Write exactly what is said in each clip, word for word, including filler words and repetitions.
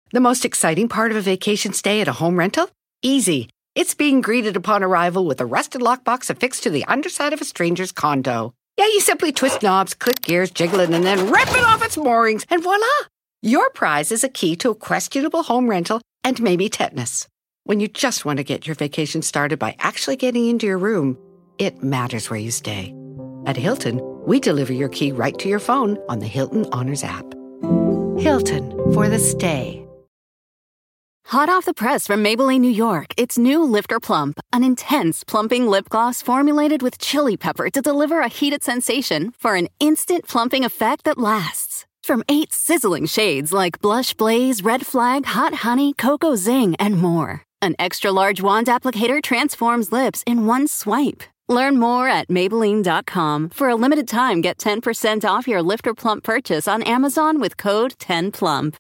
The most exciting part of a vacation stay at a home rental? Easy. It's being greeted upon arrival with a rusted lockbox affixed to the underside of a stranger's condo. Yeah, you simply twist knobs, click gears, jiggle it, and then rip it off its moorings, and voila! Your prize is a key to a questionable home rental and maybe tetanus. When you just want to get your vacation started by actually getting into your room, it matters where you stay. At Hilton, we deliver your key right to your phone on the Hilton Honors app. Hilton, for the stay. Hot off the press from Maybelline, New York, it's new Lifter Plump, an intense plumping lip gloss formulated with chili pepper to deliver a heated sensation for an instant plumping effect that lasts. From eight sizzling shades like Blush Blaze, Red Flag, Hot Honey, Cocoa Zing, and more. An extra-large wand applicator transforms lips in one swipe. Learn more at Maybelline dot com. For a limited time, get ten percent off your Lifter Plump purchase on Amazon with code ten plump.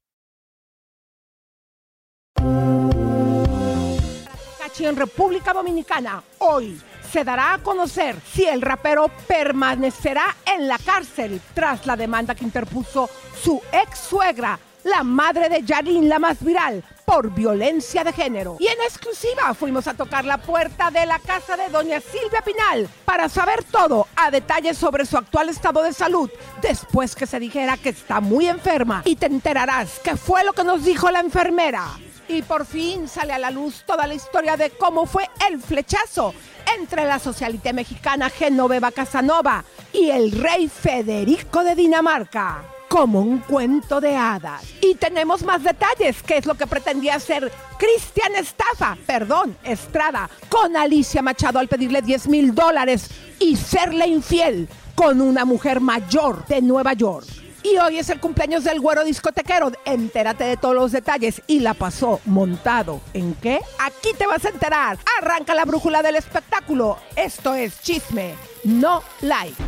En República Dominicana, hoy se dará a conocer si el rapero permanecerá en la cárcel tras la demanda que interpuso su ex suegra, la madre de Yarin, la más viral, por violencia de género. Y en exclusiva fuimos a tocar la puerta de la casa de doña Silvia Pinal para saber todo a detalle sobre su actual estado de salud después que se dijera que está muy enferma. Y te enterarás qué fue lo que nos dijo la enfermera. Y por fin sale a la luz toda la historia de cómo fue el flechazo entre la socialité mexicana Genoveva Casanova y el rey Federico de Dinamarca. Como un cuento de hadas. Y tenemos más detalles, qué es lo que pretendía hacer Cristian Estafa, perdón, Estrada, con Alicia Machado al pedirle diez mil dólares y serle infiel con una mujer mayor de Nueva York. Y hoy es el cumpleaños del güero discotequero. Entérate de todos los detalles. Y la pasó montado. ¿En qué? Aquí te vas a enterar. Arranca la brújula del espectáculo. Esto es Chisme, no like.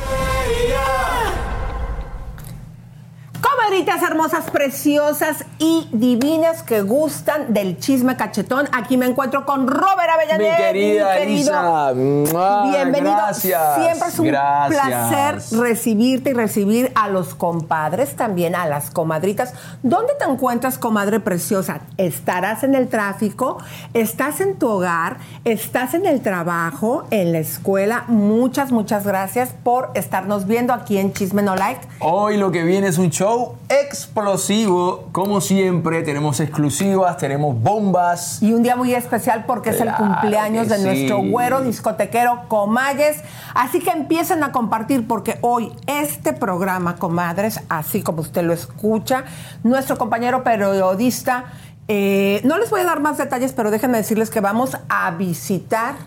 Comadritas hermosas, preciosas y divinas que gustan del chisme cachetón. Aquí me encuentro con Robert Avellanet. Mi querida mi querido. Elisa. Bienvenido. Gracias. Siempre es un Gracias. placer recibirte y recibir a los compadres, también a las comadritas. ¿Dónde te encuentras, comadre preciosa? ¿Estarás en el tráfico? ¿Estás en tu hogar? ¿Estás en el trabajo? ¿En la escuela? Muchas, muchas gracias por estarnos viendo aquí en Chisme No Like. Hoy lo que viene es un show explosivo, como siempre. Tenemos exclusivas, tenemos bombas. Y un día muy especial porque claro, es el cumpleaños de sí. nuestro güero discotequero Comayes. Así que empiecen a compartir porque hoy este programa, comadres, así como usted lo escucha, nuestro compañero periodista, eh, no les voy a dar más detalles, pero déjenme decirles que vamos a visitar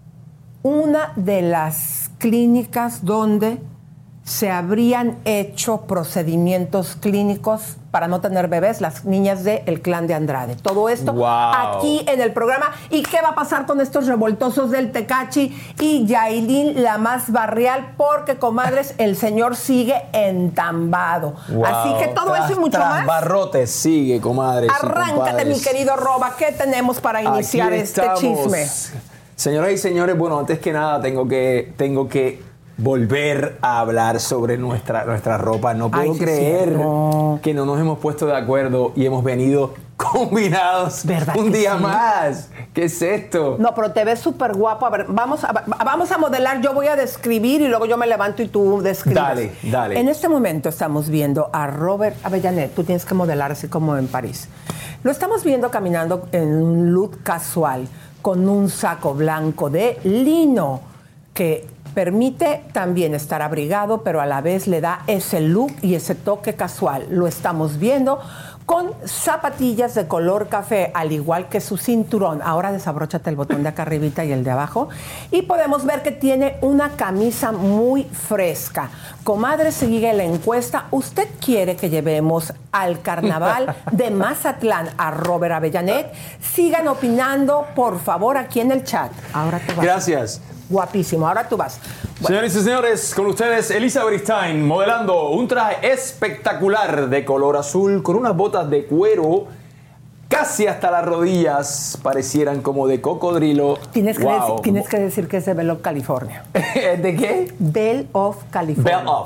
una de las clínicas donde se habrían hecho procedimientos clínicos para no tener bebés, las niñas del clan de Andrade. Todo esto wow. aquí en el programa. ¿Y qué va a pasar con estos revoltosos del Tecachi y Yailin, la más barrial? Porque, comadres, el señor sigue entambado. Wow. Así que todo tras, eso y mucho tras más. Barrotes sigue, comadres. Arráncate, mi querido Roba. ¿Qué tenemos para iniciar aquí este estamos. chisme? Señoras y señores, bueno, antes que nada tengo que... Tengo que volver a hablar sobre nuestra, nuestra ropa. No puedo Ay, creer sí, no. que no nos hemos puesto de acuerdo y hemos venido combinados un día sí? más. ¿Qué es esto? No, pero te ves súper guapo. A ver, vamos a, vamos a modelar. Yo voy a describir y luego yo me levanto y tú describes. Dale, dale. En este momento estamos viendo a Robert Avellanet. Tú tienes que modelar así como en París. Lo estamos viendo caminando en un look casual con un saco blanco de lino que permite también estar abrigado, pero a la vez le da ese look y ese toque casual. Lo estamos viendo con zapatillas de color café, al igual que su cinturón. Ahora desabróchate el botón de acá arribita y el de abajo. Y podemos ver que tiene una camisa muy fresca. Comadre, sigue la encuesta. ¿Usted quiere que llevemos al carnaval de Mazatlán a Robert Avellanet? Sigan opinando, por favor, aquí en el chat. Ahora te vas. Gracias. Guapísimo, ahora tú vas. Bueno. Señores y señores, con ustedes Elisa Beristain modelando un traje espectacular de color azul con unas botas de cuero casi hasta las rodillas, parecieran como de cocodrilo. Tienes que, wow. decir, tienes que decir que es de Bell of California. ¿De qué? Bell of California. Bell of.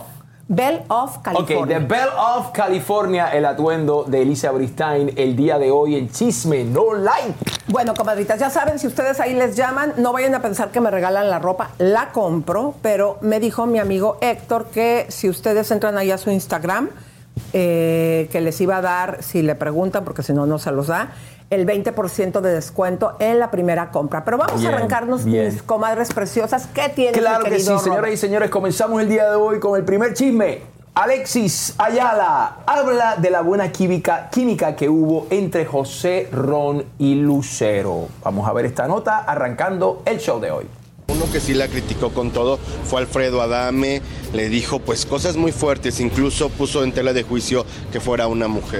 Belle of California. Ok, The Belle of California, el atuendo de Elisa Bristain el día de hoy, el chisme no like. Bueno, comadritas, ya saben, si ustedes ahí les llaman, no vayan a pensar que me regalan la ropa, la compro, pero me dijo mi amigo Héctor que si ustedes entran ahí a su Instagram, eh, que les iba a dar, si le preguntan, porque si no, no se los da, el veinte por ciento de descuento en la primera compra. Pero vamos bien, a arrancarnos, bien. mis comadres preciosas. ¿Qué tienen, Claro mi que sí, querido señoras Robert? y señores, comenzamos el día de hoy con el primer chisme. Alexis Ayala habla de la buena química, química que hubo entre José Ron y Lucero. Vamos a ver esta nota arrancando el show de hoy. Uno que sí la criticó con todo fue Alfredo Adame, le dijo pues cosas muy fuertes, incluso puso en tela de juicio que fuera una mujer.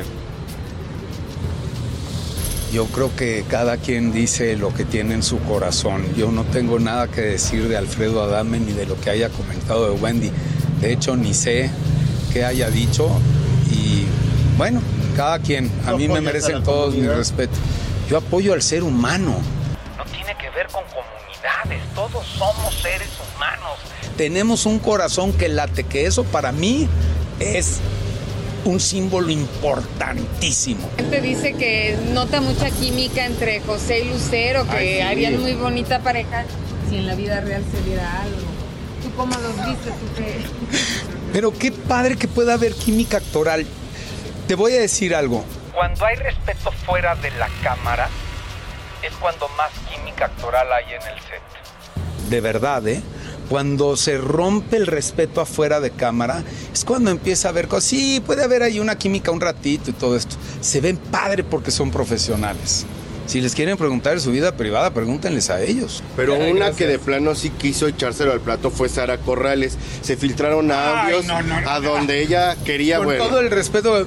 Yo creo que cada quien dice lo que tiene en su corazón. Yo no tengo nada que decir de Alfredo Adame ni de lo que haya comentado de Wendy. De hecho, ni sé qué haya dicho. Y bueno, cada quien. A mí me merecen todos mi respeto. Yo apoyo al ser humano. No tiene que ver con comunidades. Todos somos seres humanos. Tenemos un corazón que late, que eso para mí es un símbolo importantísimo. La gente dice que nota mucha química entre José y Lucero, que Ay, sí. harían muy bonita pareja. Si en la vida real se diera algo. ¿Tú cómo los viste? ¿Tú qué? Pero qué padre que pueda haber química actoral. Te voy a decir algo. Cuando hay respeto fuera de la cámara, es cuando más química actoral hay en el set. De verdad, ¿eh? Cuando se rompe el respeto afuera de cámara, es cuando empieza a haber cosas. Sí, puede haber ahí una química un ratito y todo esto. Se ven padre porque son profesionales. Si les quieren preguntar de su vida privada, pregúntenles a ellos. Pero Ay, una gracias. que de plano sí quiso echárselo al plato fue Sara Corrales. Se filtraron audios Ay, no, no, no. a donde ella quería, Con bueno. todo el respeto,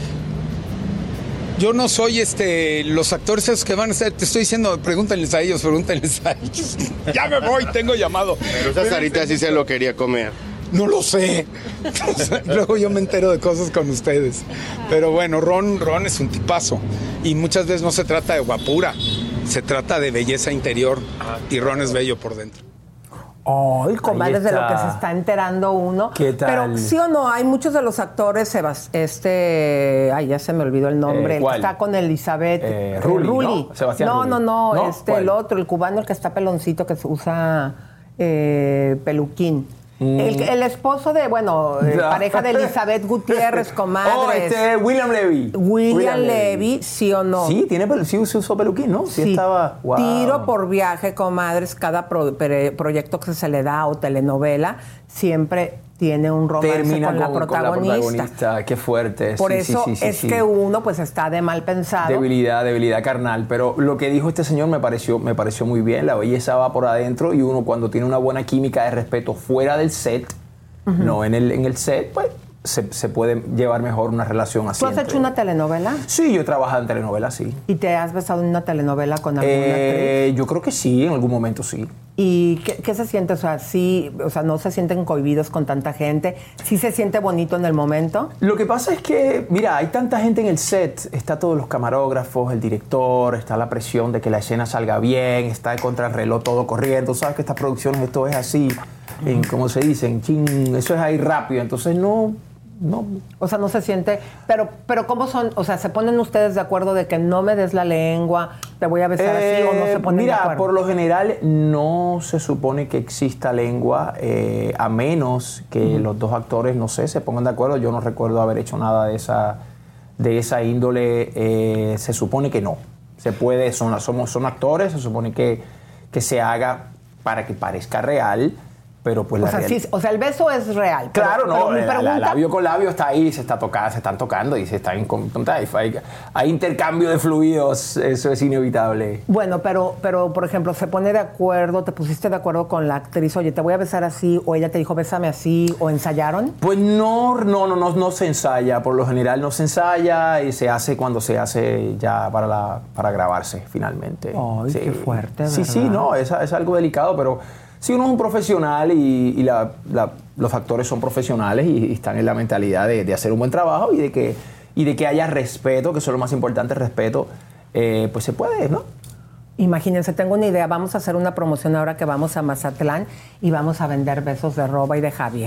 yo no soy este los actores esos que van a estar, te estoy diciendo, pregúntenles a ellos, pregúntenles a ellos. Ya me voy, tengo llamado. Pero esa Sarita sí se lo quería comer. No lo sé. Luego yo me entero de cosas con ustedes. Pero bueno, Ron, Ron es un tipazo. Y muchas veces no se trata de guapura, se trata de belleza interior. Y Ron es bello por dentro. Ay, comadres, de lo está. que se está enterando uno. ¿Qué tal? Pero sí o no, hay muchos de los actores, Sebas, este, ay, ya se me olvidó el nombre, Eh, el ¿cuál? que está con Elizabeth Eh, Rulli, ¿no? Sebastián no, Rulli. no, no, ¿No? este, ¿Cuál? el otro, el cubano, el que está peloncito, que se usa eh, peluquín. Mm. El, el esposo de, bueno, eh, Ya. pareja de Elizabeth Gutiérrez, comadres. Oh, este William Levy. William Levy, ¿sí o no? Sí, tiene pelu- sí se usó peluquín, ¿no? Sí, Sí. estaba. Wow. Tiro por viaje, comadres, cada pro- pre- proyecto que se le da o telenovela siempre tiene un romance Termina con, la protagonista. protagonista. Qué fuerte. Por Sí, eso sí, sí, sí, es sí. que uno pues está de mal pensado. Debilidad, debilidad carnal. Pero lo que dijo este señor me pareció, me pareció muy bien. La belleza va por adentro y uno cuando tiene una buena química de respeto fuera del set, no en el, en el set, pues se, se puede llevar mejor una relación así. ¿Tú has entre- hecho una telenovela? Sí, yo he trabajado en telenovelas, sí. ¿Y te has besado en una telenovela con alguna Eh, yo creo que sí, en algún momento sí. actriz? ¿Y qué, qué se siente? O sea, sí, o sea, no se sienten cohibidos con tanta gente. ¿Sí se siente bonito en el momento? Lo que pasa es que, mira, hay tanta gente en el set, está todos los camarógrafos, el director, está la presión de que la escena salga bien, está contra el reloj todo corriendo, sabes que estas producciones esto es así, en, como se dice, en chin, eso es ahí rápido, entonces no, no. O sea, no se siente... Pero, pero ¿cómo son? O sea, ¿se ponen ustedes de acuerdo de que no me des la lengua, te voy a besar así o no se ponen mira, de acuerdo? por lo general no se supone que exista lengua, eh, a menos que los dos actores, no sé, se pongan de acuerdo. Yo no recuerdo haber hecho nada de esa, de esa índole. Eh, se supone que no. Se puede, son, somos, son actores, se supone que, que se haga para que parezca real, pero pues O la sea, real- sí, o sea, el beso es real. pero- Claro, pero no, mi la- la- pregunta- labio con labio está ahí, se está tocando, se están tocando y se están en hay, hay intercambio de fluidos, eso es inevitable. Bueno, pero, pero, por ejemplo, se pone de acuerdo, te pusiste de acuerdo con la actriz, oye, te voy a besar así, o ella te dijo, bésame así, o ensayaron. Pues no, no, no, no, no se ensaya, por lo general no se ensaya y se hace cuando se hace ya para, la, para grabarse finalmente. Ay, qué fuerte, Sí, sí, ¿verdad? no, es, es algo delicado, pero si uno es un profesional y, y la- la- los actores son profesionales y, y están en la mentalidad de, de hacer un buen trabajo y de que, y de que haya respeto, que eso es lo más importante, respeto, eh, pues se puede, ¿no? Imagínense, tengo una idea, vamos a hacer una promoción ahora que vamos a Mazatlán y vamos a vender besos de Roba y de Javier.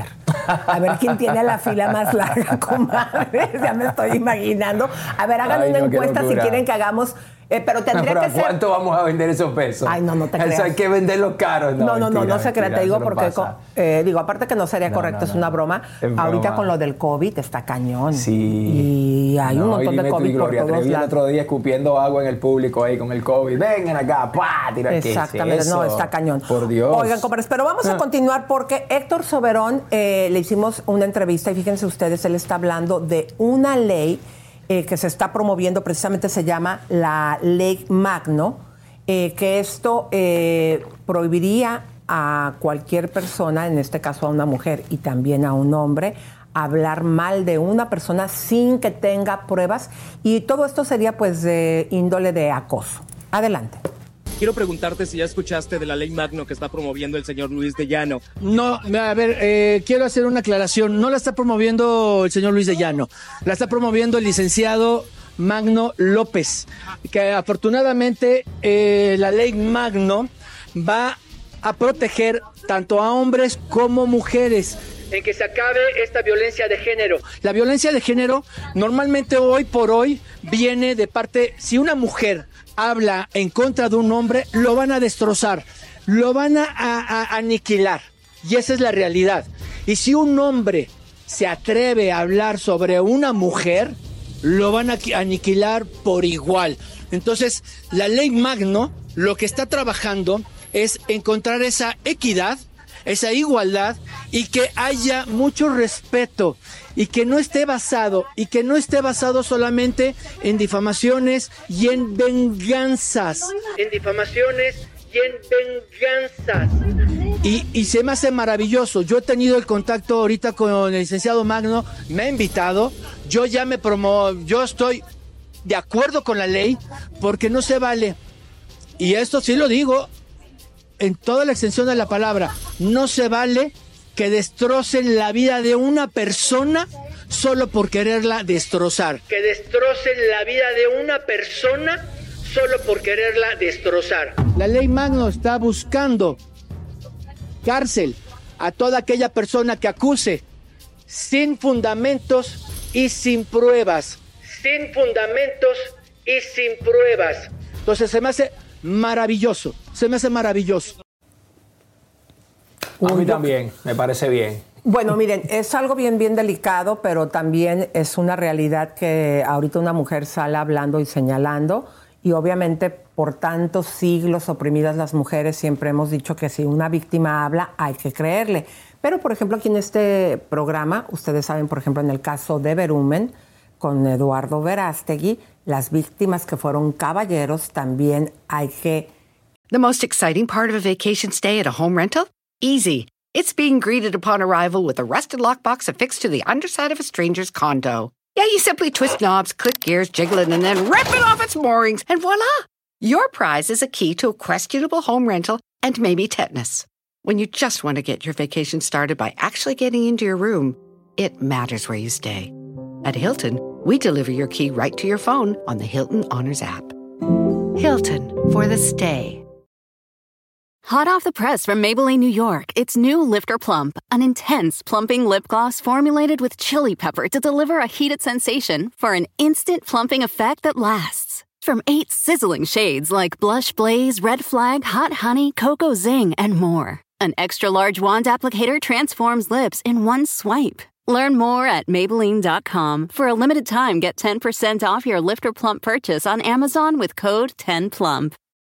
A ver quién tiene la fila más larga, comadre. Ya me estoy imaginando. A ver, hagan Ay, una no, encuesta si quieren que hagamos... Eh, pero tendría no, pero que ser... ¿Cuánto vamos a vender esos pesos? Ay, no, no te creas. Eso hay que venderlos caros. No, no, no, mentira, no, no se crea. Te digo porque, eh, digo, aparte que no sería no, correcto, no, no, es una broma. Es Ahorita broma. Con lo del COVID está cañón. Sí. Y hay no, un montón de COVID Gloria, por todos lados. El otro día escupiendo agua en el público ahí con el COVID. Vengan acá, ¡pah! Tira, Exactamente, ¿qué es no, está cañón. Por Dios. Oigan, compadres, pero vamos a continuar porque Héctor Soberón eh, le hicimos una entrevista y fíjense ustedes, él está hablando de una ley Eh, que se está promoviendo, precisamente se llama la Ley Magno, eh, que esto eh, prohibiría a cualquier persona, en este caso a una mujer y también a un hombre, hablar mal de una persona sin que tenga pruebas, y todo esto sería pues de índole de acoso. Adelante. Quiero preguntarte si ya escuchaste de la Ley Magno que está promoviendo el señor Luis de Llano. No, a ver, eh, quiero hacer una aclaración. No la está promoviendo el señor Luis de Llano. La está promoviendo el licenciado Magno López, que afortunadamente eh, la Ley Magno va a proteger tanto a hombres como mujeres, en que se acabe esta violencia de género. La violencia de género normalmente hoy por hoy viene de parte, si una mujer habla en contra de un hombre, lo van a destrozar, lo van a, a, a aniquilar, y esa es la realidad. Y si un hombre se atreve a hablar sobre una mujer, lo van a aniquilar por igual. Entonces, la Ley Magno lo que está trabajando es encontrar esa equidad, esa igualdad, y que haya mucho respeto, y que no esté basado, y que no esté basado solamente en difamaciones y en venganzas. En difamaciones y en venganzas. Y, y se me hace maravilloso. Yo he tenido el contacto ahorita con el licenciado Magno, me ha invitado, yo ya me promo, yo estoy de acuerdo con la ley, porque no se vale, y esto sí lo digo en toda la extensión de la palabra, no se vale que destrocen la vida de una persona solo por quererla destrozar. Que destrocen la vida de una persona solo por quererla destrozar. La Ley Magno está buscando cárcel a toda aquella persona que acuse sin fundamentos y sin pruebas. Sin fundamentos y sin pruebas. Entonces se me hace maravilloso, se me hace maravilloso. A mí también, me parece bien. Bueno, miren, es algo bien, bien delicado, pero también es una realidad que ahorita una mujer sale hablando y señalando, y obviamente por tantos siglos oprimidas las mujeres siempre hemos dicho que si una víctima habla hay que creerle. Pero, por ejemplo, aquí en este programa, ustedes saben, por ejemplo, en el caso de Verumen, con Eduardo Verástegui, las víctimas que fueron caballeros también hay que... The most exciting part of a vacation stay at a home rental? Easy. It's being greeted upon arrival with a rusted lockbox affixed to the underside of a stranger's condo. Yeah, you simply twist knobs, click gears, jiggle it, and then rip it off its moorings, and voila! Your prize is a key to a questionable home rental and maybe tetanus. When you just want to get your vacation started by actually getting into your room, it matters where you stay. At Hilton, we deliver your key right to your phone on the Hilton Honors app. Hilton, for the stay. Hot off the press from Maybelline, New York, it's new Lifter Plump, an intense plumping lip gloss formulated with chili pepper to deliver a heated sensation for an instant plumping effect that lasts. From eight sizzling shades like Blush Blaze, Red Flag, Hot Honey, Cocoa Zing, and more. An extra-large wand applicator transforms lips in one swipe. Learn more at Maybelline dot com. For a limited time, get ten percent off your Lifter Plump purchase on Amazon with code ten plump.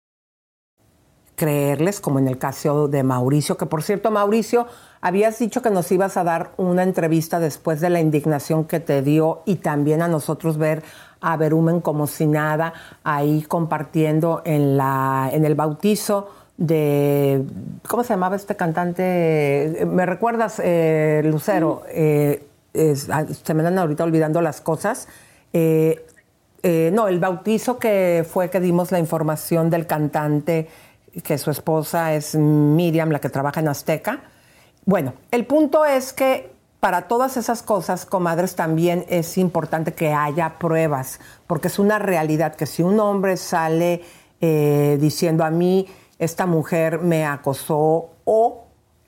Creerles, como en el caso de Mauricio, que por cierto, Mauricio, habías dicho que nos ibas a dar una entrevista después de la indignación que te dio y también a nosotros ver a Verumen como si nada, ahí compartiendo en, la, en el bautizo de, ¿cómo se llamaba este cantante? ¿Me recuerdas, eh, Lucero? Eh, es, se me dan ahorita olvidando las cosas. Eh, eh, no, el bautizo que fue que dimos la información del cantante, que su esposa es Miriam, la que trabaja en Azteca. Bueno, el punto es que para todas esas cosas, comadres, también es importante que haya pruebas, porque es una realidad que si un hombre sale eh, diciendo a mí, esta mujer me acosó, o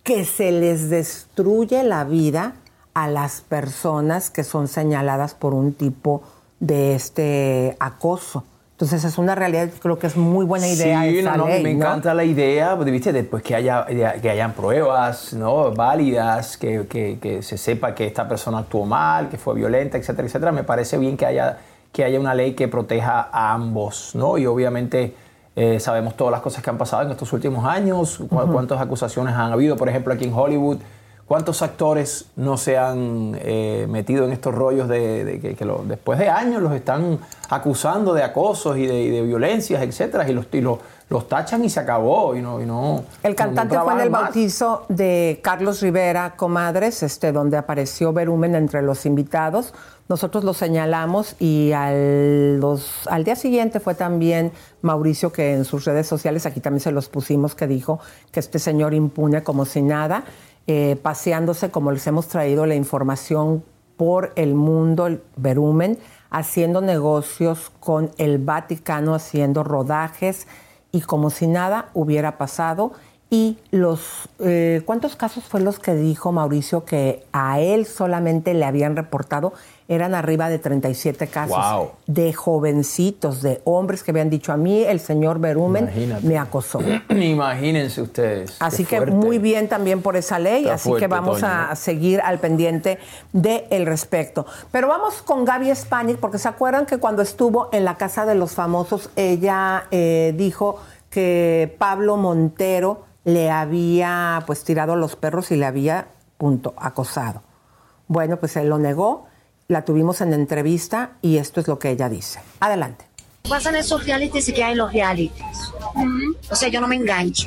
que se les destruye la vida a las personas que son señaladas por un tipo de este acoso. Entonces es una realidad, creo que es muy buena idea sí, esa no, no, ley, me ¿no? encanta la idea, ¿viste? Después que haya que hayan pruebas, ¿no? válidas, que, que, que se sepa que esta persona actuó mal, que fue violenta, etcétera, etcétera. Me parece bien que haya, que haya una ley que proteja a ambos, ¿no? Y obviamente eh, sabemos todas las cosas que han pasado en estos últimos años, cu- uh-huh. cuántas acusaciones han habido, por ejemplo, aquí en Hollywood. ¿Cuántos actores no se han eh, metido en estos rollos de, de que, que lo, después de años los están acusando de acosos y de, y de violencias, etcétera, y los, y los, los tachan y se acabó y no, y no el cantante no fue en el más. bautizo de Carlos Rivera, Comadres, este, donde apareció Verumen entre los invitados. Nosotros lo señalamos y al, los, al día siguiente fue también Mauricio, que en sus redes sociales, aquí también se los pusimos, que dijo que este señor impune como si nada. Eh, paseándose, como les hemos traído la información por el mundo, el Verumen, haciendo negocios con el Vaticano, haciendo rodajes y como si nada hubiera pasado. Y los, eh, ¿cuántos casos fue los que dijo Mauricio que a él solamente le habían reportado? Eran arriba de treinta y siete casos. Wow. De jovencitos, de hombres que habían dicho, a mí el señor Verumen Imagínate. me acosó. Imagínense ustedes. Así que fuerte. muy bien también por esa ley, Está así fuerte, que vamos Toño, a ¿no? seguir al pendiente del respecto. Pero vamos con Gaby Spanik, porque se acuerdan que cuando estuvo en la Casa de los Famosos, ella eh, dijo que Pablo Montero le había pues tirado a los perros y le había, punto, acosado. Bueno, pues él lo negó, la tuvimos en entrevista y esto es lo que ella dice. Adelante. Pasan esos realities y que hay los realities. Uh-huh. O sea, yo no me engancho,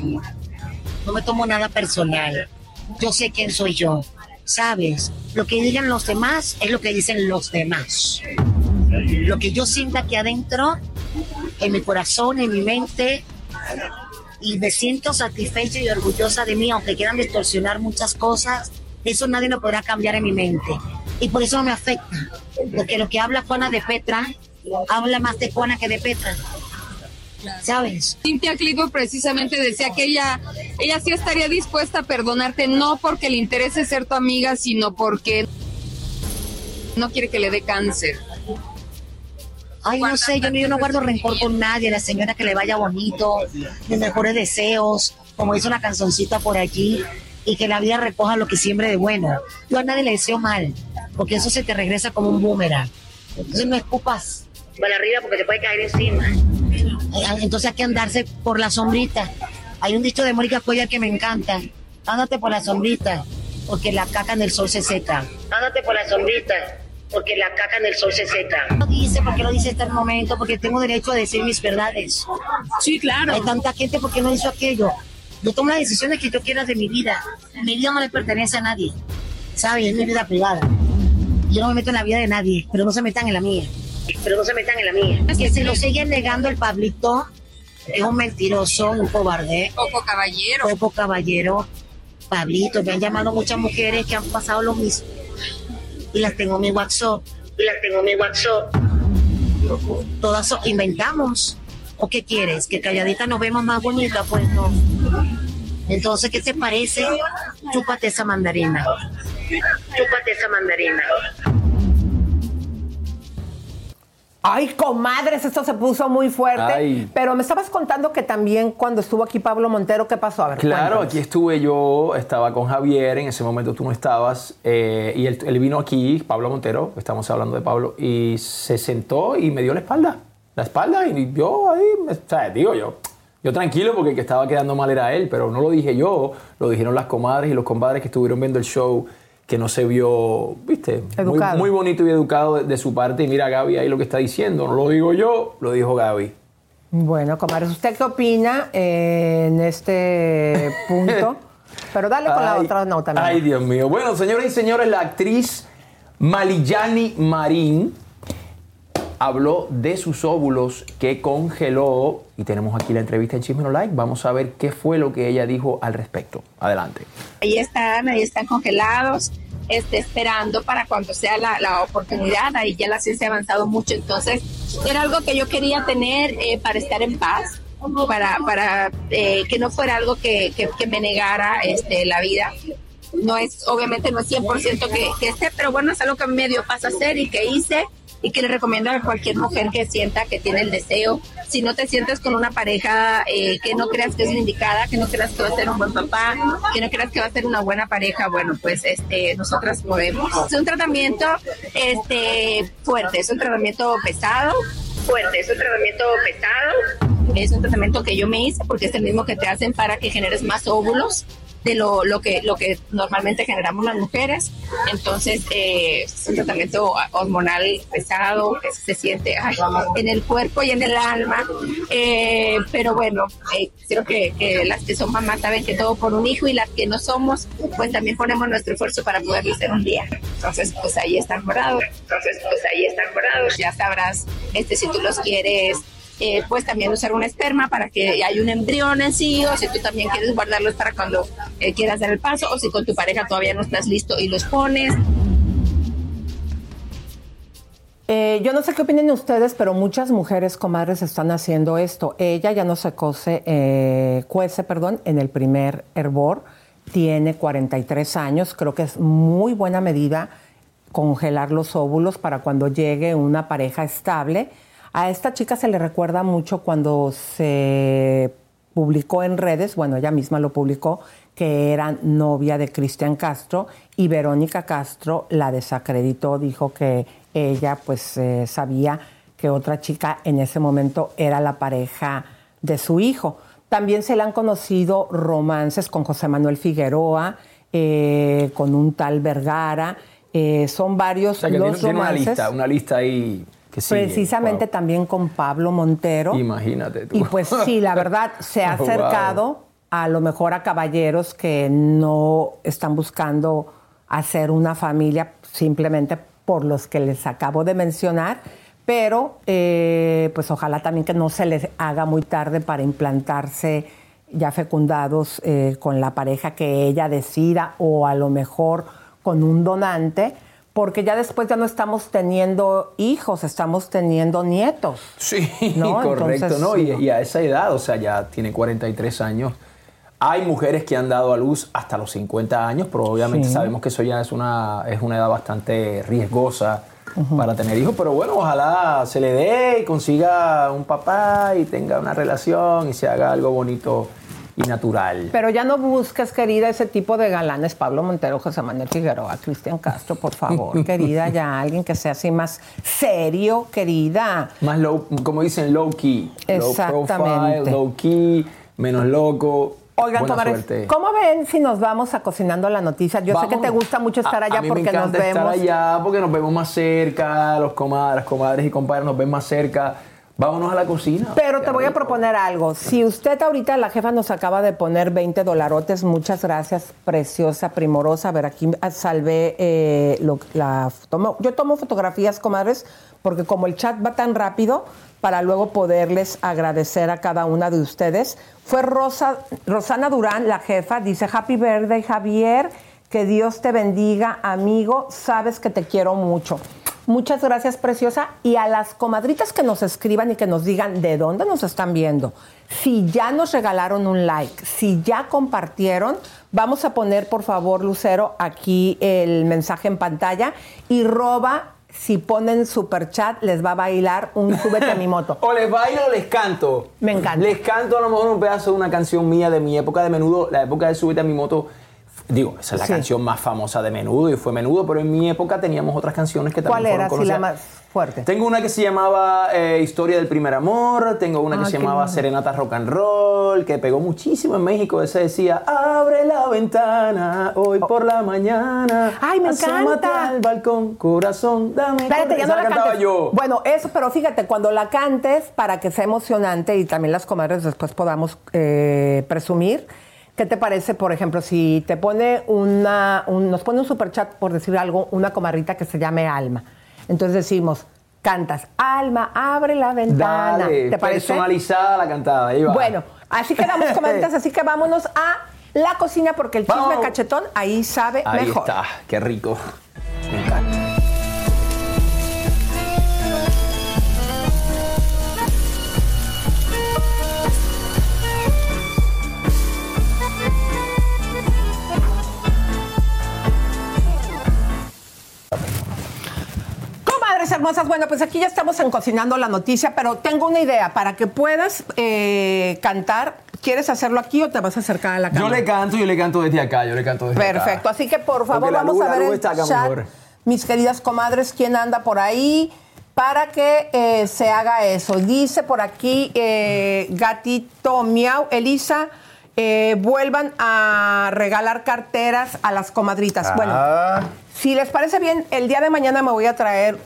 no me tomo nada personal. Yo sé quién soy yo, ¿sabes? Lo que digan los demás es lo que dicen los demás. Lo que yo sienta aquí adentro, en mi corazón, en mi mente, y me siento satisfecha y orgullosa de mí, aunque quieran distorsionar muchas cosas, eso nadie lo podrá cambiar en mi mente. Y por eso no me afecta, porque lo que habla Juana de Petra, habla más de Juana que de Petra, ¿sabes? Cynthia Clitbo precisamente decía que ella, ella sí estaría dispuesta a perdonarte, no porque le interese ser tu amiga, sino porque no quiere que le dé cáncer. Ay, no sé, yo, yo no guardo rencor con nadie, la señora que le vaya bonito, mis mejores deseos, como dice una canzoncita por allí, y que la vida recoja lo que siembre de bueno. Yo a nadie le deseo mal, porque eso se te regresa como un boomerang. Entonces no escupas para arriba porque te puede caer encima. Entonces hay que andarse por la sombrita. Hay un dicho de Mónica Cuellar que me encanta: ándate por la sombrita, porque la caca en el sol se seca. Ándate por la sombrita, porque la caca en el sol se seca. ¿Por qué lo dice? ¿Por qué lo dice en este momento? Porque tengo derecho a decir mis verdades. Sí, claro. Hay tanta gente, ¿por qué no hizo aquello? Yo tomo las decisiones que yo quiera de mi vida. Mi vida no le pertenece a nadie, ¿sabes? Es mi vida privada. Yo no me meto en la vida de nadie, pero no se metan en la mía. Pero no se metan en la mía. Que se lo siguen negando el Pablito es un mentiroso, un cobarde. Poco caballero. Poco caballero. Pablito, me han llamado muchas mujeres que han pasado lo mismo. Y las tengo en mi WhatsApp. Y las tengo en mi WhatsApp. Todas so- inventamos. ¿O qué quieres? ¿Que calladita nos vemos más bonita? Pues no. Entonces, ¿qué te parece? Chúpate esa mandarina. Chúpate esa mandarina. Ay, comadres, esto se puso muy fuerte. Ay. Pero me estabas contando que también cuando estuvo aquí Pablo Montero, ¿qué pasó? A ver, Claro, cuéntanos. aquí estuve yo, estaba con Javier, en ese momento tú no estabas, eh, y él, él vino aquí, Pablo Montero, estamos hablando de Pablo, y se sentó y me dio la espalda, la espalda, y yo ahí, o sea, digo yo, yo tranquilo porque el que estaba quedando mal era él, pero no lo dije yo, lo dijeron las comadres y los compadres que estuvieron viendo el show, que no se vio, viste, muy, muy bonito y educado de, de su parte. Y mira, Gaby ahí lo que está diciendo, no lo digo yo, lo dijo Gaby. Bueno, comadres, ¿usted qué opina eh, en este punto? Pero dale con ay, la otra nota. ¿No? Ay, Dios mío. Bueno, señoras y señores, la actriz Maliyani Marín habló de sus óvulos que congeló. Y tenemos aquí la entrevista en Chisme No Like. Vamos a ver qué fue lo que ella dijo al respecto. Adelante. Ahí están, ahí están congelados, este, esperando para cuando sea la, la oportunidad. Ahí ya la ciencia ha avanzado mucho, entonces era algo que yo quería tener eh, para estar en paz, para, para eh, que no fuera algo que, que, que me negara este, la vida. No es, obviamente no es cien por ciento que, que esté, pero bueno, es algo que a mí me dio paz hacer y que hice y que le recomiendo a cualquier mujer que sienta que tiene el deseo. Si no te sientes con una pareja eh, que no creas que es la indicada, que no creas que va a ser un buen papá, que no creas que va a ser una buena pareja, bueno, pues este, nosotras podemos. Es un tratamiento este, fuerte, es un tratamiento pesado, fuerte, es un tratamiento pesado, es un tratamiento que yo me hice porque es el mismo que te hacen para que generes más óvulos de lo, lo que lo que normalmente generamos las mujeres. Entonces eh, es un tratamiento hormonal pesado que se siente ay, en el cuerpo y en el alma, eh, pero bueno, eh, creo que, que las que son mamás saben que todo por un hijo y las que no somos, pues también ponemos nuestro esfuerzo para poderlo hacer un día. Entonces pues ahí están morados, entonces pues ahí están morados, ya sabrás este si tú los quieres. Eh, pues también usar un esperma para que haya un embrión en sí, o si tú también quieres guardarlos para cuando eh, quieras dar el paso, o si con tu pareja todavía no estás listo y los pones. Eh, yo no sé qué opinen ustedes, pero muchas mujeres, comadres, están haciendo esto. Ella ya no se cose, eh, cuece, perdón, en el primer hervor, tiene cuarenta y tres años, creo que es muy buena medida congelar los óvulos para cuando llegue una pareja estable. A esta chica se le recuerda mucho cuando se publicó en redes, bueno, ella misma lo publicó, que era novia de Cristian Castro y Verónica Castro la desacreditó, dijo que ella pues eh, sabía que otra chica en ese momento era la pareja de su hijo. También se le han conocido romances con José Manuel Figueroa, eh, con un tal Vergara, eh, son varios o sea, que los tiene, romances. Tiene una lista, una lista ahí... Precisamente wow. También con Pablo Montero. Imagínate tú. Y pues sí, la verdad, se ha acercado wow. a lo mejor a caballeros que no están buscando hacer una familia simplemente por los que les acabo de mencionar, pero eh, pues ojalá también que no se les haga muy tarde para implantarse ya fecundados eh, con la pareja que ella decida o a lo mejor con un donante, porque ya después ya no estamos teniendo hijos, estamos teniendo nietos. Sí, ¿no? correcto, Entonces, ¿no? Y, no. y a esa edad, o sea, ya tiene cuarenta y tres años. Hay mujeres que han dado a luz hasta los cincuenta años, pero obviamente sí. sabemos que eso ya es una, es una edad bastante riesgosa uh-huh. para tener hijos. Pero bueno, ojalá se le dé y consiga un papá y tenga una relación y se haga algo bonito y natural. Pero ya no busques, querida, ese tipo de galanes, Pablo Montero, José Manuel Figueroa, Cristian Castro, por favor, querida, ya alguien que sea así más serio, querida. Más low, como dicen, low key. Exactamente. Low profile, low key, menos loco. Oigan, comadres, ¿cómo ven si nos vamos a Cocinando la Noticia? Yo Vamos. sé que te gusta mucho estar allá a, a mí porque me encanta nos vemos. estar allá porque nos vemos más cerca, los comadres, comadres y compadres nos ven más cerca. Vámonos a la cocina. Pero te voy a proponer algo. Si usted ahorita, la jefa nos acaba de poner veinte dolarotes, muchas gracias, preciosa, primorosa. A ver, aquí salvé eh, lo, la... Tomo, yo tomo fotografías, comadres, porque como el chat va tan rápido, para luego poderles agradecer a cada una de ustedes. Fue Rosa, Rosana Durán, la jefa, dice, Happy birthday, Javier, que Dios te bendiga, amigo, sabes que te quiero mucho. Muchas gracias, preciosa. Y a las comadritas que nos escriban y que nos digan de dónde nos están viendo, si ya nos regalaron un like, si ya compartieron, vamos a poner, por favor, Lucero, aquí el mensaje en pantalla y roba, si ponen superchat, les va a bailar un Súbete a mi moto. O les bailo o les canto. Me encanta. Les canto a lo mejor un pedazo de una canción mía de mi época de Menudo, la época de Súbete a mi moto. Digo, esa es la sí. canción más famosa de Menudo y fue Menudo, pero en mi época teníamos otras canciones que también fueron conocidas. ¿Cuál era así la más fuerte? Tengo una que se llamaba eh, Historia del Primer Amor, tengo una ah, que se llamaba lindo. Serenata Rock and Roll, que pegó muchísimo en México. Esa decía, abre la ventana hoy oh. por la mañana. ¡Ay, me asómate encanta! al balcón, corazón, dame. Espérate, ya no la, la cantaba yo. Bueno, eso, pero fíjate, cuando la cantes, para que sea emocionante y también las comadres después podamos eh, presumir, ¿qué te parece, por ejemplo, si te pone una, un, nos pone un superchat, por decir algo, una comadrita que se llame Alma? Entonces decimos, cantas, Alma, abre la ventana. Dale, ¿te parece? Personalizada la cantada, ahí va. Bueno, así quedamos, comadritas, así que vámonos a la cocina porque el chisme Vamos. cachetón ahí sabe ahí mejor. Ahí está, qué rico. Me encanta. hermosas. Bueno, pues aquí ya estamos en Cocinando la Noticia, pero tengo una idea. Para que puedas eh, cantar, ¿quieres hacerlo aquí o te vas a acercar a la cámara? Yo le canto, yo le canto desde acá, yo le canto desde Perfecto. acá. Perfecto, así que por favor la vamos luz, a ver la luz el está acá chat, mejor. mis queridas comadres, quién anda por ahí para que eh, se haga eso. Dice por aquí eh, Gatito Miau, Elisa, eh, vuelvan a regalar carteras a las comadritas. Ah. Bueno, si les parece bien, el día de mañana me voy a traer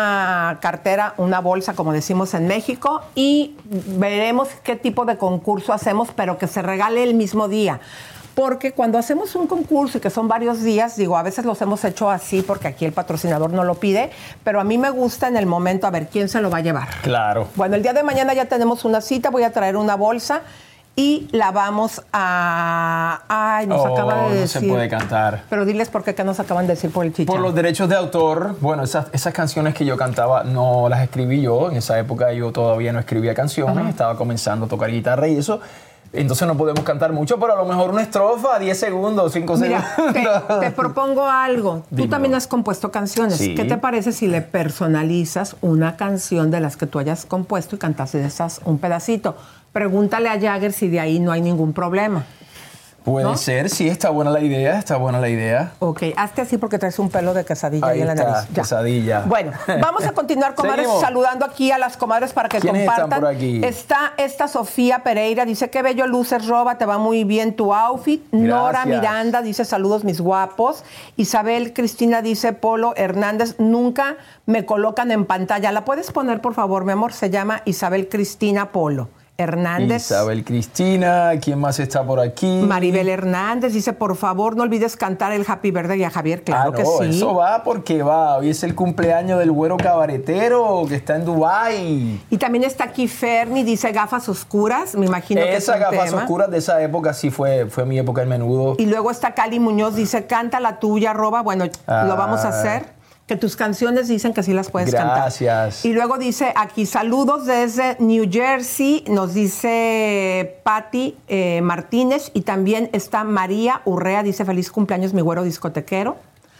una cartera, una bolsa, como decimos en México, y veremos qué tipo de concurso hacemos, pero que se regale el mismo día. Porque cuando hacemos un concurso y que son varios días, digo, a veces los hemos hecho así porque aquí el patrocinador no lo pide, pero a mí me gusta en el momento a ver quién se lo va a llevar. Claro. Bueno, el día de mañana ya tenemos una cita, voy a traer una bolsa y la vamos a... Ay, nos oh, acaba de no decir... se puede cantar. Pero diles por qué, ¿qué nos acaban de decir por el chicha? Por los derechos de autor. Bueno, esas, esas canciones que yo cantaba no las escribí yo. En esa época yo todavía no escribía canciones. Uh-huh. Estaba comenzando a tocar guitarra y eso. Entonces no podemos cantar mucho, pero a lo mejor una estrofa, diez segundos, cinco Mira, segundos. Te, te propongo algo. Dime. Tú también has compuesto canciones. Sí. ¿Qué te parece si le personalizas una canción de las que tú hayas compuesto y cantaste de esas un pedacito? Pregúntale a Jagger si de ahí no hay ningún problema. Puede ¿no? ser, sí, está buena la idea, está buena la idea. Ok, hazte así porque traes un pelo de quesadilla ahí, Ahí en la está, nariz. Ya. quesadilla. Bueno, vamos a continuar, comadres, Seguimos. saludando aquí a las comadres para que ¿Quiénes compartan. están por aquí? Está esta Sofía Pereira, dice, qué bello luces, Roba, te va muy bien tu outfit. Nora Gracias. Miranda dice, saludos mis guapos. Isabel Cristina dice, Polo Hernández, nunca me colocan en pantalla. ¿La puedes poner, por favor, mi amor? Se llama Isabel Cristina Polo Hernández. Isabel Cristina, ¿quién más está por aquí? Maribel Hernández dice, por favor, no olvides cantar el Happy Birthday a Javier. Claro ah, que no, sí. Eso va porque va. Hoy es el cumpleaños del güero cabaretero que está en Dubái. Y también está aquí Ferni, dice gafas oscuras, me imagino que es Esas un gafas tema. oscuras de esa época sí fue, fue mi época en menudo. Y luego está Cali Muñoz, dice, canta la tuya, Roba. Bueno, Ah. lo vamos a hacer. Que tus canciones dicen que sí las puedes cantar. Gracias. Y luego dice aquí, saludos desde New Jersey, nos dice Patti eh, Martínez, y también está María Urrea, dice, feliz cumpleaños, mi güero discotequero.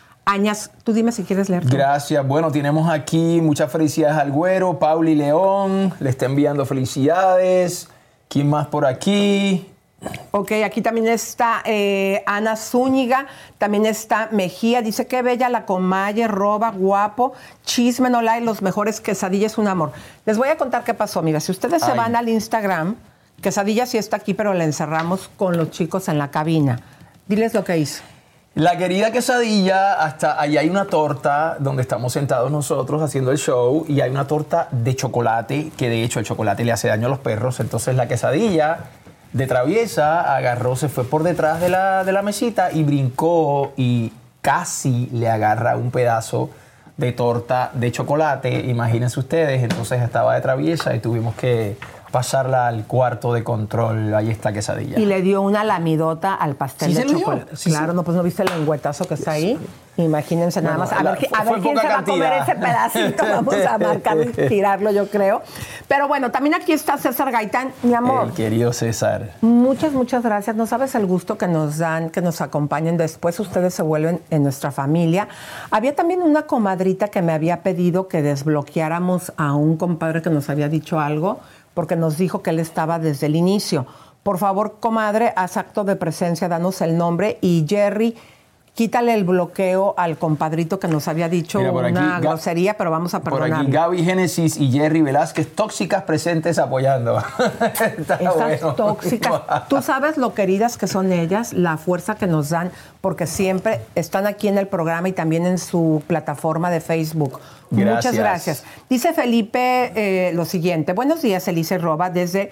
Añas, tú dime si quieres leer tú. Gracias. Bueno, tenemos aquí muchas felicidades al güero. Pauli León le está enviando felicidades. ¿Quién más por aquí? Ok, aquí también está eh, Ana Zúñiga, también está Mejía, dice, qué bella la comalle, Roba, guapo, chisme no la hay, los mejores quesadillas, un amor. Les voy a contar qué pasó, mira, si ustedes Ay. se van al Instagram, Quesadilla sí está aquí, pero la encerramos con los chicos en la cabina. Diles lo que hizo. La querida Quesadilla, hasta ahí hay una torta donde estamos sentados nosotros haciendo el show y hay una torta de chocolate, que de hecho el chocolate le hace daño a los perros, entonces la Quesadilla de traviesa agarró, se fue por detrás de la, de la mesita y brincó y casi le agarra un pedazo de torta de chocolate, imagínense ustedes, entonces estaba de traviesa y tuvimos que pasarla al cuarto de control, ahí está Quesadilla. Y le dio una lamidota al pastel ¿Sí de se lo dio? chocolate. Sí, claro, sí. no, pues no viste el lengüetazo que está ahí. Imagínense nada Bueno, más. A la- ver, qui- a fue ver quién poca se va a comer cantidad. ese pedacito. Vamos a marcar y tirarlo, yo creo. Pero bueno, también aquí está César Gaitán. Mi amor, El querido César. muchas, muchas gracias. No sabes el gusto que nos dan, que nos acompañen. Después ustedes se vuelven en nuestra familia. Había también una comadrita que me había pedido que desbloqueáramos a un compadre que nos había dicho algo, porque nos dijo que él estaba desde el inicio. Por favor, comadre, haz acto de presencia, danos el nombre. Y Jerry, quítale el bloqueo al compadrito que nos había dicho Mira, por aquí, una Ga- grosería, pero vamos a Por aquí perdonarlo. Gaby Génesis y Jerry Velázquez, tóxicas presentes apoyando. Está Esas bueno. tóxicas. Tú sabes lo queridas que son ellas, la fuerza que nos dan, porque siempre están aquí en el programa y también en su plataforma de Facebook. Gracias. Muchas gracias. Dice Felipe eh, lo siguiente. Buenos días, Elise Roba, desde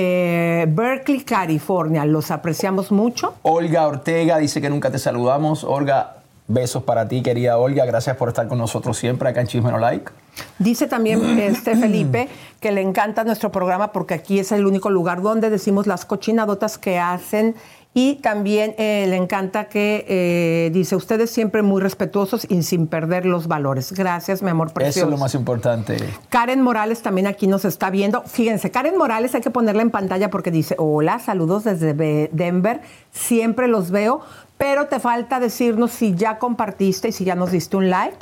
eh, Berkeley, California. Los apreciamos mucho. Olga Ortega dice que nunca te saludamos. Olga, besos para ti, querida Olga. Gracias por estar con nosotros siempre acá en Chisme No Like. Dice también este Felipe que le encanta nuestro programa porque aquí es el único lugar donde decimos las cochinadotas que hacen, y también eh, le encanta que eh, dice, ustedes siempre muy respetuosos y sin perder los valores. Gracias, mi amor precioso. Eso es lo más importante. Karen Morales también aquí nos está viendo. Fíjense, Karen Morales hay que ponerla en pantalla porque dice, hola, saludos desde Be- Denver, siempre los veo, pero te falta decirnos si ya compartiste y si ya nos diste un like.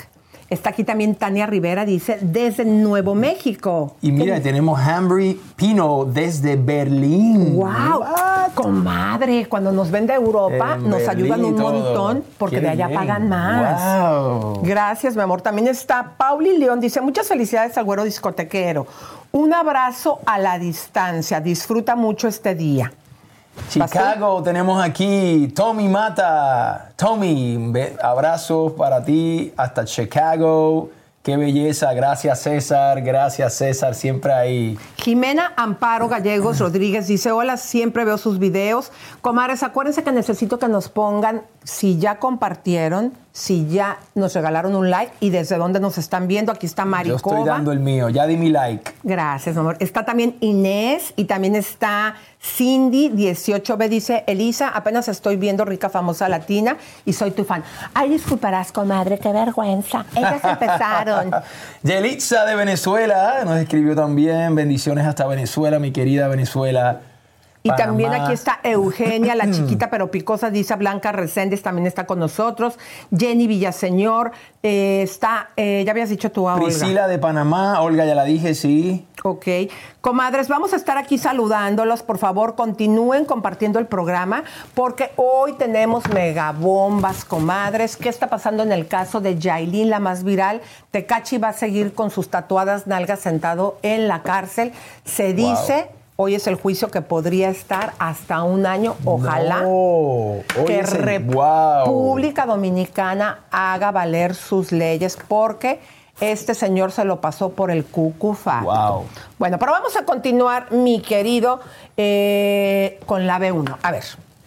Está aquí también Tania Rivera, dice, desde Nuevo México. Y mira, tenemos Hambry Pino desde Berlín. ¡Wow! Comadre, cuando nos ven de Europa, En nos Berlín ayudan un todo. montón porque Qué de allá bien. pagan más. Wow. Gracias, mi amor. También está Pauli León, dice, muchas felicidades al güero discotequero. Un abrazo a la distancia. Disfruta mucho este día. Chicago, tenemos aquí Tommy Mata. Tommy, be- abrazos para ti hasta Chicago. Qué belleza. Gracias, César. Gracias, César. Siempre ahí. Jimena Amparo Gallegos Rodríguez dice, hola, siempre veo sus videos. Comadres, acuérdense que necesito que nos pongan si ya compartieron, si ya nos regalaron un like y desde dónde nos están viendo. Aquí está Mari Yo estoy Cova. dando el mío. Ya di mi like. Gracias, mi amor. Está también Inés y también está Cindy, dieciocho B, dice, Elisa, apenas estoy viendo Rica Famosa Latina y soy tu fan. Ay, disculparás, comadre, qué vergüenza. Ellas empezaron. Yelitza de Venezuela nos escribió también. Bendiciones hasta Venezuela, mi querida Venezuela. Y Panamá. también aquí está Eugenia, la chiquita pero picosa, dice Blanca Reséndez, también está con nosotros. Jenny Villaseñor, eh, está, eh, ya habías dicho tú a Olga. Priscila de Panamá, Olga, ya la dije, sí. Ok. Comadres, vamos a estar aquí saludándolos. Por favor, continúen compartiendo el programa porque hoy tenemos megabombas, comadres. ¿Qué está pasando en el caso de Yailin, la más viral? Tecachi va a seguir con sus tatuadas nalgas sentado en la cárcel. Se dice... Wow. Hoy es el juicio que podría estar hasta un año. Ojalá no, hoy que es el, República wow. Dominicana haga valer sus leyes porque este señor se lo pasó por el cucufato. Wow. Bueno, pero vamos a continuar, mi querido, eh, con la B uno. A ver.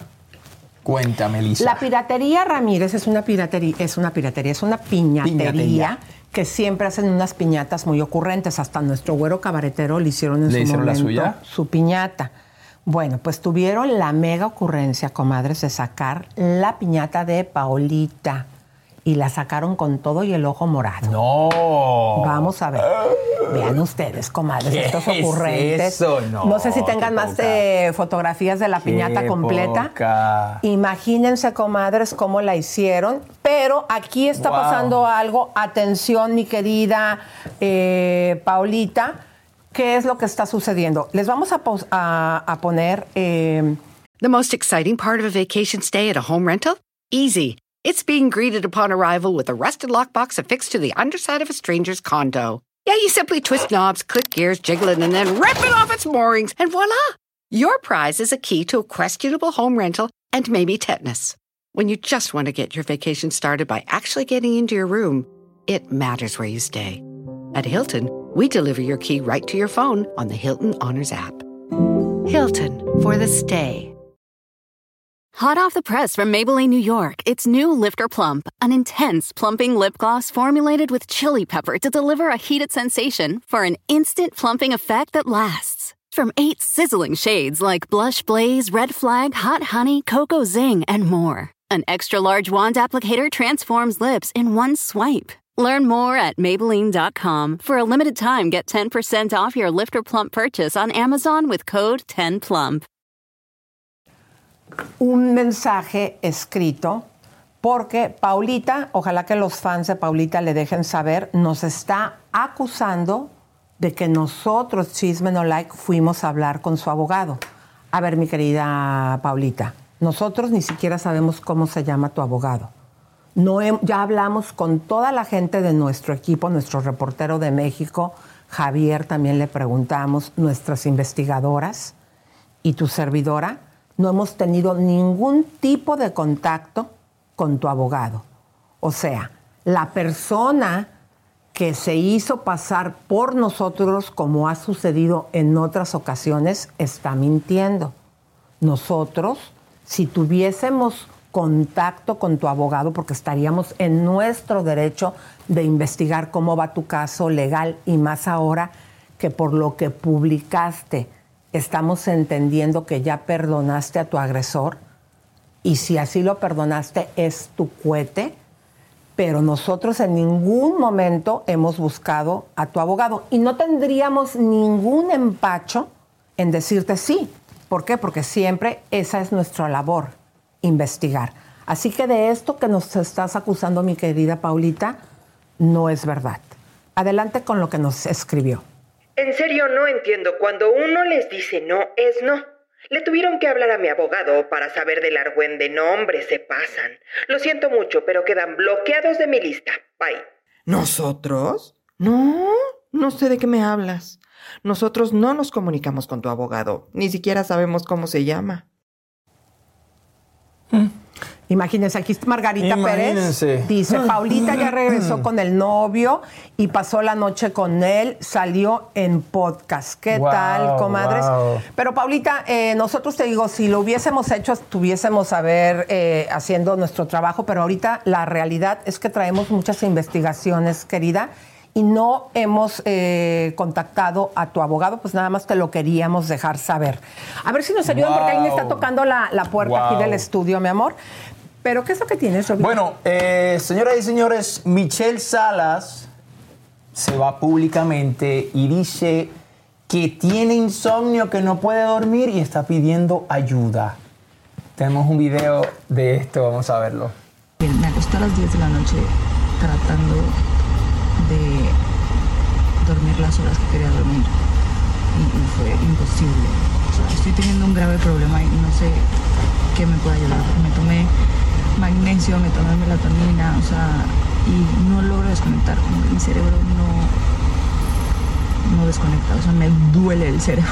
Cuéntame, Lisa. La piratería Ramírez es una piratería, es una piratería, es una piñatería. Piñatería. Que siempre hacen unas piñatas muy ocurrentes. Hasta nuestro güero cabaretero le hicieron en ¿Le su hicieron momento la suya? Su piñata. Bueno, pues tuvieron la mega ocurrencia, comadres, de sacar la piñata de Paolita. Y la sacaron con todo y el ojo morado. ¡No! Vamos a ver. Vean ustedes, comadres, estos ocurrentes. Es eso? No, no sé si tengan más de fotografías de la qué piñata completa. Poca. Imagínense, comadres, cómo la hicieron. Pero aquí está wow. pasando algo. Atención, mi querida eh, Paolita. ¿Qué es lo que está sucediendo? Les vamos a, a, a poner... Eh, The most exciting part of a vacation stay at a home rental? Easy. It's being greeted upon arrival with a rusted lockbox affixed to the underside of a stranger's condo. Yeah, you simply twist knobs, click gears, jiggle it, and then rip it off its moorings, and voila! Your prize is a key to a questionable home rental and maybe tetanus. When you just want to get your vacation started by actually getting into your room, it matters where you stay. At Hilton, we deliver your key right to your phone on the Hilton Honors app. Hilton, for the stay. Hot off the press from Maybelline, New York, it's new Lifter Plump, an intense plumping lip gloss formulated with chili pepper to deliver a heated sensation for an instant plumping effect that lasts. From eight sizzling shades like Blush Blaze, Red Flag, Hot Honey, Cocoa Zing, and more. An extra-large wand applicator transforms lips in one swipe. Learn more at Maybelline dot com. For a limited time, get ten percent off your Lifter Plump purchase on Amazon with code ten plump. Un mensaje escrito porque Paulita, ojalá que los fans de Paulita le dejen saber, nos está acusando de que nosotros, Chisme No Like, fuimos a hablar con su abogado. A ver, mi querida Paulita, nosotros ni siquiera sabemos cómo se llama tu abogado. No he, ya hablamos con toda la gente de nuestro equipo, nuestro reportero de México, Javier, también le preguntamos, nuestras investigadoras y tu servidora. No hemos tenido ningún tipo de contacto con tu abogado. O sea, la persona que se hizo pasar por nosotros, como ha sucedido en otras ocasiones, está mintiendo. Nosotros, si tuviésemos contacto con tu abogado, porque estaríamos en nuestro derecho de investigar cómo va tu caso legal, y más ahora que por lo que publicaste estamos entendiendo que ya perdonaste a tu agresor, y si así lo perdonaste es tu cuete, pero nosotros en ningún momento hemos buscado a tu abogado y no tendríamos ningún empacho en decirte sí. ¿Por qué? Porque siempre esa es nuestra labor, investigar. Así que de esto que nos estás acusando, mi querida Paulita, no es verdad. Adelante con lo que nos escribió. En serio, no entiendo. Cuando uno les dice no, es no. Le tuvieron que hablar a mi abogado para saber del argüende. No, hombre, se pasan. Lo siento mucho, pero quedan bloqueados de mi lista. Bye. ¿Nosotros? No, no sé de qué me hablas. Nosotros no nos comunicamos con tu abogado. Ni siquiera sabemos cómo se llama. Mm. Imagínense, aquí está Margarita Imagínense. Pérez. Dice, Paulita ya regresó con el novio y pasó la noche con él, salió en podcast. ¿Qué Wow, tal, comadres? wow. Pero, Paulita, eh, nosotros te digo, si lo hubiésemos hecho, estuviésemos a ver eh, haciendo nuestro trabajo, pero ahorita la realidad es que traemos muchas investigaciones, querida, y no hemos eh, contactado a tu abogado, pues nada más te lo queríamos dejar saber. A ver si nos ayudan, Wow. porque alguien está tocando la, la puerta Wow. aquí del estudio, mi amor. ¿Pero qué es lo que tienes, Robin? Bueno, eh, señoras y señores, Michelle Salas se va públicamente y dice que tiene insomnio, que no puede dormir y está pidiendo ayuda. Tenemos un video de esto, vamos a verlo. Me acosté a las diez de la noche tratando de dormir las horas que quería dormir y, y fue imposible. O sea, estoy teniendo un grave problema y no sé qué me puede ayudar. Me tomé magnesio, me tomé melatonina, o sea, y no logro desconectar, como que mi cerebro no, no desconecta, o sea, me duele el cerebro.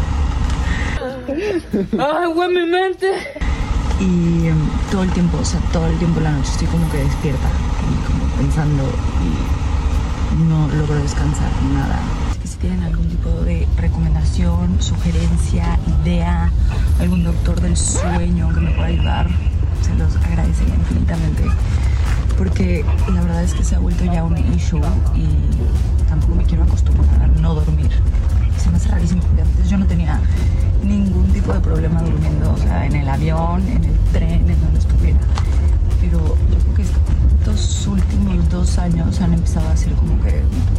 ¡Ay, güey, mi mente! Y um, todo el tiempo, o sea, todo el tiempo en la noche estoy como que despierta y como pensando y no logro descansar, nada. Así que si tienen algún tipo de recomendación, sugerencia, idea, algún doctor del sueño que me pueda ayudar, se los agradecería infinitamente, porque la verdad es que se ha vuelto ya un issue y tampoco me quiero acostumbrar a no dormir. Se me hace rarísimo porque antes yo no tenía ningún tipo de problema durmiendo, o sea, en el avión, en el tren, en donde estuviera. Pero yo creo que estos últimos dos años han empezado a ser como que,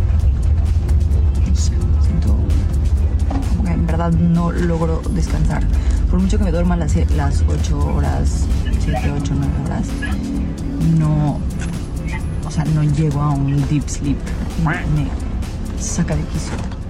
no sé, siento como que en verdad no logro descansar. Por mucho que me duerma las, las ocho horas, siete, ocho, nueve horas, no, o sea, no llego a un deep sleep. Me saca de quicio.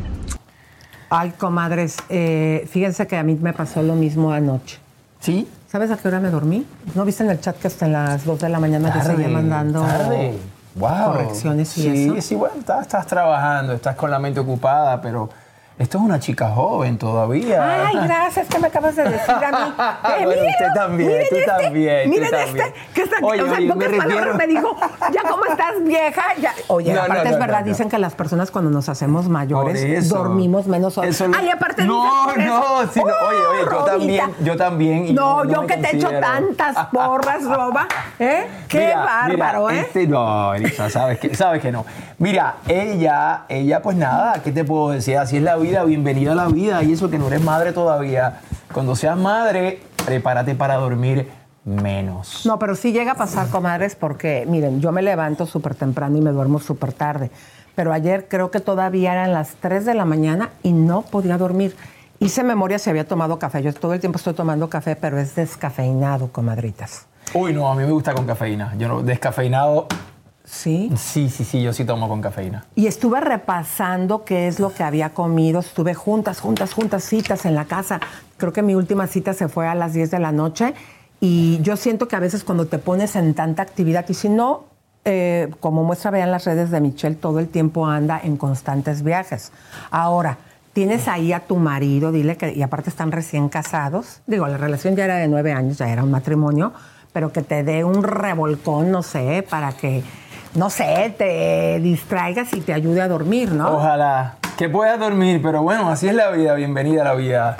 Ay, comadres, eh, fíjense que a mí me pasó lo mismo anoche. ¿Sí? ¿Sabes a qué hora me dormí? ¿No viste en el chat que hasta las dos de la mañana te seguía mandando tarde. Wow. correcciones y sí, eso? Sí, bueno, estás, estás trabajando, estás con la mente ocupada, pero esto es una chica joven todavía. Ay, gracias, que me acabas de decir a mí. Eh, Bueno, miren, usted también, miren tú este, también, tú Miren también. este, que está, Oye, o sea, oye, en me pocas palabras refiero- me dijo, ya cómo estás vieja. Ya. Oye, No, aparte no, es no, verdad, no, no. dicen que las personas cuando nos hacemos mayores Por eso. dormimos menos horas. Eso lo- Ay, aparte No, dicen por no, eso. sí, no, oye, oye, yo Robita. también, yo también. y No, no yo me que te echo considero. tantas porras, Roba. ¿Eh? Qué Mira, bárbaro, mira, ¿eh? este- no, Elisa, sabes que, sabes que no. Mira, ella, ella, pues nada, ¿qué te puedo decir? Así es la vida, bienvenida a la vida. Y eso que no eres madre todavía. Cuando seas madre, prepárate para dormir menos. No, pero sí llega a pasar, comadres, porque, miren, yo me levanto súper temprano y me duermo súper tarde. Pero ayer creo que todavía eran las tres de la mañana y no podía dormir. Hice memoria si había tomado café. Yo todo el tiempo estoy tomando café, pero es descafeinado, comadritas. Uy, no, a mí me gusta con cafeína. Yo no, descafeinado. ¿Sí? Sí, sí, sí, yo sí tomo con cafeína. Y estuve repasando qué es lo que había comido. Estuve juntas, juntas, juntas, citas en la casa. Creo que mi última cita se fue a las diez de la noche. Y yo siento que a veces cuando te pones en tanta actividad, y si no, eh, como muestra, vean las redes de Michelle, todo el tiempo anda en constantes viajes. Ahora, tienes ahí a tu marido, dile que, y aparte están recién casados. Digo, la relación ya era de nueve años, ya era un matrimonio, pero que te dé un revolcón, no sé, para que, no sé, te distraigas y te ayude a dormir, ¿no? Ojalá que puedas dormir, pero bueno, así es la vida. Bienvenida a la vida.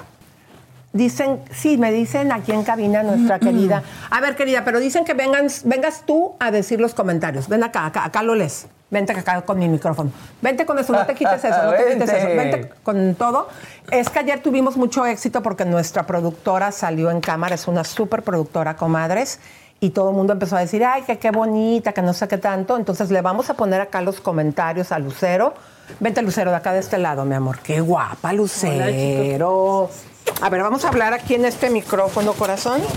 Dicen, sí, me dicen aquí en cabina nuestra querida. A ver, querida, pero dicen que vengan, vengas tú a decir los comentarios. Ven acá, acá, acá lo lees. Vente acá con mi micrófono. Vente con eso, no te quites eso, no te quites eso. Vente con todo. Es que ayer tuvimos mucho éxito porque nuestra productora salió en cámara, es una súper productora, comadres, y todo el mundo empezó a decir, ay, que qué bonita, que no sé qué tanto. Entonces le vamos a poner acá los comentarios a Lucero. Vente, Lucero, de acá de este lado, mi amor. Qué guapa, Lucero. A ver, vamos a hablar aquí en este micrófono, corazón.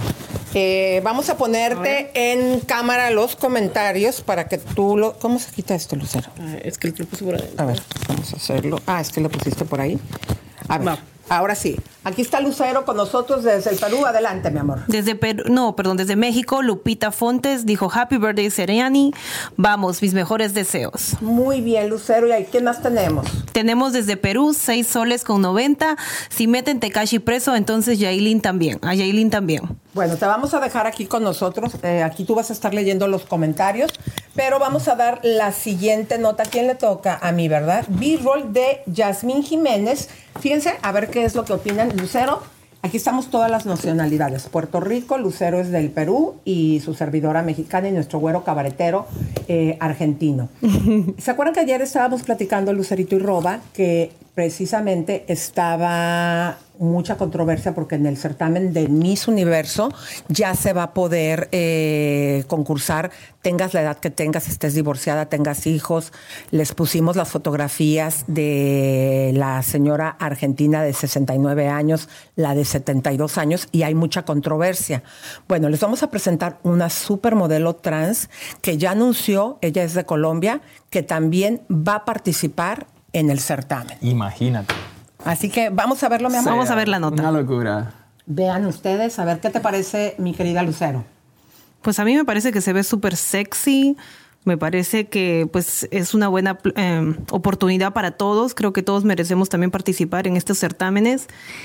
Eh, vamos a ponerte a en cámara los comentarios para que tú lo... ¿Cómo se quita esto, Lucero? Ah, es que el puse por adentro. A ver, vamos a hacerlo. Ah, es que lo pusiste por ahí. A ver, Va. Ahora sí. Aquí está Lucero con nosotros desde el Perú. Adelante, mi amor. Desde Perú, no, perdón, desde México, Lupita Fontes dijo Happy Birthday, Seriani. Vamos, mis mejores deseos. Muy bien, Lucero. ¿Y ahí quién más tenemos? Tenemos desde Perú, seis soles con noventa. Si meten Tekashi preso, entonces Yailin también. A Yailin también. Bueno, te vamos a dejar aquí con nosotros. Eh, aquí tú vas a estar leyendo los comentarios. Pero vamos a dar la siguiente nota. ¿A quién le toca? A mí, ¿verdad? B-roll de Yasmín Jiménez. Fíjense, a ver qué es lo que opinan. Lucero, aquí estamos todas las nacionalidades. Puerto Rico, Lucero es del Perú y su servidora mexicana y nuestro güero cabaretero eh, argentino. ¿Se acuerdan que ayer estábamos platicando, Lucerito y Roba, que precisamente estaba mucha controversia porque en el certamen de Miss Universo ya se va a poder eh, concursar, tengas la edad que tengas, estés divorciada, tengas hijos? Les pusimos las fotografías de la señora argentina de sesenta y nueve años, la de setenta y dos años, y hay mucha controversia. Bueno, les vamos a presentar una supermodelo trans que ya anunció, ella es de Colombia, que también va a participar en el certamen. Imagínate. Así que vamos a verlo, mi amor. Vamos a ver la nota. Una locura. Vean ustedes, a ver qué te parece, mi querida Lucero. Pues a mí me parece que se ve súper sexy. Me parece que pues es una buena eh, oportunidad para todos. Creo que todos merecemos también participar en estos certámenes.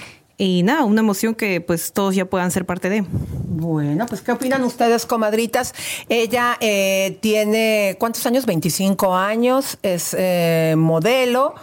Y nada, una emoción que pues todos ya puedan ser parte de. Bueno, pues ¿qué opinan ustedes, comadritas? Ella eh, tiene, ¿cuántos años? veinticinco años, es eh, modelo,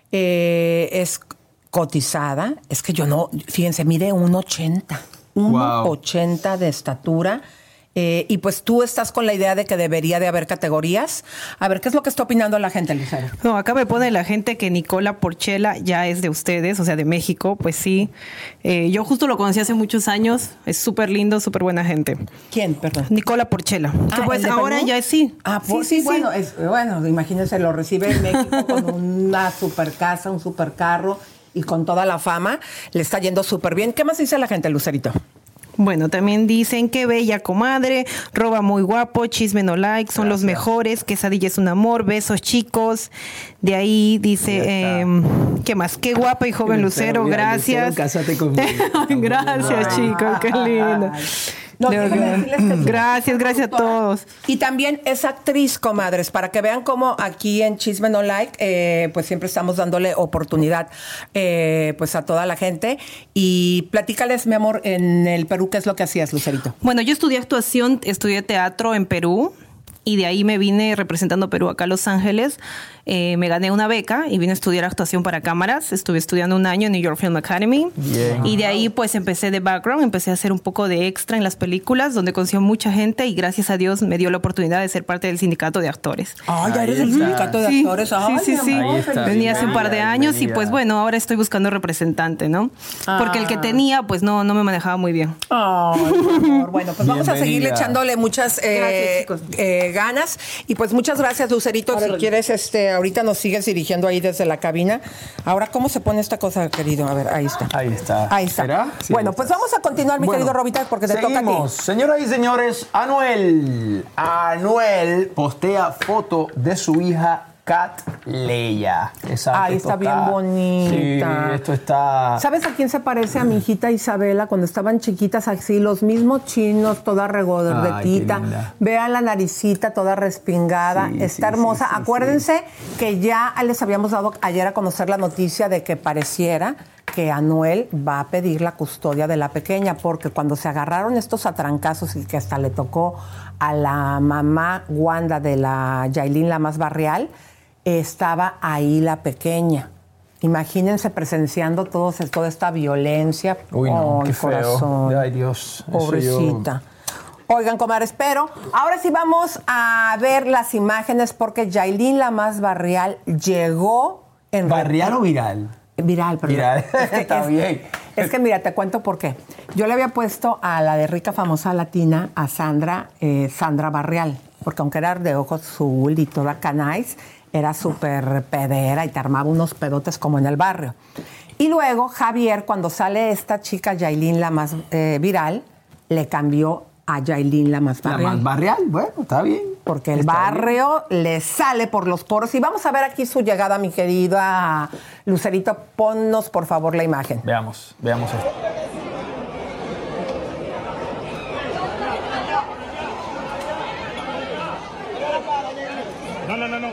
eh, es cotizada. Es que yo no, fíjense, mide uno ochenta. uno ochenta de estatura. Eh, y pues tú estás con la idea de que debería de haber categorías. A ver, ¿qué es lo que está opinando la gente, Lucero? No, acá me pone la gente que Nicola Porchela ya es de ustedes, o sea, de México. Pues sí. Eh, yo justo lo conocí hace muchos años. Es súper lindo, súper buena gente. ¿Quién, perdón? Nicola Porchela. Ah, que pues ahora Perú? ya es sí. Ah, pues sí, sí, sí. Bueno, es, bueno, imagínense, lo recibe en México con una super casa, un super carro y con toda la fama. Le está yendo súper bien. ¿Qué más dice la gente, Lucerito? Bueno, también dicen que bella comadre, Roba muy guapo, Chisme no like, son Gracias. Los mejores, Quesadilla es un amor, besos chicos. De ahí dice, eh, ¿qué más? Qué guapa y joven Lucero, Lucero gracias. Lucero, cásate conmigo. Gracias, Ay. chicos, qué lindo. No, que gracias, gracias a todos. Y también es actriz, comadres, para que vean cómo aquí en Chisme No Like, eh, pues siempre estamos dándole oportunidad eh, pues a toda la gente. Y platícales, mi amor, en el Perú, ¿qué es lo que hacías, Lucerito? Bueno, yo estudié actuación, estudié teatro en Perú. Y de ahí me vine representando Perú acá a Los Ángeles. Eh, me gané una beca y vine a estudiar actuación para cámaras. Estuve estudiando un año en New York Film Academy. Bien. Y de ahí pues empecé de background, empecé a hacer un poco de extra en las películas, donde conocí a mucha gente y gracias a Dios me dio la oportunidad de ser parte del sindicato de actores. Ah, ya eres del sindicato de sí, actores. Ay, sí, sí, sí. Amor, venía hace un par de años bienvenida. Y pues bueno, ahora estoy buscando representante, ¿no? Ah. Porque el que tenía pues no, no me manejaba muy bien. Ay, amor. Bueno, pues vamos a seguirle echándole muchas eh, gracias, eh, ganas. Y pues muchas gracias, Lucerito. Si quieres, este, ahorita nos sigues dirigiendo ahí desde la cabina. Ahora, ¿cómo se pone esta cosa, querido? A ver, ahí está. Ahí está. Ahí está. ¿Será? Sí, bueno, pues vamos a continuar, mi bueno, querido Robita, porque te seguimos. toca a ti. Señoras y señores, Anuel. Anuel postea foto de su hija Cat Leia. Exacto, Ay, está bien bonita. Sí, esto está... ¿Sabes a quién se parece? A mi hijita Isabela, cuando estaban chiquitas así, los mismos chinos, toda regordetita. Vean la naricita toda respingada. Sí, está sí, hermosa. Sí, sí, Acuérdense sí. que ya les habíamos dado ayer a conocer la noticia de que pareciera que Anuel va a pedir la custodia de la pequeña, porque cuando se agarraron estos atrancazos y que hasta le tocó a la mamá Wanda de la Yailin, la más barrial, estaba ahí la pequeña. Imagínense presenciando todo, toda esta violencia. Uy, no, oh, qué corazón. feo. Ay, Dios. Pobrecita. Yo... Oigan, comadres, pero ahora sí vamos a ver las imágenes porque Yailin, la más barrial, llegó en... ¿Barrial o viral? Viral, perdón. Viral, es que, está es, bien. Es que mira, te cuento por qué. Yo le había puesto a la de rica famosa latina, a Sandra, eh, Sandra Barrial, porque aunque era de ojos azul y toda canais, era súper pedera y te armaba unos pedotes como en el barrio. Y luego Javier, cuando sale esta chica Yailin, la más eh, viral, le cambió a Yailin la más barrial. La más barrial, bueno, está bien. Porque el está barrio bien. Le sale por los poros. Y vamos a ver aquí su llegada, mi querida Lucerito. Ponnos, por favor, la imagen. Veamos, veamos esto. No, no, no, no.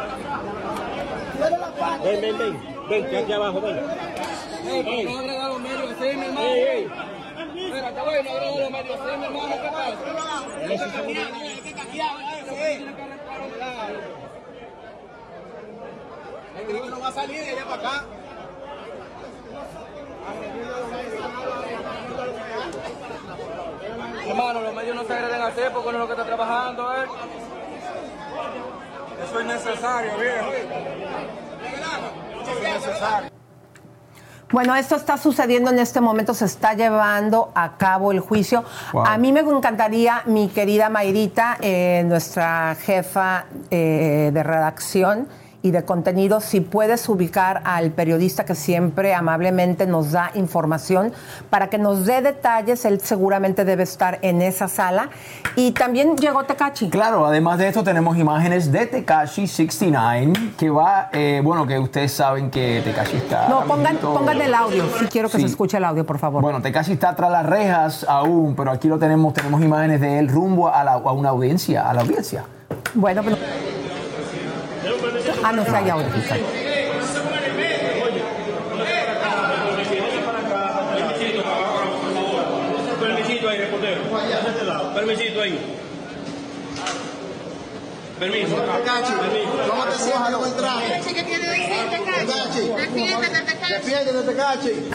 Ven, ven, ven. Ven, que aquí abajo, ven. Ey, ¿por qué no agregar los medios así, mi hermano? Ey, ey. Mira, está bueno, agregar los medios así, mi hermano. ¿Qué pasa? Eso es seguridad. El gringo no va a salir de allá para acá. Hermano, los medios no se agreden así porque uno es lo que está trabajando, ¿eh? Eso es necesario, viejo. Eso es necesario. Bueno, esto está sucediendo en este momento, se está llevando a cabo el juicio. Wow. A mí me encantaría, mi querida Mayrita, eh, nuestra jefa eh, de redacción y de contenido, si puedes ubicar al periodista que siempre amablemente nos da información para que nos dé detalles. Él seguramente debe estar en esa sala. Y también llegó Tekashi. Claro, además de esto tenemos imágenes de Tekashi sesenta y nueve, que va, eh, bueno, que ustedes saben que Tekashi está... No, pongan, pongan el audio, si quiero que sí. Se escuche el audio, por favor. Bueno, Tekashi está tras las rejas aún, pero aquí lo tenemos, tenemos imágenes de él rumbo a, la, a una audiencia, a la audiencia. Bueno, pero... Ah, no está ya ahora. Permisito ahí, reportero. Permisito ahí. Permiso. ¿Cómo te sientes al entrar? ¿Qué quiere decir, Tekashi? Defiéndete de Tekashi.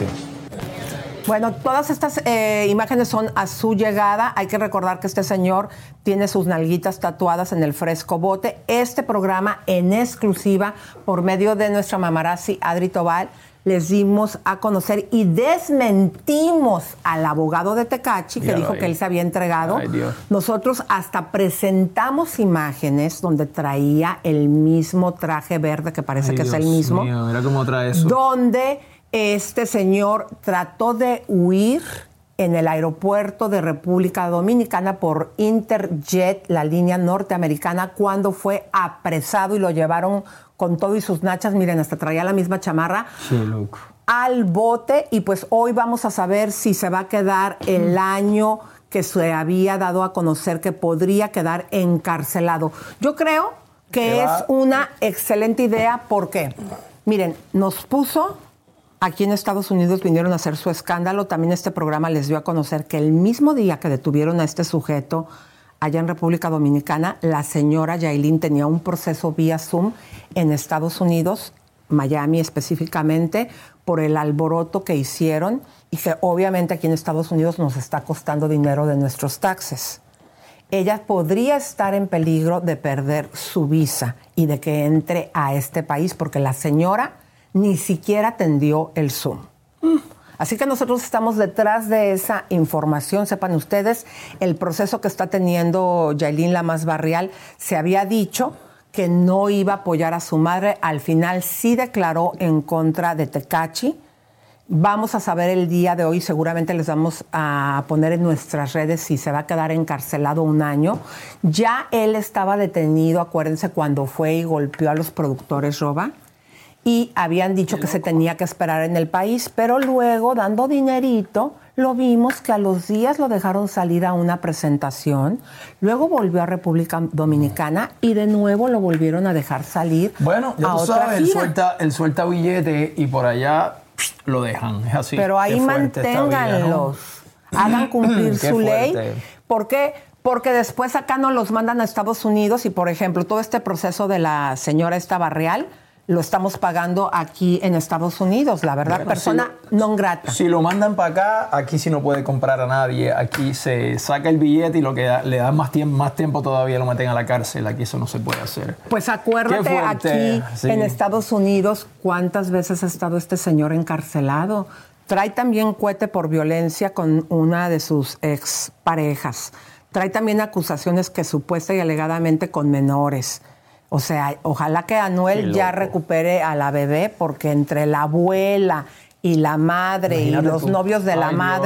Bueno, todas estas eh, imágenes son a su llegada. Hay que recordar que este señor tiene sus nalguitas tatuadas en el fresco bote. Este programa en exclusiva por medio de nuestra mamarazzi Adri Tobal les dimos a conocer y desmentimos al abogado de Tekashi que ya dijo que él se había entregado. Ay, Dios. Nosotros hasta presentamos imágenes donde traía el mismo traje verde que parece Ay, que Dios es el mismo. Mío, mira cómo trae eso. Donde este señor trató de huir en el aeropuerto de República Dominicana por Interjet, la línea norteamericana, cuando fue apresado y lo llevaron con todo y sus nachas, miren, hasta traía la misma chamarra, sí, loco. Al bote. Y pues hoy vamos a saber si se va a quedar el año que se había dado a conocer que podría quedar encarcelado. Yo creo que es una excelente idea porque, miren, nos puso... Aquí en Estados Unidos vinieron a hacer su escándalo. También este programa les dio a conocer que el mismo día que detuvieron a este sujeto allá en República Dominicana, la señora Yailin tenía un proceso vía Zoom en Estados Unidos, Miami específicamente, por el alboroto que hicieron y que obviamente aquí en Estados Unidos nos está costando dinero de nuestros taxes. Ella podría estar en peligro de perder su visa y de que entre a este país porque la señora ni siquiera atendió el Zoom. Mm. Así que nosotros estamos detrás de esa información. Sepan ustedes, el proceso que está teniendo Yailin la más barrial, se había dicho que no iba a apoyar a su madre. Al final sí declaró en contra de Tekashi. Vamos a saber el día de hoy, seguramente les vamos a poner en nuestras redes si se va a quedar encarcelado un año. Ya él estaba detenido, acuérdense, cuando fue y golpeó a los productores Roba. Y habían dicho que se tenía que esperar en el país, pero luego, dando dinerito, lo vimos que a los días lo dejaron salir a una presentación, luego volvió a República Dominicana y de nuevo lo volvieron a dejar salir. Bueno, ya a tú otra sabes, él gira. suelta, él suelta billete y por allá lo dejan, es así. Pero ahí manténganlos, ¿no? Hagan cumplir su ley. ¿Por qué? Porque después acá no los mandan a Estados Unidos y, por ejemplo, todo este proceso de la señora esta Barrial lo estamos pagando aquí en Estados Unidos, la verdad, bueno, persona si lo, non grata. Si lo mandan para acá, aquí sí no puede comprar a nadie, aquí se saca el billete y lo que da, le dan más tiempo, más tiempo todavía lo meten a la cárcel, aquí eso no se puede hacer. Pues acuérdate aquí sí. En Estados Unidos cuántas veces ha estado este señor encarcelado. Trae también cohete por violencia con una de sus exparejas. Trae también acusaciones que supuesta y alegadamente con menores. O sea, ojalá que Anuel ya recupere a la bebé, porque entre la abuela y la madre Imagínate y los tú. novios de Ay, la madre, Dios.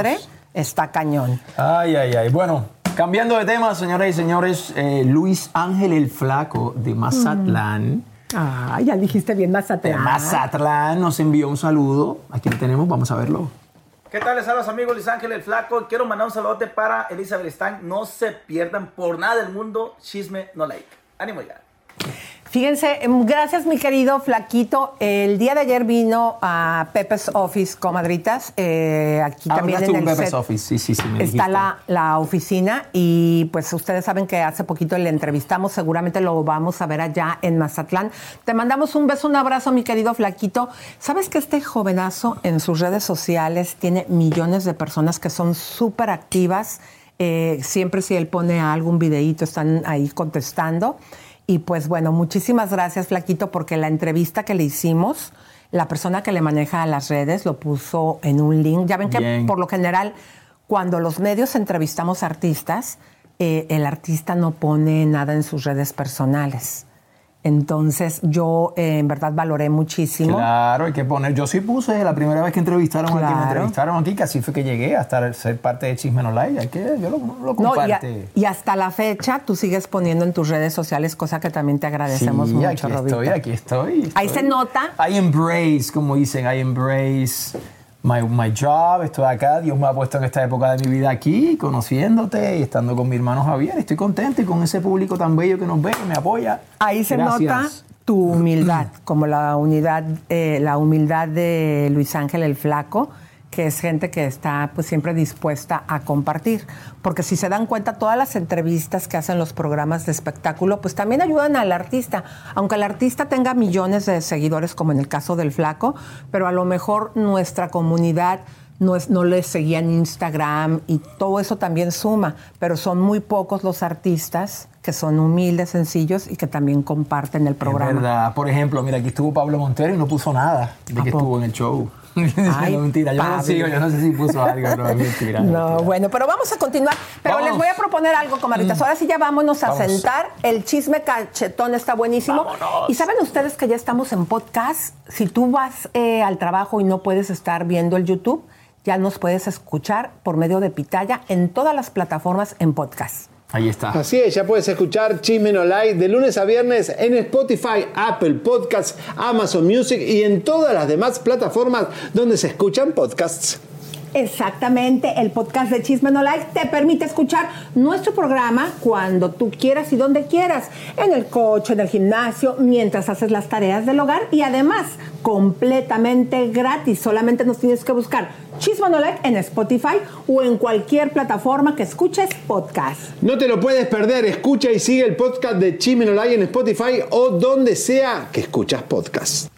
está cañón. Ay, ay, ay. Bueno, cambiando de tema, señoras y señores, eh, Luis Ángel el Flaco de Mazatlán. Mm. Ah, ya dijiste bien Mazatlán. De Mazatlán nos envió un saludo. Aquí lo tenemos, vamos a verlo. ¿Qué tal? Les habla su amigo Luis Ángel el Flaco. Quiero mandar un saludote para Elizabeth Stein. No se pierdan por nada del mundo Chisme No Like. Ánimo ya. Fíjense, gracias mi querido Flaquito. El día de ayer vino a Pepe's Office, comadritas. Eh, aquí ah, también en el Pepe's set Office. Sí, sí, sí, me está dijiste. la, la oficina y pues ustedes saben que hace poquito le entrevistamos. Seguramente lo vamos a ver allá en Mazatlán. Te mandamos un beso, un abrazo, mi querido Flaquito. ¿Sabes que este jovenazo en sus redes sociales tiene millones de personas que son súper activas? Eh, siempre si él pone algún videíto están ahí contestando. Y pues bueno, muchísimas gracias, Flaquito, porque la entrevista que le hicimos, la persona que le maneja las redes lo puso en un link. Ya ven que Bien. por lo general, cuando los medios entrevistamos artistas, eh, el artista no pone nada en sus redes personales. Entonces yo eh, en verdad valoré muchísimo. Claro, hay que poner. Yo sí puse la primera vez que entrevistaron Claro. aquí, me entrevistaron aquí, que así fue que llegué a estar, ser parte de Chisme No Like. Hay que, yo lo, lo No, y, a- compartí. y hasta la fecha tú sigues poniendo en tus redes sociales, cosa que también te agradecemos Sí, mucho, aquí Robito. estoy, aquí estoy. Ahí estoy. se nota. I embrace, como dicen, I embrace my, my job. Estoy acá, Dios me ha puesto en esta época de mi vida aquí, conociéndote y estando con mi hermano Javier. Estoy contento y con ese público tan bello que nos ve, que me apoya. Ahí se Gracias. nota tu humildad, como la unidad, eh, la humildad de Luis Ángel el Flaco, que es gente que está pues siempre dispuesta a compartir. Porque si se dan cuenta, todas las entrevistas que hacen los programas de espectáculo, pues también ayudan al artista. Aunque el artista tenga millones de seguidores, como en el caso del Flaco, pero a lo mejor nuestra comunidad no, es, no les seguía en Instagram y todo eso también suma. Pero son muy pocos los artistas que son humildes, sencillos y que también comparten el programa. Es verdad. Por ejemplo, mira, aquí estuvo Pablo Montero y no puso nada de que estuvo en el show. Ay, no, mentira, yo no Pablo. sigo, yo no sé si puso algo, pero es mentira. No, bueno, pero vamos a continuar. Pero Vámonos. les voy a proponer algo, comadritas. Ahora sí ya vámonos a Vamos. sentar. El chisme cachetón está buenísimo. Y saben ustedes que ya estamos en podcast. Si tú vas eh, al trabajo y no puedes estar viendo el YouTube, ya nos puedes escuchar por medio de Pitaya en todas las plataformas en podcast. Ahí está. Así es, ya puedes escuchar Chisme No Like de lunes a viernes en Spotify, Apple Podcasts, Amazon Music y en todas las demás plataformas donde se escuchan podcasts. Exactamente, el podcast de Chisme No Like te permite escuchar nuestro programa cuando tú quieras y donde quieras, en el coche, en el gimnasio, mientras haces las tareas del hogar y además completamente gratis. Solamente nos tienes que buscar Chisme No Like en Spotify o en cualquier plataforma que escuches podcast. No te lo puedes perder, escucha y sigue el podcast de Chisme No Like en Spotify o donde sea que escuchas podcasts.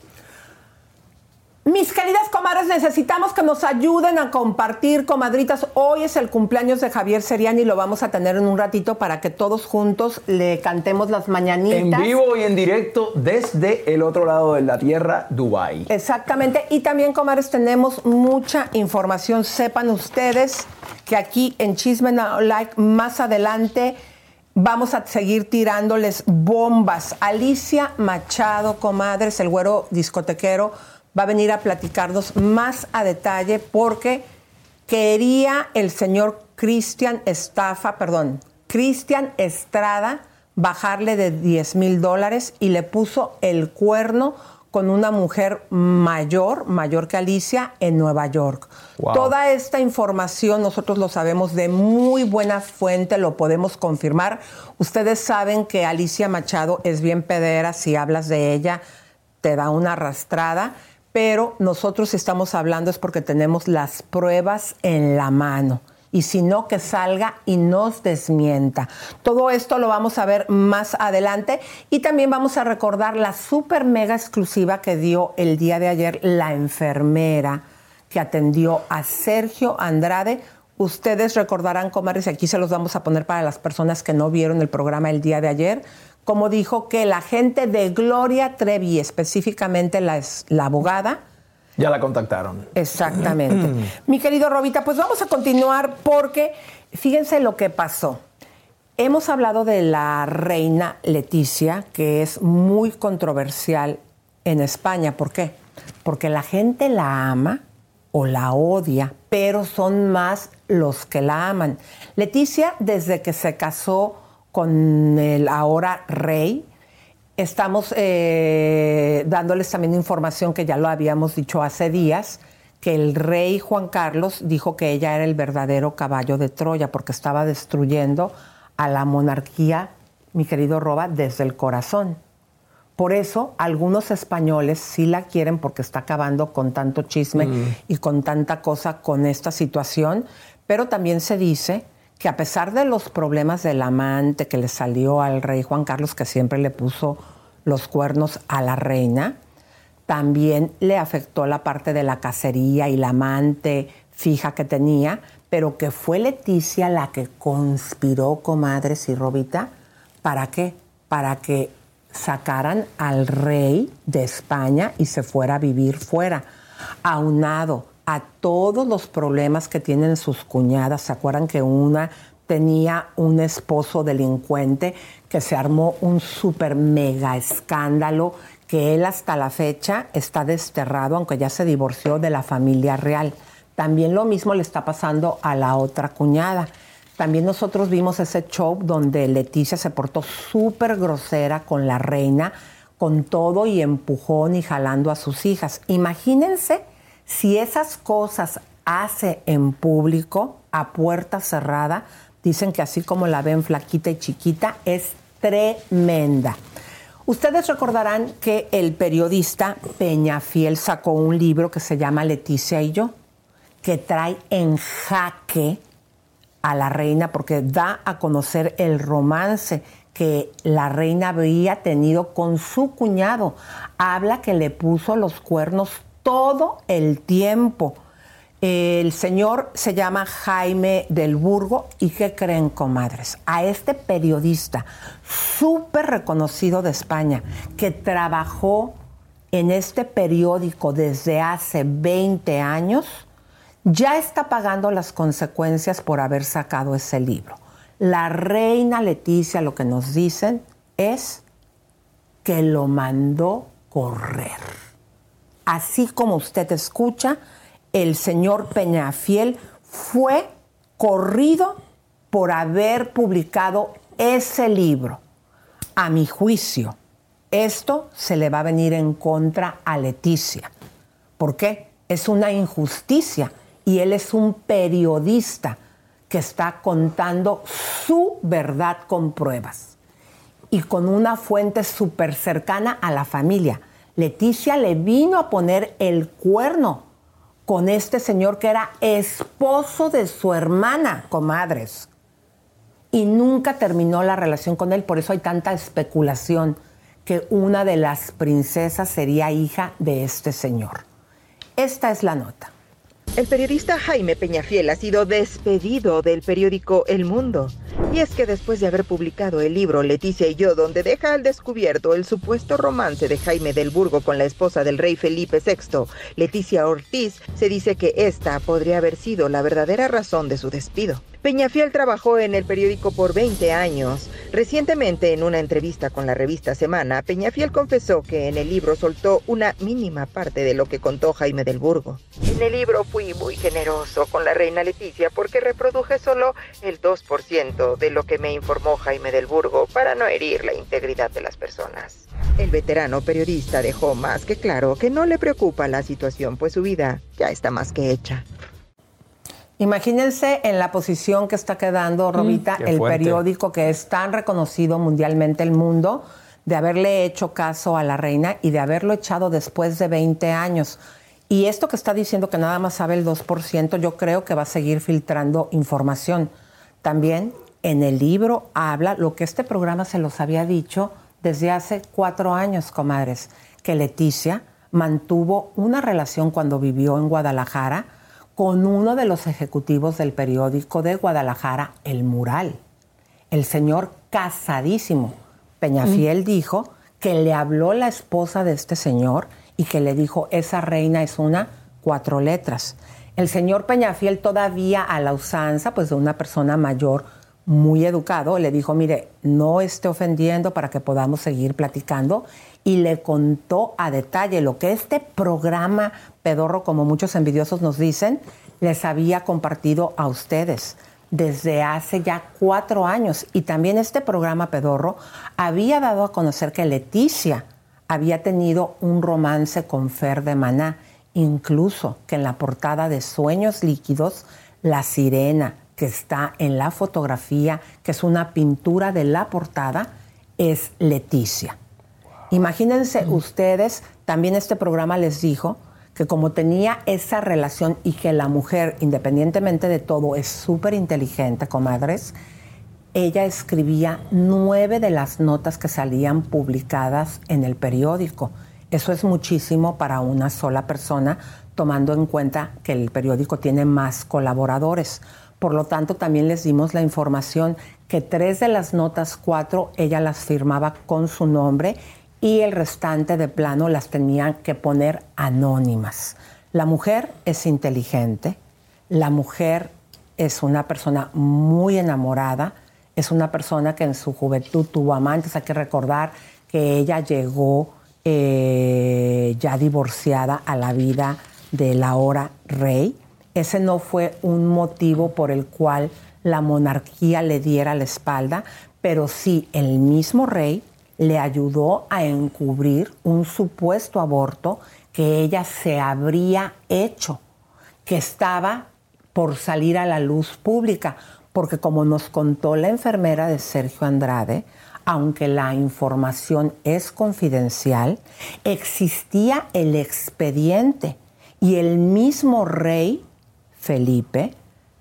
Mis queridas comadres, necesitamos que nos ayuden a compartir, comadritas. Hoy es el cumpleaños de Javier Seriani y lo vamos a tener en un ratito para que todos juntos le cantemos las mañanitas. En vivo y en directo desde el otro lado de la tierra, Dubái. Exactamente. Y también, comadres, tenemos mucha información. Sepan ustedes que aquí en Chisme No Like, más adelante, vamos a seguir tirándoles bombas. Alicia Machado, comadres, el güero discotequero, va a venir a platicarnos más a detalle porque quería el señor Cristian Estafa, perdón, Cristian Estrada bajarle de diez mil dólares y le puso el cuerno con una mujer mayor, mayor que Alicia, en Nueva York. Wow. Toda esta información nosotros lo sabemos de muy buena fuente, lo podemos confirmar. Ustedes saben que Alicia Machado es bien pedera, si hablas de ella te da una arrastrada. Pero nosotros estamos hablando es porque tenemos las pruebas en la mano. Y si no, que salga y nos desmienta. Todo esto lo vamos a ver más adelante. Y también vamos a recordar la super mega exclusiva que dio el día de ayer la enfermera que atendió a Sergio Andrade. Ustedes recordarán, comadres, y aquí se los vamos a poner para las personas que no vieron el programa el día de ayer, como dijo que la gente de Gloria Trevi, específicamente la, la abogada... Ya la contactaron. Exactamente. Mi querido Robita, pues vamos a continuar porque fíjense lo que pasó. Hemos hablado de la reina Leticia, que es muy controversial en España. ¿Por qué? Porque la gente la ama o la odia, pero son más los que la aman. Leticia, desde que se casó con el ahora rey, estamos eh, dándoles también información que ya lo habíamos dicho hace días, que el rey Juan Carlos dijo que ella era el verdadero caballo de Troya porque estaba destruyendo a la monarquía, mi querido Roba, desde el corazón. Por eso algunos españoles sí la quieren porque está acabando con tanto chisme mm. y con tanta cosa con esta situación, pero también se dice que a pesar de los problemas del amante que le salió al rey Juan Carlos, que siempre le puso los cuernos a la reina, también le afectó la parte de la cacería y la amante fija que tenía, pero que fue Leticia la que conspiró, comadres y Robita, ¿para qué? Para que sacaran al rey de España y se fuera a vivir fuera, aunado a todos los problemas que tienen sus cuñadas. ¿Se acuerdan que una tenía un esposo delincuente que se armó un súper mega escándalo, que él hasta la fecha está desterrado, aunque ya se divorció de la familia real? También lo mismo le está pasando a la otra cuñada. También nosotros vimos ese show donde Leticia se portó súper grosera con la reina, con todo y empujón y jalando a sus hijas. Imagínense si esas cosas hace en público, a puerta cerrada. Dicen que así como la ven flaquita y chiquita, es tremenda. Ustedes recordarán que el periodista Peñafiel sacó un libro que se llama Leticia y yo, que trae en jaque a la reina porque da a conocer el romance que la reina había tenido con su cuñado. Habla que le puso los cuernos todo el tiempo. El señor se llama Jaime del Burgo. ¿Y qué creen, comadres? A este periodista súper reconocido de España, que trabajó en este periódico desde hace veinte años, ya está pagando las consecuencias por haber sacado ese libro. La reina Leticia, lo que nos dicen es que lo mandó correr. Así como usted escucha, el señor Peñafiel fue corrido por haber publicado ese libro. A mi juicio, esto se le va a venir en contra a Leticia. ¿Por qué? Es una injusticia y él es un periodista que está contando su verdad con pruebas y con una fuente súper cercana a la familia. Leticia le vino a poner el cuerno con este señor que era esposo de su hermana, comadres. Y nunca terminó la relación con él, por eso hay tanta especulación que una de las princesas sería hija de este señor. Esta es la nota. El periodista Jaime Peñafiel ha sido despedido del periódico El Mundo. Y es que después de haber publicado el libro Leticia y yo, donde deja al descubierto el supuesto romance de Jaime del Burgo con la esposa del rey Felipe sexto, Leticia Ortiz, se dice que esta podría haber sido la verdadera razón de su despido. Peñafiel trabajó en el periódico por veinte años. Recientemente, en una entrevista con la revista Semana, Peñafiel confesó que en el libro soltó una mínima parte de lo que contó Jaime del Burgo. En el libro fui muy generoso con la reina Leticia porque reproduje solo el dos por ciento de lo que me informó Jaime del Burgo para no herir la integridad de las personas. El veterano periodista dejó más que claro que no le preocupa la situación, pues su vida ya está más que hecha. Imagínense en la posición que está quedando, Robita, mm, el fuerte. periódico que es tan reconocido mundialmente el mundo, de haberle hecho caso a la reina y de haberlo echado después de veinte años. Y esto que está diciendo que nada más sabe el dos por ciento, yo creo que va a seguir filtrando información. También en el libro habla lo que este programa se los había dicho desde hace cuatro años, comadres, que Leticia mantuvo una relación cuando vivió en Guadalajara con uno de los ejecutivos del periódico de Guadalajara, El Mural. El señor casadísimo. Peñafiel mm. dijo que le habló la esposa de este señor y que le dijo, esa reina es una cuatro letras. El señor Peñafiel, todavía a la usanza, pues de una persona mayor, muy educado, le dijo, mire, no esté ofendiendo para que podamos seguir platicando. y le contó a detalle lo que este programa pedorro, como muchos envidiosos nos dicen, les había compartido a ustedes desde hace ya cuatro años. Y también este programa pedorro había dado a conocer que Leticia había tenido un romance con Fer de Maná, incluso que en la portada de Sueños Líquidos, la sirena que está en la fotografía, que es una pintura de la portada, es Leticia. Wow. Imagínense mm. ustedes, también este programa les dijo que como tenía esa relación y que la mujer, independientemente de todo, es súper inteligente, comadres, ella escribía nueve de las notas que salían publicadas en el periódico. Eso es muchísimo para una sola persona, tomando en cuenta que el periódico tiene más colaboradores. Por lo tanto, también les dimos la información que tres de las notas, cuatro, ella las firmaba con su nombre y el restante de plano las tenían que poner anónimas. La mujer es inteligente, la mujer es una persona muy enamorada, es una persona que en su juventud tuvo amantes. Hay que recordar que ella llegó eh, ya divorciada a la vida del ahora rey. Ese no fue un motivo por el cual la monarquía le diera la espalda, pero sí el mismo rey le ayudó a encubrir un supuesto aborto que ella se habría hecho, que estaba por salir a la luz pública, porque como nos contó la enfermera de Sergio Andrade, aunque la información es confidencial, existía el expediente y el mismo rey Felipe,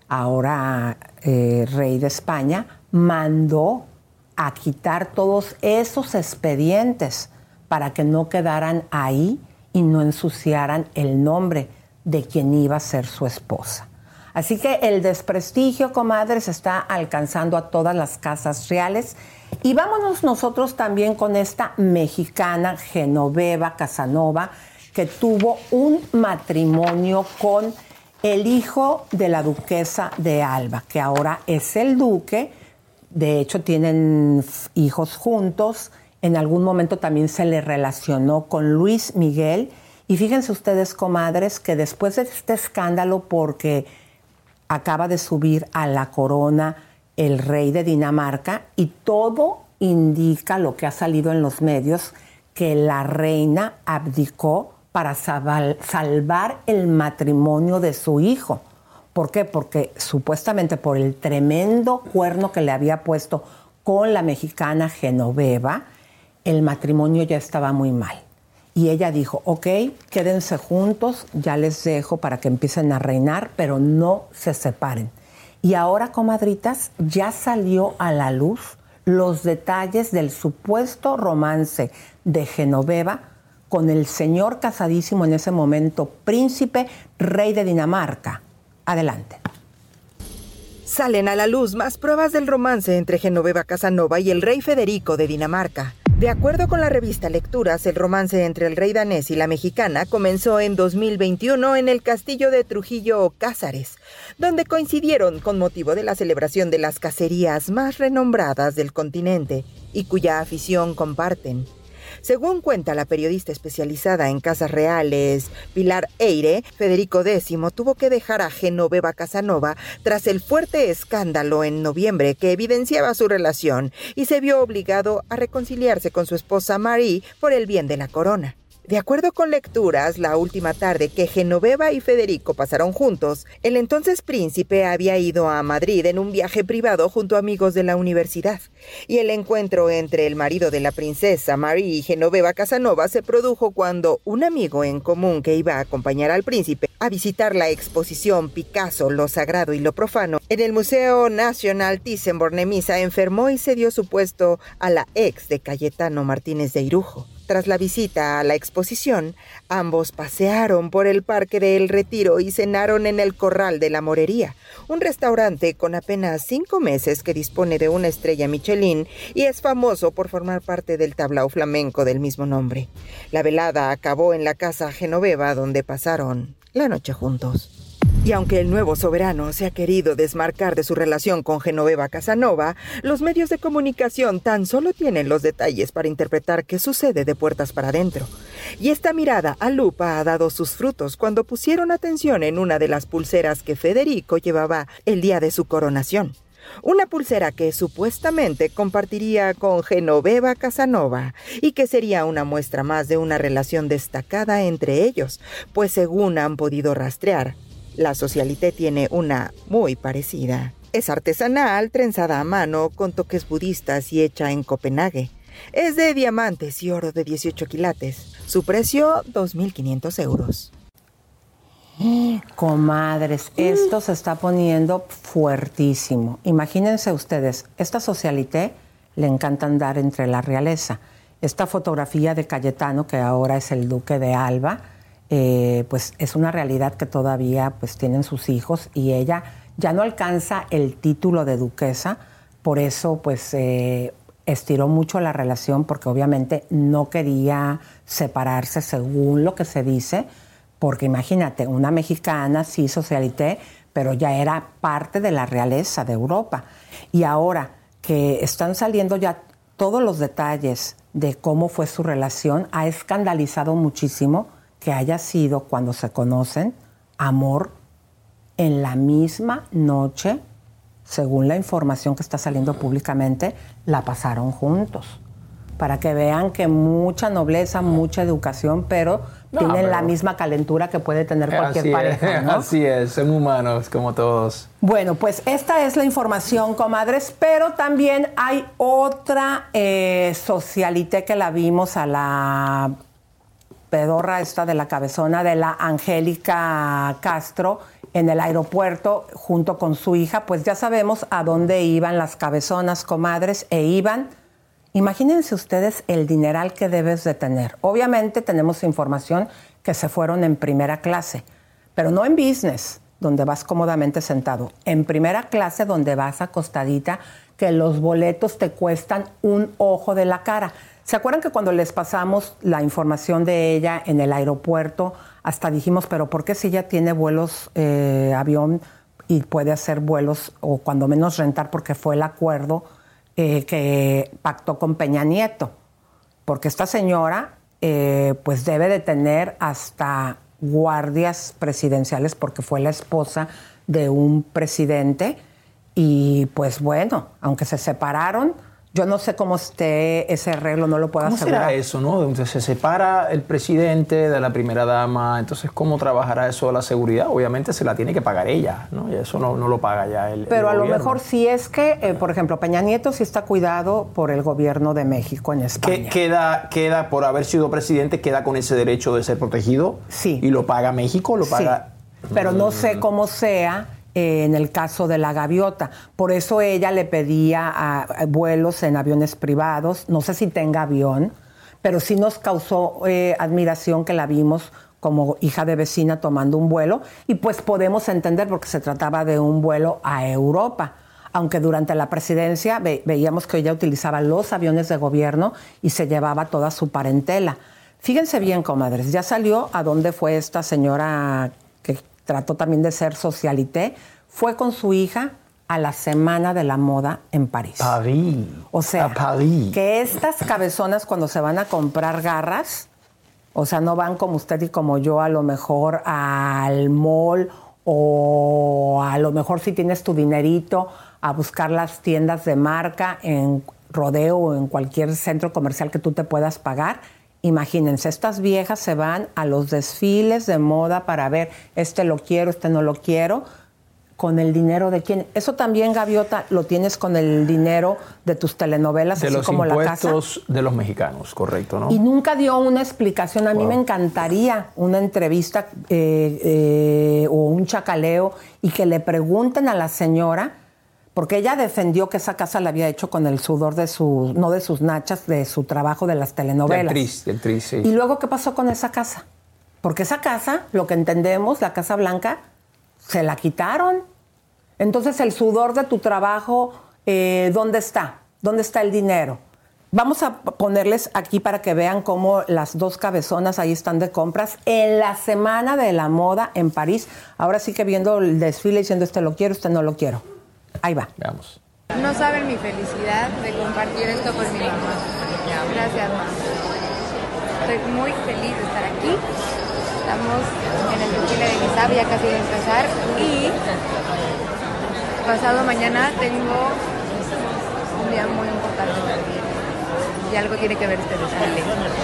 ahora eh, rey de España, mandó a quitar todos esos expedientes para que no quedaran ahí y no ensuciaran el nombre de quien iba a ser su esposa. Así que el desprestigio, comadres, está alcanzando a todas las casas reales. Y vámonos nosotros también con esta mexicana Genoveva Casanova, que tuvo un matrimonio con el hijo de la duquesa de Alba, que ahora es el duque. De hecho, tienen hijos juntos. En algún momento también se le relacionó con Luis Miguel. Y fíjense ustedes, comadres, que después de este escándalo, porque acaba de subir a la corona el rey de Dinamarca, y todo indica, lo que ha salido en los medios, que la reina abdicó para salvar el matrimonio de su hijo. ¿Por qué? Porque supuestamente por el tremendo cuerno que le había puesto con la mexicana Genoveva, el matrimonio ya estaba muy mal. Y ella dijo, ok, quédense juntos, ya les dejo para que empiecen a reinar, pero no se separen. Y ahora, comadritas, ya salió a la luz los detalles del supuesto romance de Genoveva con el señor casadísimo en ese momento, príncipe rey de Dinamarca. Adelante. Salen a la luz más pruebas del romance entre Genoveva Casanova y el rey Federico de Dinamarca. De acuerdo con la revista Lecturas, el romance entre el rey danés y la mexicana comenzó en dos mil veintiuno en el castillo de Trujillo Cázares, donde coincidieron con motivo de la celebración de las cacerías más renombradas del continente y cuya afición comparten. Según cuenta la periodista especializada en casas reales, Pilar Eire, Federico décimo tuvo que dejar a Genoveva Casanova tras el fuerte escándalo en noviembre que evidenciaba su relación y se vio obligado a reconciliarse con su esposa Marie por el bien de la corona. De acuerdo con Lecturas, la última tarde que Genoveva y Federico pasaron juntos, el entonces príncipe había ido a Madrid en un viaje privado junto a amigos de la universidad, y el encuentro entre el marido de la princesa Marie y Genoveva Casanova se produjo cuando un amigo en común que iba a acompañar al príncipe a visitar la exposición Picasso, lo sagrado y lo profano, en el Museo Nacional Thyssen-Bornemisza enfermó y cedió su puesto a la ex de Cayetano Martínez de Irujo. Tras la visita a la exposición, ambos pasearon por el Parque de El Retiro y cenaron en el Corral de la Morería, un restaurante con apenas cinco meses que dispone de una estrella Michelin y es famoso por formar parte del tablao flamenco del mismo nombre. La velada acabó en la casa Genoveva, donde pasaron la noche juntos. Y aunque el nuevo soberano se ha querido desmarcar de su relación con Genoveva Casanova, los medios de comunicación tan solo tienen los detalles para interpretar qué sucede de puertas para adentro. Y esta mirada a lupa ha dado sus frutos cuando pusieron atención en una de las pulseras que Federico llevaba el día de su coronación. Una pulsera que supuestamente compartiría con Genoveva Casanova y que sería una muestra más de una relación destacada entre ellos, pues según han podido rastrear, la socialité tiene una muy parecida. Es artesanal, trenzada a mano, con toques budistas y hecha en Copenhague. Es de diamantes y oro de dieciocho quilates. Su precio, dos mil quinientos euros. Comadres, esto se está poniendo fuertísimo. Imagínense ustedes, esta socialité le encanta andar entre la realeza. Esta fotografía de Cayetano, que ahora es el duque de Alba, eh, pues es una realidad que todavía pues tienen sus hijos y ella ya no alcanza el título de duquesa, por eso pues eh, estiró mucho la relación porque obviamente no quería separarse según lo que se dice, porque imagínate, una mexicana, sí, socialité, pero ya era parte de la realeza de Europa. Y ahora que están saliendo ya todos los detalles de cómo fue su relación, ha escandalizado muchísimo que haya sido, cuando se conocen, amor en la misma noche, según la información que está saliendo públicamente, la pasaron juntos. Para que vean que mucha nobleza, mucha educación, pero no, tienen pero... la misma calentura que puede tener cualquier así pareja, es, ¿no? Así es, son humanos como todos. Bueno, pues esta es la información, comadres, pero también hay otra eh, socialité que la vimos a la pedorra esta de la cabezona de la Angélica Castro en el aeropuerto junto con su hija. Pues ya sabemos a dónde iban las cabezonas, comadres, e iban... Imagínense ustedes el dineral que debes de tener. Obviamente tenemos información que se fueron en primera clase, pero no en business, donde vas cómodamente sentado. En primera clase, donde vas acostadita, que los boletos te cuestan un ojo de la cara. ¿Se acuerdan que cuando les pasamos la información de ella en el aeropuerto, hasta dijimos, pero ¿por qué si ella tiene vuelos, eh, avión, y puede hacer vuelos, o cuando menos rentar, porque fue el acuerdo Eh, que pactó con Peña Nieto? Porque esta señora eh, pues debe de tener hasta guardias presidenciales porque fue la esposa de un presidente y pues bueno, aunque se separaron, yo no sé cómo esté ese arreglo, no lo puedo ¿Cómo asegurar. será eso, no? Entonces se separa el presidente de la primera dama, entonces ¿cómo trabajará eso la seguridad? Obviamente se la tiene que pagar ella, ¿no? Y eso no, no lo paga ya el Pero el a gobierno. lo mejor sí es que, eh, por ejemplo, Peña Nieto sí está cuidado por el gobierno de México en España. Que queda, queda, por haber sido presidente, queda con ese derecho de ser protegido. Sí. Y lo paga México, lo paga... Sí. Pero no sé cómo sea eh, en el caso de la gaviota. Por eso ella le pedía a, a vuelos en aviones privados. No sé si tenga avión, pero sí nos causó eh, admiración que la vimos como hija de vecina tomando un vuelo. Y pues podemos entender porque se trataba de un vuelo a Europa. Aunque durante la presidencia ve, veíamos que ella utilizaba los aviones de gobierno y se llevaba toda su parentela. Fíjense bien, comadres, ya salió a dónde fue esta señora que trató también de ser socialité. Fue con su hija a la Semana de la Moda en París. París. O sea, a París. Que estas cabezonas cuando se van a comprar garras, o sea, no van como usted y como yo a lo mejor al mall o a lo mejor si tienes tu dinerito a buscar las tiendas de marca en Rodeo o en cualquier centro comercial que tú te puedas pagar. Imagínense, estas viejas se van a los desfiles de moda para ver, este lo quiero, este no lo quiero, con el dinero de quién. Eso también, Gaviota, lo tienes con el dinero de tus telenovelas, de así los como La Casa. impuestos de los mexicanos, correcto, ¿no? Y nunca dio una explicación. A mí Wow. me encantaría una entrevista eh, eh, o un chacaleo y que le pregunten a la señora, porque ella defendió que esa casa la había hecho con el sudor de su, no de sus nachas, de su trabajo de las De telenovelas. actriz, de actriz, sí. ¿Y luego qué pasó con esa casa? Porque esa casa, lo que entendemos, la Casa Blanca, se la quitaron. Entonces, el sudor de tu trabajo, eh, ¿dónde está? ¿Dónde está el dinero? Vamos a ponerles aquí para que vean cómo las dos cabezonas ahí están de compras en la Semana de la Moda en París. Ahora sí que viendo el desfile diciendo este lo quiero, este no lo quiero. Ahí va. Veamos. No saben mi felicidad de compartir esto con mi mamá. Gracias, mamá. Estoy muy feliz de estar aquí. Estamos en el desfile de Guisab, ya casi de empezar. Y pasado mañana tengo un día muy importante también. Y algo tiene que ver este desfile.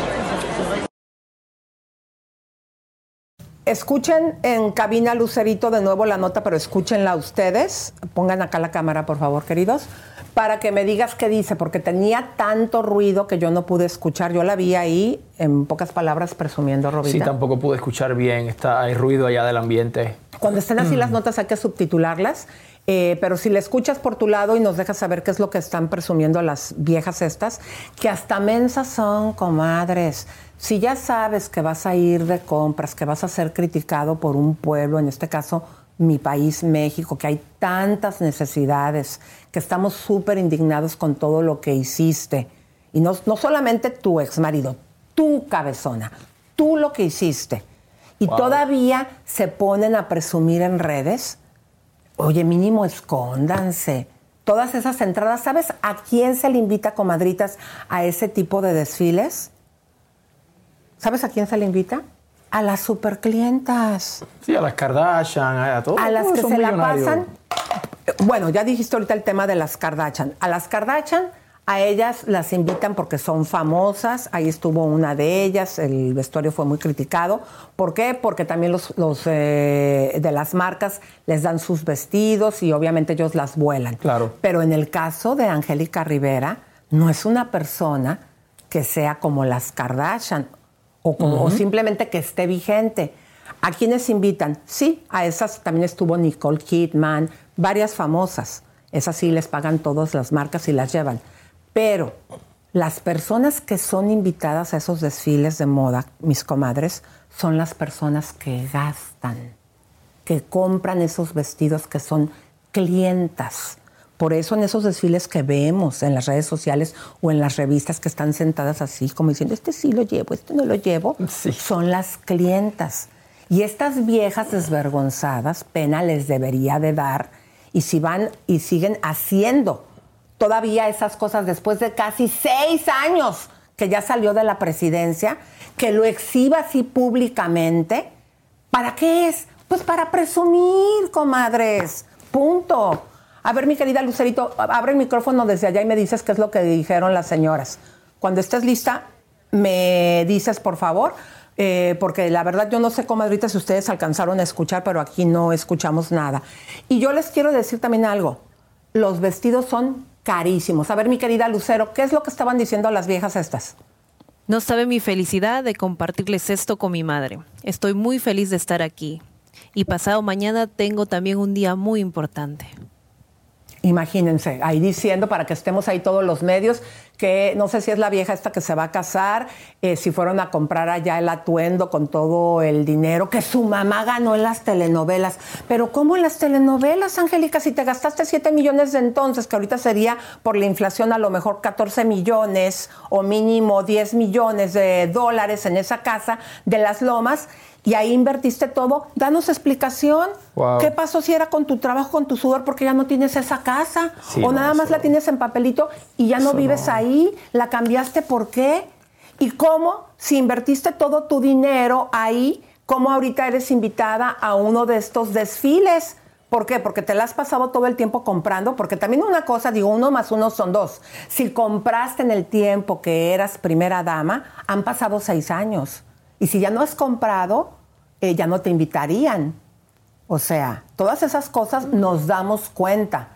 Escuchen en cabina, Lucerito, de nuevo la nota, pero escúchenla ustedes. Pongan acá la cámara, por favor, queridos, para que me digas qué dice, porque tenía tanto ruido que yo no pude escuchar. Yo la vi ahí, en pocas palabras, presumiendo, Robita. Sí, tampoco pude escuchar bien. Está, hay ruido allá del ambiente. Cuando estén así mm. las notas hay que subtitularlas. Eh, pero si le escuchas por tu lado y nos dejas saber qué es lo que están presumiendo las viejas estas, que hasta mensas son, comadres. Si ya sabes que vas a ir de compras, que vas a ser criticado por un pueblo, en este caso mi país, México, que hay tantas necesidades, que estamos súper indignados con todo lo que hiciste. Y no, no solamente tu exmarido, tu cabezona, tú lo que hiciste. Y wow. todavía se ponen a presumir en redes. Oye, mínimo escóndanse. Todas esas entradas, ¿sabes a quién se le invita, comadritas, a ese tipo de desfiles? ¿Sabes a quién se le invita? A las superclientas. Sí, a las Kardashian, a todos. A las que se la pasan. Bueno, ya dijiste ahorita el tema de las Kardashian. A las Kardashian, a ellas las invitan porque son famosas. Ahí estuvo una de ellas. El vestuario fue muy criticado. ¿Por qué? Porque también los, los eh, de las marcas les dan sus vestidos y obviamente ellos las vuelan. Claro. Pero en el caso de Angélica Rivera, no es una persona que sea como las Kardashian o, como, uh-huh. o simplemente que esté vigente. ¿A quiénes invitan? Sí, a esas también estuvo Nicole Kidman, varias famosas. Esas sí les pagan todas las marcas y las llevan. Pero las personas que son invitadas a esos desfiles de moda, mis comadres, son las personas que gastan, que compran esos vestidos, que son clientas. Por eso en esos desfiles que vemos en las redes sociales o en las revistas que están sentadas así, como diciendo, este sí lo llevo, este no lo llevo, sí. son las clientas. Y estas viejas desvergonzadas, pena les debería de dar, y si van y siguen haciendo todavía esas cosas después de casi seis años que ya salió de la presidencia, que lo exhiba así públicamente. ¿Para qué es? Pues para presumir, comadres. Punto. A ver, mi querida Lucerito, abre el micrófono desde allá y me dices qué es lo que dijeron las señoras. Cuando estés lista, me dices, por favor, eh, porque la verdad yo no sé, comadritas, si ustedes alcanzaron a escuchar, pero aquí no escuchamos nada. Y yo les quiero decir también algo. Los vestidos son carísimos. A ver, mi querida Lucero, ¿qué es lo que estaban diciendo las viejas estas? No sabe mi felicidad de compartirles esto con mi madre. Estoy muy feliz de estar aquí. Y pasado mañana tengo también un día muy importante. Imagínense, ahí diciendo, para que estemos ahí todos los medios, que no sé si es la vieja esta que se va a casar, eh, si fueron a comprar allá el atuendo con todo el dinero que su mamá ganó en las telenovelas. Pero ¿cómo en las telenovelas, Angélica? Si te gastaste siete millones de entonces, que ahorita sería por la inflación a lo mejor catorce millones o mínimo diez millones de dólares en esa casa de Las Lomas, y ahí invertiste todo, danos explicación. Wow. ¿Qué pasó si era con tu trabajo, con tu sudor, porque ya no tienes esa casa? Sí, o no, nada más la tienes en papelito y ya no vives no. ahí, la cambiaste, ¿por qué? ¿Y cómo, si invertiste todo tu dinero ahí, cómo ahorita eres invitada a uno de estos desfiles? ¿Por qué? Porque te la has pasado todo el tiempo comprando, porque también una cosa, digo, uno más uno son dos. Si compraste en el tiempo que eras primera dama, han pasado seis años. Y si ya no has comprado, eh, ya no te invitarían. O sea, todas esas cosas nos damos cuenta.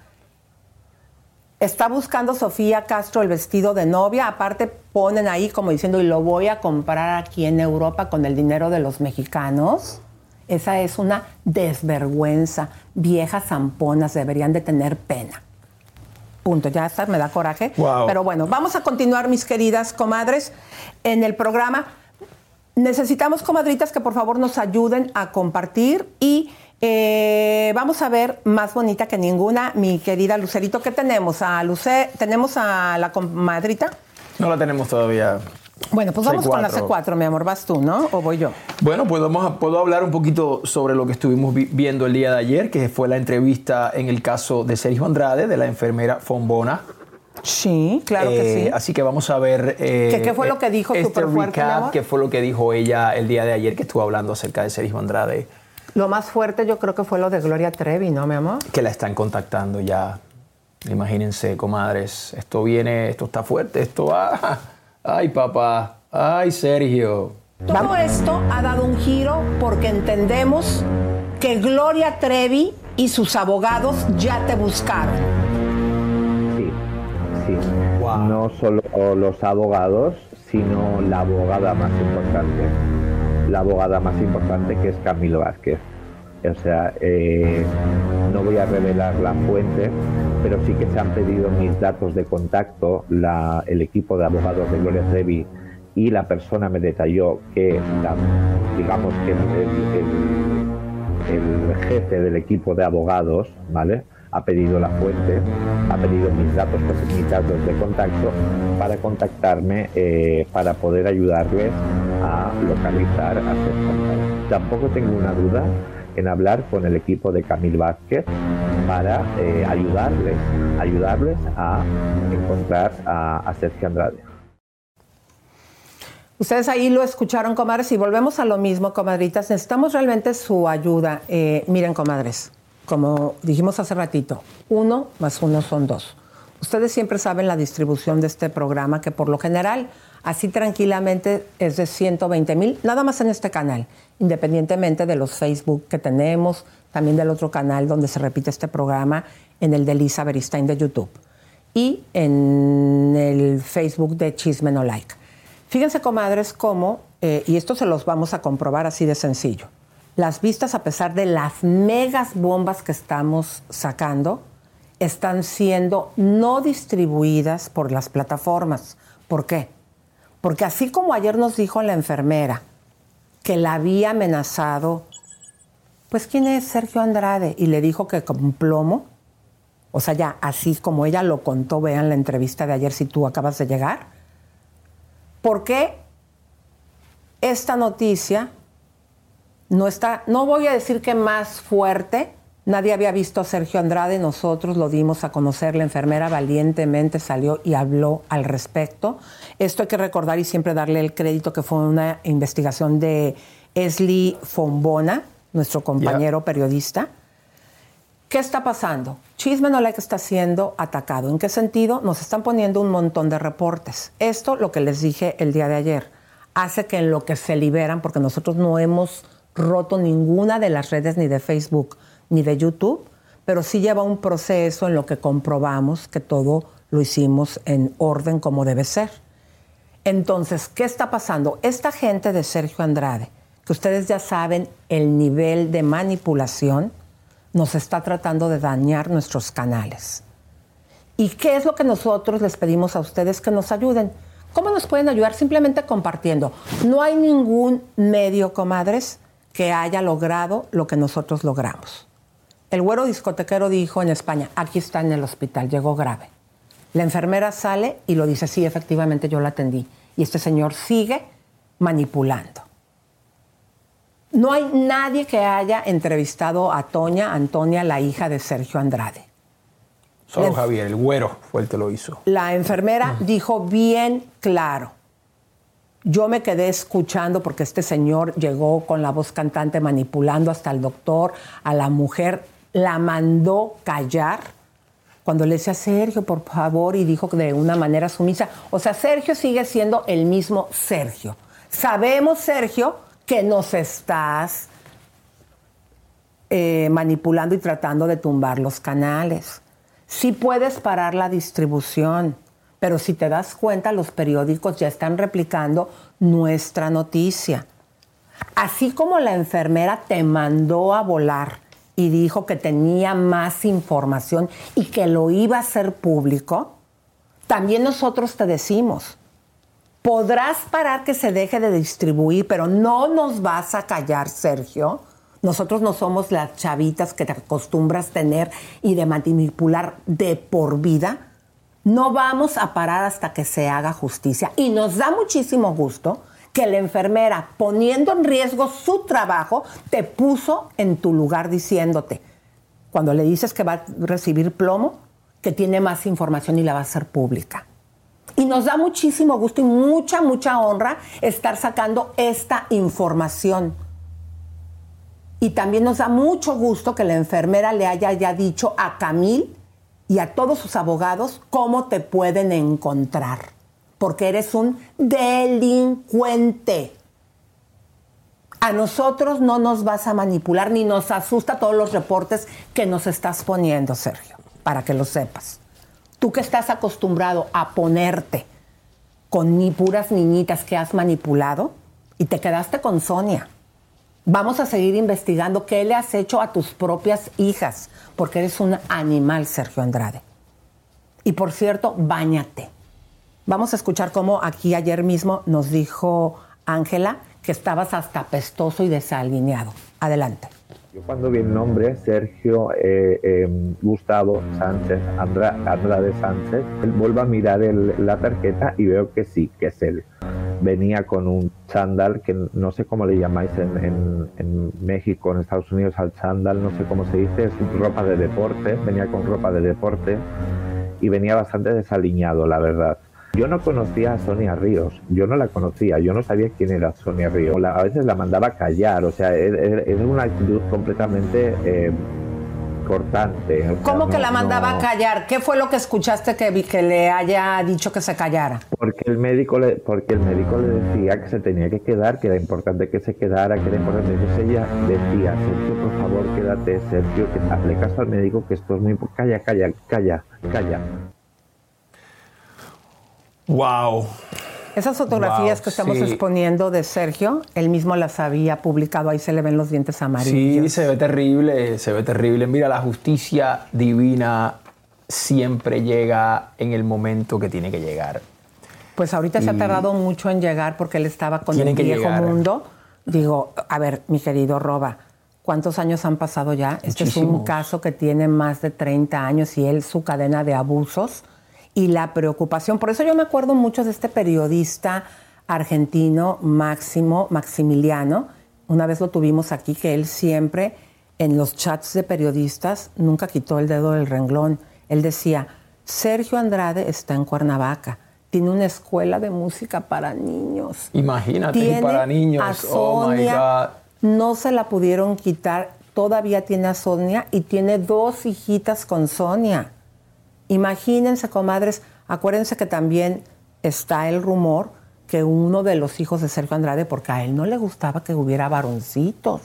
Está buscando Sofía Castro el vestido de novia. Aparte ponen ahí como diciendo, y lo voy a comprar aquí en Europa con el dinero de los mexicanos. Esa es una desvergüenza. Viejas zamponas deberían de tener pena. Punto. Ya está, me da coraje. Wow. Pero bueno, vamos a continuar, mis queridas comadres, en el programa. Necesitamos, comadritas, que por favor nos ayuden a compartir y eh, vamos a ver, más bonita que ninguna, mi querida Lucerito. ¿Qué tenemos? A Luce, ¿Tenemos a la comadrita? No la tenemos todavía. Bueno, pues vamos C cuatro. con la C cuatro, mi amor. ¿Vas tú, no? ¿O voy yo? Bueno, pues vamos a, puedo hablar un poquito sobre lo que estuvimos vi- viendo el día de ayer, que fue la entrevista en el caso de Sergio Andrade, de la enfermera Fombona. Sí, claro Eh, que sí. Así que vamos a ver... eh, ¿Qué- qué fue lo que dijo este superfuerte, mi recap, amor? qué fue lo que dijo ella el día de ayer, que estuvo hablando acerca de Sergio Andrade, Lo más fuerte yo creo que fue lo de Gloria Trevi, ¿no, mi amor? que la están contactando ya. Imagínense, comadres, esto viene, esto está fuerte, esto va... Ay, papá, ay, Sergio. Todo esto ha dado un giro porque entendemos que Gloria Trevi y sus abogados ya te buscaron. Sí, sí. No solo los abogados, sino la abogada más importante. La abogada más importante, que es Camilo Vázquez. O sea, eh, no voy a revelar la fuente, pero sí que se han pedido mis datos de contacto. La, el equipo de abogados de Gloria Trevi y la persona me detalló que, la, digamos que el, el, el jefe del equipo de abogados, ¿vale?, ha pedido la fuente, ha pedido mis datos, mis datos de contacto para contactarme, eh, para poder ayudarles a localizar a Sergio Andrade. Tampoco tengo una duda en hablar con el equipo de Camil Vázquez para eh, ayudarles, ayudarles a encontrar a, a Sergio Andrade. Ustedes ahí lo escucharon, comadres, y volvemos a lo mismo, comadritas. Necesitamos realmente su ayuda. Eh, miren, comadres, como dijimos hace ratito, uno más uno son dos. Ustedes siempre saben la distribución de este programa, que por lo general, así tranquilamente, es de ciento veinte mil, nada más en este canal, independientemente de los Facebook que tenemos, también del otro canal donde se repite este programa, en el de Elisa Beristain de YouTube, y en el Facebook de Chisme No Like. Fíjense, comadres, cómo, eh, y esto se los vamos a comprobar así de sencillo, las vistas, a pesar de las megas bombas que estamos sacando, están siendo no distribuidas por las plataformas. ¿Por qué? Porque así como ayer nos dijo la enfermera que la había amenazado, pues ¿quién es Sergio Andrade? Y le dijo que con plomo, o sea, ya así como ella lo contó, vean la entrevista de ayer si tú acabas de llegar. ¿Por qué esta noticia no está, no voy a decir que más fuerte? Nadie había visto a Sergio Andrade, nosotros lo dimos a conocer, la enfermera valientemente salió y habló al respecto. Esto hay que recordar y siempre darle el crédito que fue una investigación de Esli Fombona, nuestro compañero yeah. periodista. ¿Qué está pasando? Chisme No Like está siendo atacado. ¿En qué sentido? Nos están poniendo un montón de reportes. Esto, lo que les dije el día de ayer, hace que en lo que se liberan, porque nosotros no hemos roto ninguna de las redes ni de Facebook ni de YouTube, pero sí lleva un proceso en lo que comprobamos que todo lo hicimos en orden como debe ser. Entonces, ¿qué está pasando? Esta gente de Sergio Andrade, que ustedes ya saben el nivel de manipulación, nos está tratando de dañar nuestros canales. ¿Y qué es lo que nosotros les pedimos a ustedes? Que nos ayuden. ¿Cómo nos pueden ayudar? Simplemente compartiendo. No hay ningún medio, comadres, que haya logrado lo que nosotros logramos. El güero discotequero dijo en España, aquí está en el hospital, llegó grave. La enfermera sale y lo dice, sí, efectivamente yo la atendí. Y este señor sigue manipulando. No hay nadie que haya entrevistado a Toña, Antonia, la hija de Sergio Andrade. Solo la, Javier, el güero fue el que lo hizo. La enfermera uh-huh. dijo bien claro. Yo me quedé escuchando porque este señor llegó con la voz cantante manipulando hasta al doctor, a la mujer, la mandó callar cuando le decía, Sergio, por favor, y dijo de una manera sumisa. O sea, Sergio sigue siendo el mismo Sergio. Sabemos, Sergio, que nos estás eh, manipulando y tratando de tumbar los canales. Sí puedes parar la distribución, pero si te das cuenta, los periódicos ya están replicando nuestra noticia. Así como la enfermera te mandó a volar y dijo que tenía más información y que lo iba a hacer público, también nosotros te decimos, podrás parar que se deje de distribuir, pero no nos vas a callar, Sergio. Nosotros no somos las chavitas que te acostumbras tener y de manipular de por vida. No vamos a parar hasta que se haga justicia. Y nos da muchísimo gusto que la enfermera, poniendo en riesgo su trabajo, te puso en tu lugar diciéndote, cuando le dices que va a recibir plomo, que tiene más información y la va a hacer pública. Y nos da muchísimo gusto y mucha, mucha honra estar sacando esta información. Y también nos da mucho gusto que la enfermera le haya ya dicho a Camil y a todos sus abogados cómo te pueden encontrar. Porque eres un delincuente. A nosotros no nos vas a manipular ni nos asusta todos los reportes que nos estás poniendo, Sergio, para que lo sepas. Tú que estás acostumbrado a ponerte con ni puras niñitas que has manipulado y te quedaste con Sonia. Vamos a seguir investigando qué le has hecho a tus propias hijas, porque eres un animal, Sergio Andrade. Y por cierto, báñate. Vamos a escuchar cómo aquí ayer mismo nos dijo Ángela que estabas hasta apestoso y desalineado. Adelante. Yo cuando vi el nombre, Sergio eh, eh, Gustavo Sánchez, Andra, Andrade Sánchez, vuelvo a mirar el, la tarjeta y veo que sí, que es él. Venía con un chándal, que no sé cómo le llamáis en, en, en México, en Estados Unidos al chándal, no sé cómo se dice, es ropa de deporte, venía con ropa de deporte y venía bastante desaliñado, la verdad. Yo no conocía a Sonia Ríos, yo no la conocía, yo no sabía quién era Sonia Ríos. La, a veces la mandaba a callar, o sea, era, era una actitud completamente eh, cortante. O sea, ¿Cómo no, que la mandaba no, a callar? ¿Qué fue lo que escuchaste que, que le haya dicho que se callara? Porque el médico le, porque el médico le decía que se tenía que quedar, que era importante que se quedara, que era importante. Entonces ella decía, Sergio, por favor, quédate, Sergio, que hazle caso al médico, que esto es muy... Calla, calla, calla, calla. Wow. Esas fotografías Wow, que estamos sí. exponiendo de Sergio, él mismo las había publicado, ahí se le ven los dientes amarillos. Sí, se ve terrible, se ve terrible. Mira, la justicia divina siempre llega en el momento que tiene que llegar. Pues ahorita Y se ha tardado mucho en llegar porque él estaba con tiene el que viejo llegar. mundo. Digo, a ver, mi querido Roba, ¿cuántos años han pasado ya? Este es un Muchísimos. caso que tiene más de treinta años y él, su cadena de abusos y la preocupación. Por eso yo me acuerdo mucho de este periodista argentino, Máximo, Maximiliano. Una vez lo tuvimos aquí, que él siempre, en los chats de periodistas, nunca quitó el dedo del renglón. Él decía, Sergio Andrade está en Cuernavaca, tiene una escuela de música para niños. Imagínate, y Tiene para a niños. Oh my Sonia, God. no se la pudieron quitar, todavía tiene a Sonia y tiene dos hijitas con Sonia. Imagínense, comadres, acuérdense que también está el rumor que uno de los hijos de Sergio Andrade, porque a él no le gustaba que hubiera varoncitos,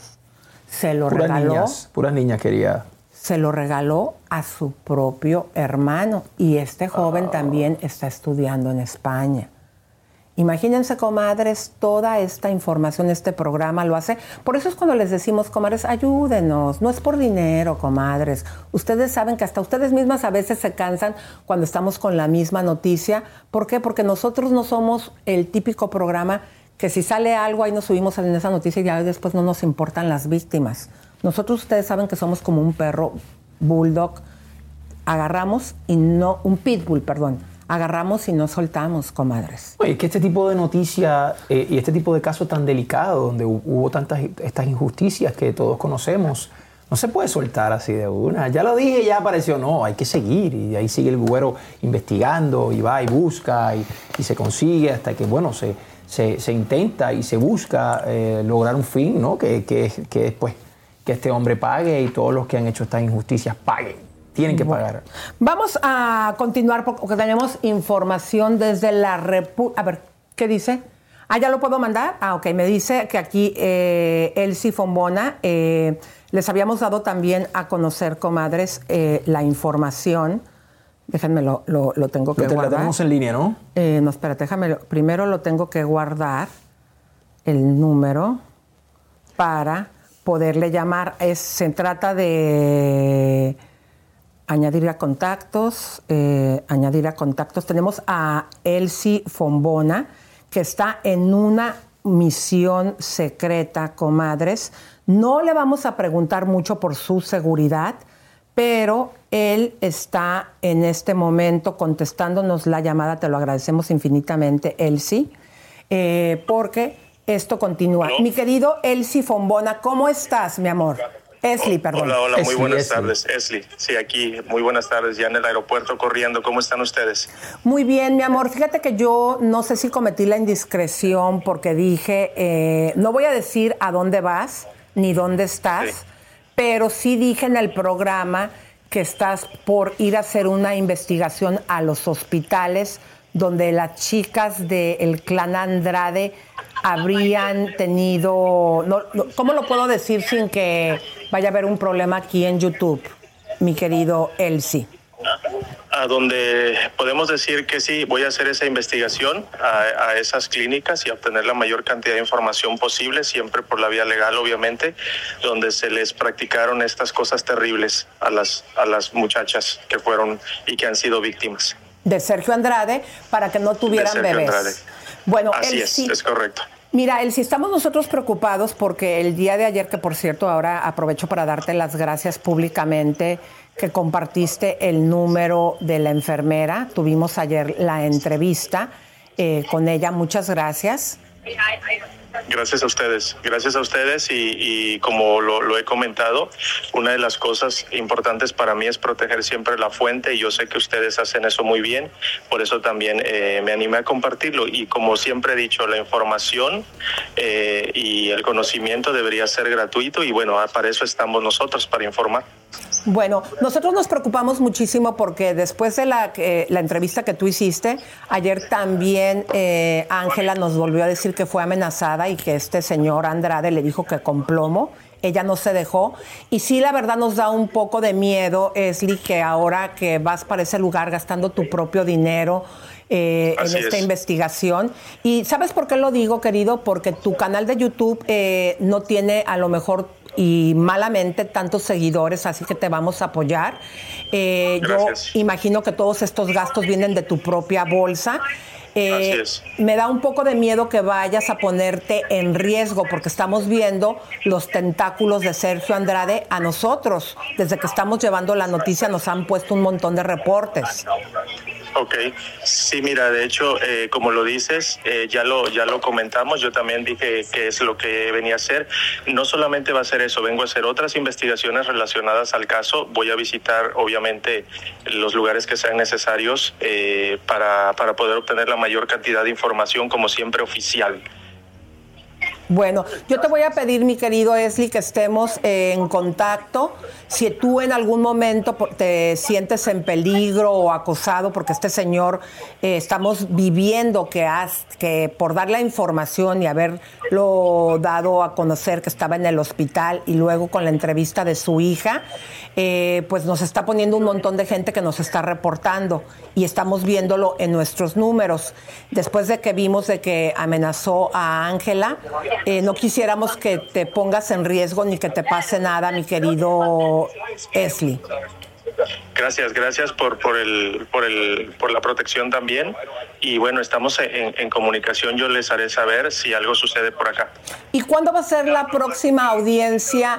se lo Puras regaló. niñas, puras niñas quería. Se lo regaló a su propio hermano y este joven también está estudiando en España. Imagínense, comadres, toda esta información, este programa lo hace. Por eso es cuando les decimos, comadres, ayúdenos. No es por dinero, comadres. Ustedes saben que hasta ustedes mismas a veces se cansan cuando estamos con la misma noticia. ¿Por qué? Porque nosotros no somos el típico programa que si sale algo ahí nos subimos en esa noticia y ya después no nos importan las víctimas. Nosotros, ustedes saben que somos como un perro bulldog. Agarramos y no, un pitbull, perdón. Agarramos y no soltamos, comadres. Oye, es que este tipo de noticias eh, y este tipo de casos tan delicados, donde hu- hubo tantas estas injusticias que todos conocemos, no se puede soltar así de una. Ya lo dije, ya apareció. No, hay que seguir. Y ahí sigue el güero investigando y va y busca y, y se consigue hasta que, bueno, se, se, se intenta y se busca eh, lograr un fin, ¿no? Que, que, que, pues, que este hombre pague y todos los que han hecho estas injusticias paguen. Tienen que pagar. Vamos a continuar porque tenemos información desde la República. A ver, ¿qué dice? Ah, ¿ya lo puedo mandar? Ah, ok. Me dice que aquí eh, Elsie Fombona, eh, les habíamos dado también a conocer, comadres, eh, la información. Déjenme, lo, lo, lo tengo que Lo, te- guardar. lo tenemos en línea, ¿no? Eh, no, espérate, déjame. lo- Primero lo tengo que guardar, el número, para poderle llamar. Es, se trata de añadir a contactos, eh, añadir a contactos. Tenemos a Elsie Fombona, que está en una misión secreta, comadres. No le vamos a preguntar mucho por su seguridad, pero él está en este momento contestándonos la llamada, te lo agradecemos infinitamente, Elsie, eh, porque esto continúa. ¿Aló? Mi querido Elsie Fombona, ¿cómo estás, mi amor? Esli, perdón. Hola, hola, muy Esli, buenas Esli. tardes, Esli. Sí, aquí, muy buenas tardes, ya en el aeropuerto corriendo. ¿Cómo están ustedes? Muy bien, mi amor. Fíjate que yo no sé si cometí la indiscreción porque dije, eh, no voy a decir a dónde vas ni dónde estás, sí. pero sí dije en el programa que estás por ir a hacer una investigación a los hospitales donde las chicas del clan Andrade habrían tenido... No, no, ¿cómo lo puedo decir sin que vaya a haber un problema aquí en YouTube, mi querido Elsie? A donde podemos decir que sí, voy a hacer esa investigación a, a esas clínicas y obtener la mayor cantidad de información posible, siempre por la vía legal, obviamente, donde se les practicaron estas cosas terribles a las, a las muchachas que fueron y que han sido víctimas. De Sergio Andrade, para que no tuvieran de Sergio bebés. Andrade. Bueno, así Elsie, es, es correcto. Mira, Elsie, estamos nosotros preocupados porque el día de ayer, que por cierto ahora aprovecho para darte las gracias públicamente, que compartiste el número de la enfermera. Tuvimos ayer la entrevista eh, con ella. Muchas gracias. Gracias a ustedes, gracias a ustedes y, y como lo, lo he comentado, una de las cosas importantes para mí es proteger siempre la fuente y yo sé que ustedes hacen eso muy bien, por eso también eh, me animé a compartirlo y como siempre he dicho, la información eh, y el conocimiento debería ser gratuito y bueno, para eso estamos nosotros, para informar. Bueno, nosotros nos preocupamos muchísimo porque después de la, eh, la entrevista que tú hiciste, ayer también Ángela eh, nos volvió a decir que fue amenazada y que este señor Andrade le dijo que con plomo. Ella no se dejó. Y sí, la verdad nos da un poco de miedo, Esli, que ahora que vas para ese lugar gastando tu propio dinero eh, en esta es. investigación. Y ¿sabes por qué lo digo, querido? Porque tu canal de YouTube eh, no tiene a lo mejor y malamente tantos seguidores, así que te vamos a apoyar. Eh, yo imagino que todos estos gastos vienen de tu propia bolsa. Eh, Así es. Me da un poco de miedo que vayas a ponerte en riesgo porque estamos viendo los tentáculos de Sergio Andrade a nosotros. Desde que estamos llevando la noticia nos han puesto un montón de reportes. Ok, sí, mira, de hecho, eh, como lo dices, eh, ya lo ya lo comentamos, yo también dije que es lo que venía a hacer. No solamente va a ser eso, vengo a hacer otras investigaciones relacionadas al caso. Voy a visitar, obviamente, los lugares que sean necesarios eh, para, para poder obtener la mayor cantidad de información, como siempre, oficial. Bueno, yo te voy a pedir, mi querido Esli, que estemos eh, en contacto. Si tú en algún momento te sientes en peligro o acosado, porque este señor eh, estamos viviendo que, has, que por dar la información y haberlo dado a conocer que estaba en el hospital y luego con la entrevista de su hija, eh, pues nos está poniendo un montón de gente que nos está reportando y estamos viéndolo en nuestros números. Después de que vimos de que amenazó a Ángela, Eh, no quisiéramos que te pongas en riesgo ni que te pase nada, mi querido Esli. Gracias, gracias por por el por el por la protección también y bueno, estamos en, en comunicación. Yo les haré saber si algo sucede por acá. ¿Y cuándo va a ser la próxima audiencia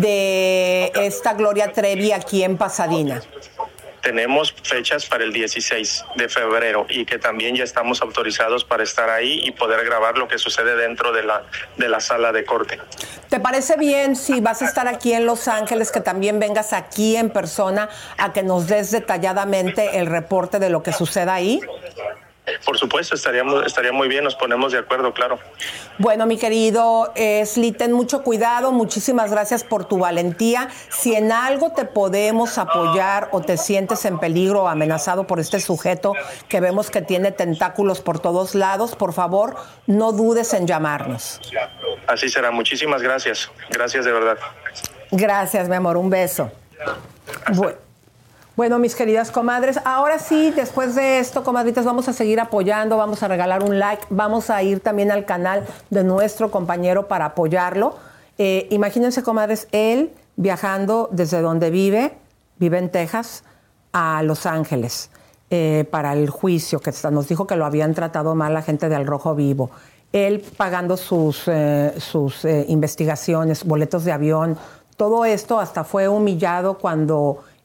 de esta Gloria Trevi aquí en Pasadena? Tenemos fechas para el dieciséis de febrero y que también ya estamos autorizados para estar ahí y poder grabar lo que sucede dentro de la, de la sala de corte. ¿Te parece bien si vas a estar aquí en Los Ángeles, que también vengas aquí en persona a que nos des detalladamente el reporte de lo que suceda ahí? Por supuesto, estaríamos, estaría muy bien, nos ponemos de acuerdo, claro. Bueno, mi querido Esli, ten mucho cuidado, muchísimas gracias por tu valentía. Si en algo te podemos apoyar o te sientes en peligro o amenazado por este sujeto que vemos que tiene tentáculos por todos lados, por favor, no dudes en llamarnos. Así será, muchísimas gracias, gracias de verdad. Gracias, mi amor, un beso. Bueno. Bueno, mis queridas comadres, ahora sí, después de esto, comadritas, vamos a seguir apoyando, vamos a regalar un like, vamos a ir también al canal de nuestro compañero para apoyarlo. Eh, imagínense, comadres, él viajando desde donde vive, vive en Texas, a Los Ángeles, eh, para el juicio, que nos dijo que lo habían tratado mal la gente de Al Rojo Vivo. Él pagando sus, eh, sus eh, investigaciones, boletos de avión, todo esto hasta fue humillado cuando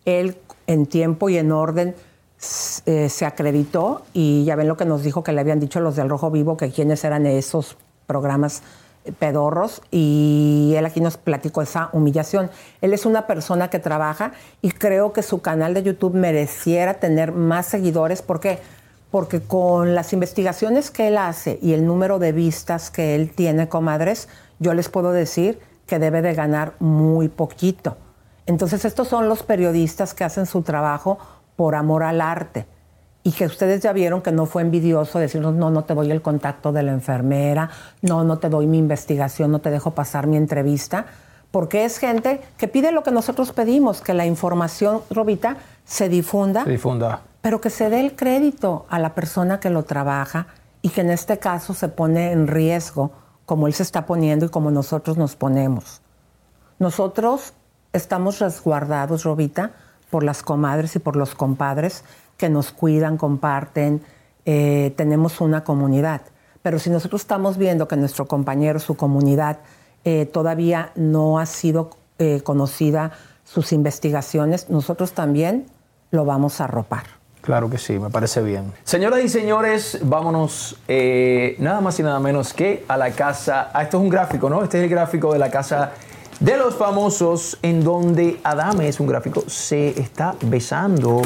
él en tiempo y en orden eh, se acreditó y ya ven lo que nos dijo que le habían dicho los del Rojo Vivo, que quiénes eran esos programas pedorros, y él aquí nos platicó esa humillación. Él es una persona que trabaja y creo que su canal de YouTube mereciera tener más seguidores. ¿Por qué? Porque con las investigaciones que él hace y el número de vistas que él tiene, comadres, yo les puedo decir que debe de ganar muy poquito. Entonces estos son los periodistas que hacen su trabajo por amor al arte. Y que ustedes ya vieron que no fue envidioso decirnos, no, no te doy el contacto de la enfermera, no, no te doy mi investigación, no te dejo pasar mi entrevista, porque es gente que pide lo que nosotros pedimos, que la información, Robita, se difunda, se difunda, pero que se dé el crédito a la persona que lo trabaja y que en este caso se pone en riesgo, como él se está poniendo y como nosotros nos ponemos. Nosotros estamos resguardados, Robita, por las comadres y por los compadres que nos cuidan, comparten, eh, tenemos una comunidad. Pero si nosotros estamos viendo que nuestro compañero, su comunidad, eh, todavía no ha sido eh, conocida sus investigaciones, nosotros también lo vamos a arropar. Claro que sí, me parece bien. Señoras y señores, vámonos eh, nada más y nada menos que a la casa. Ah, esto es un gráfico, ¿no? Este es el gráfico de la casa de los famosos, en donde Adame, es un gráfico, se está besando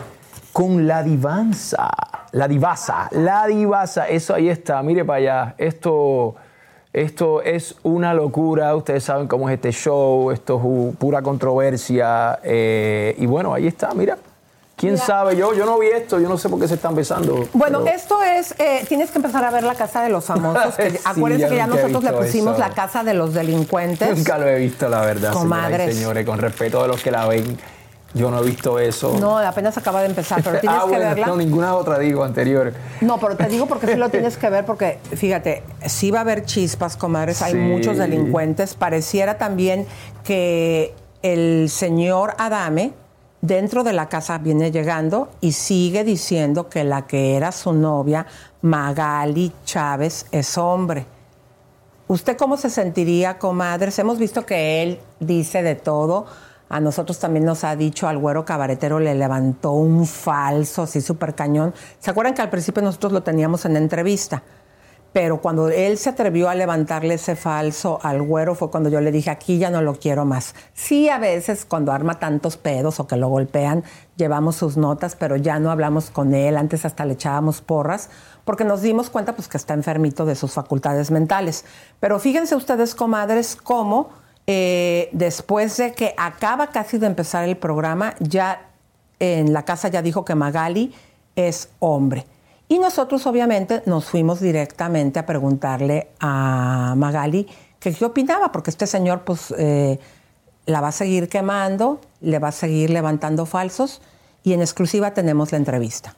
con la divanza, la divasa, la divasa, eso ahí está, mire para allá, esto, esto es una locura, ustedes saben cómo es este show, esto es uh, pura controversia, eh, y bueno, ahí está, mira, quién mira. sabe, yo, yo no vi esto, yo no sé por qué se están besando. Bueno, pero... esto es, eh, tienes que empezar a ver La Casa de los Famosos, que, sí, acuérdense ya que ya nosotros le pusimos eso. La Casa de los Delincuentes. Nunca lo he visto, la verdad, comadres. Señoras y señores, con respeto a los que la ven. Yo no he visto eso. No, apenas acaba de empezar, pero tienes ah, que bueno, verla. No, ninguna otra digo anterior. No, pero te digo porque sí lo tienes que ver, porque fíjate, sí va a haber chispas, comadres, sí. Hay muchos delincuentes. Pareciera también que el señor Adame dentro de la casa viene llegando y sigue diciendo que la que era su novia, Magali Chávez, es hombre. ¿Usted cómo se sentiría, comadres? Hemos visto que él dice de todo. A nosotros también nos ha dicho, al güero cabaretero le levantó un falso, así súper cañón. ¿Se acuerdan que al principio nosotros lo teníamos en entrevista? Pero cuando él se atrevió a levantarle ese falso al güero fue cuando yo le dije, aquí ya no lo quiero más. Sí, a veces cuando arma tantos pedos o que lo golpean, llevamos sus notas, pero ya no hablamos con él. Antes hasta le echábamos porras, porque nos dimos cuenta pues, que está enfermito de sus facultades mentales. Pero fíjense ustedes, comadres, cómo... Eh, después de que acaba casi de empezar el programa, ya en la casa ya dijo que Magali es hombre. Y nosotros obviamente nos fuimos directamente a preguntarle a Magali que qué opinaba, porque este señor pues eh, la va a seguir quemando, le va a seguir levantando falsos, y en exclusiva tenemos la entrevista.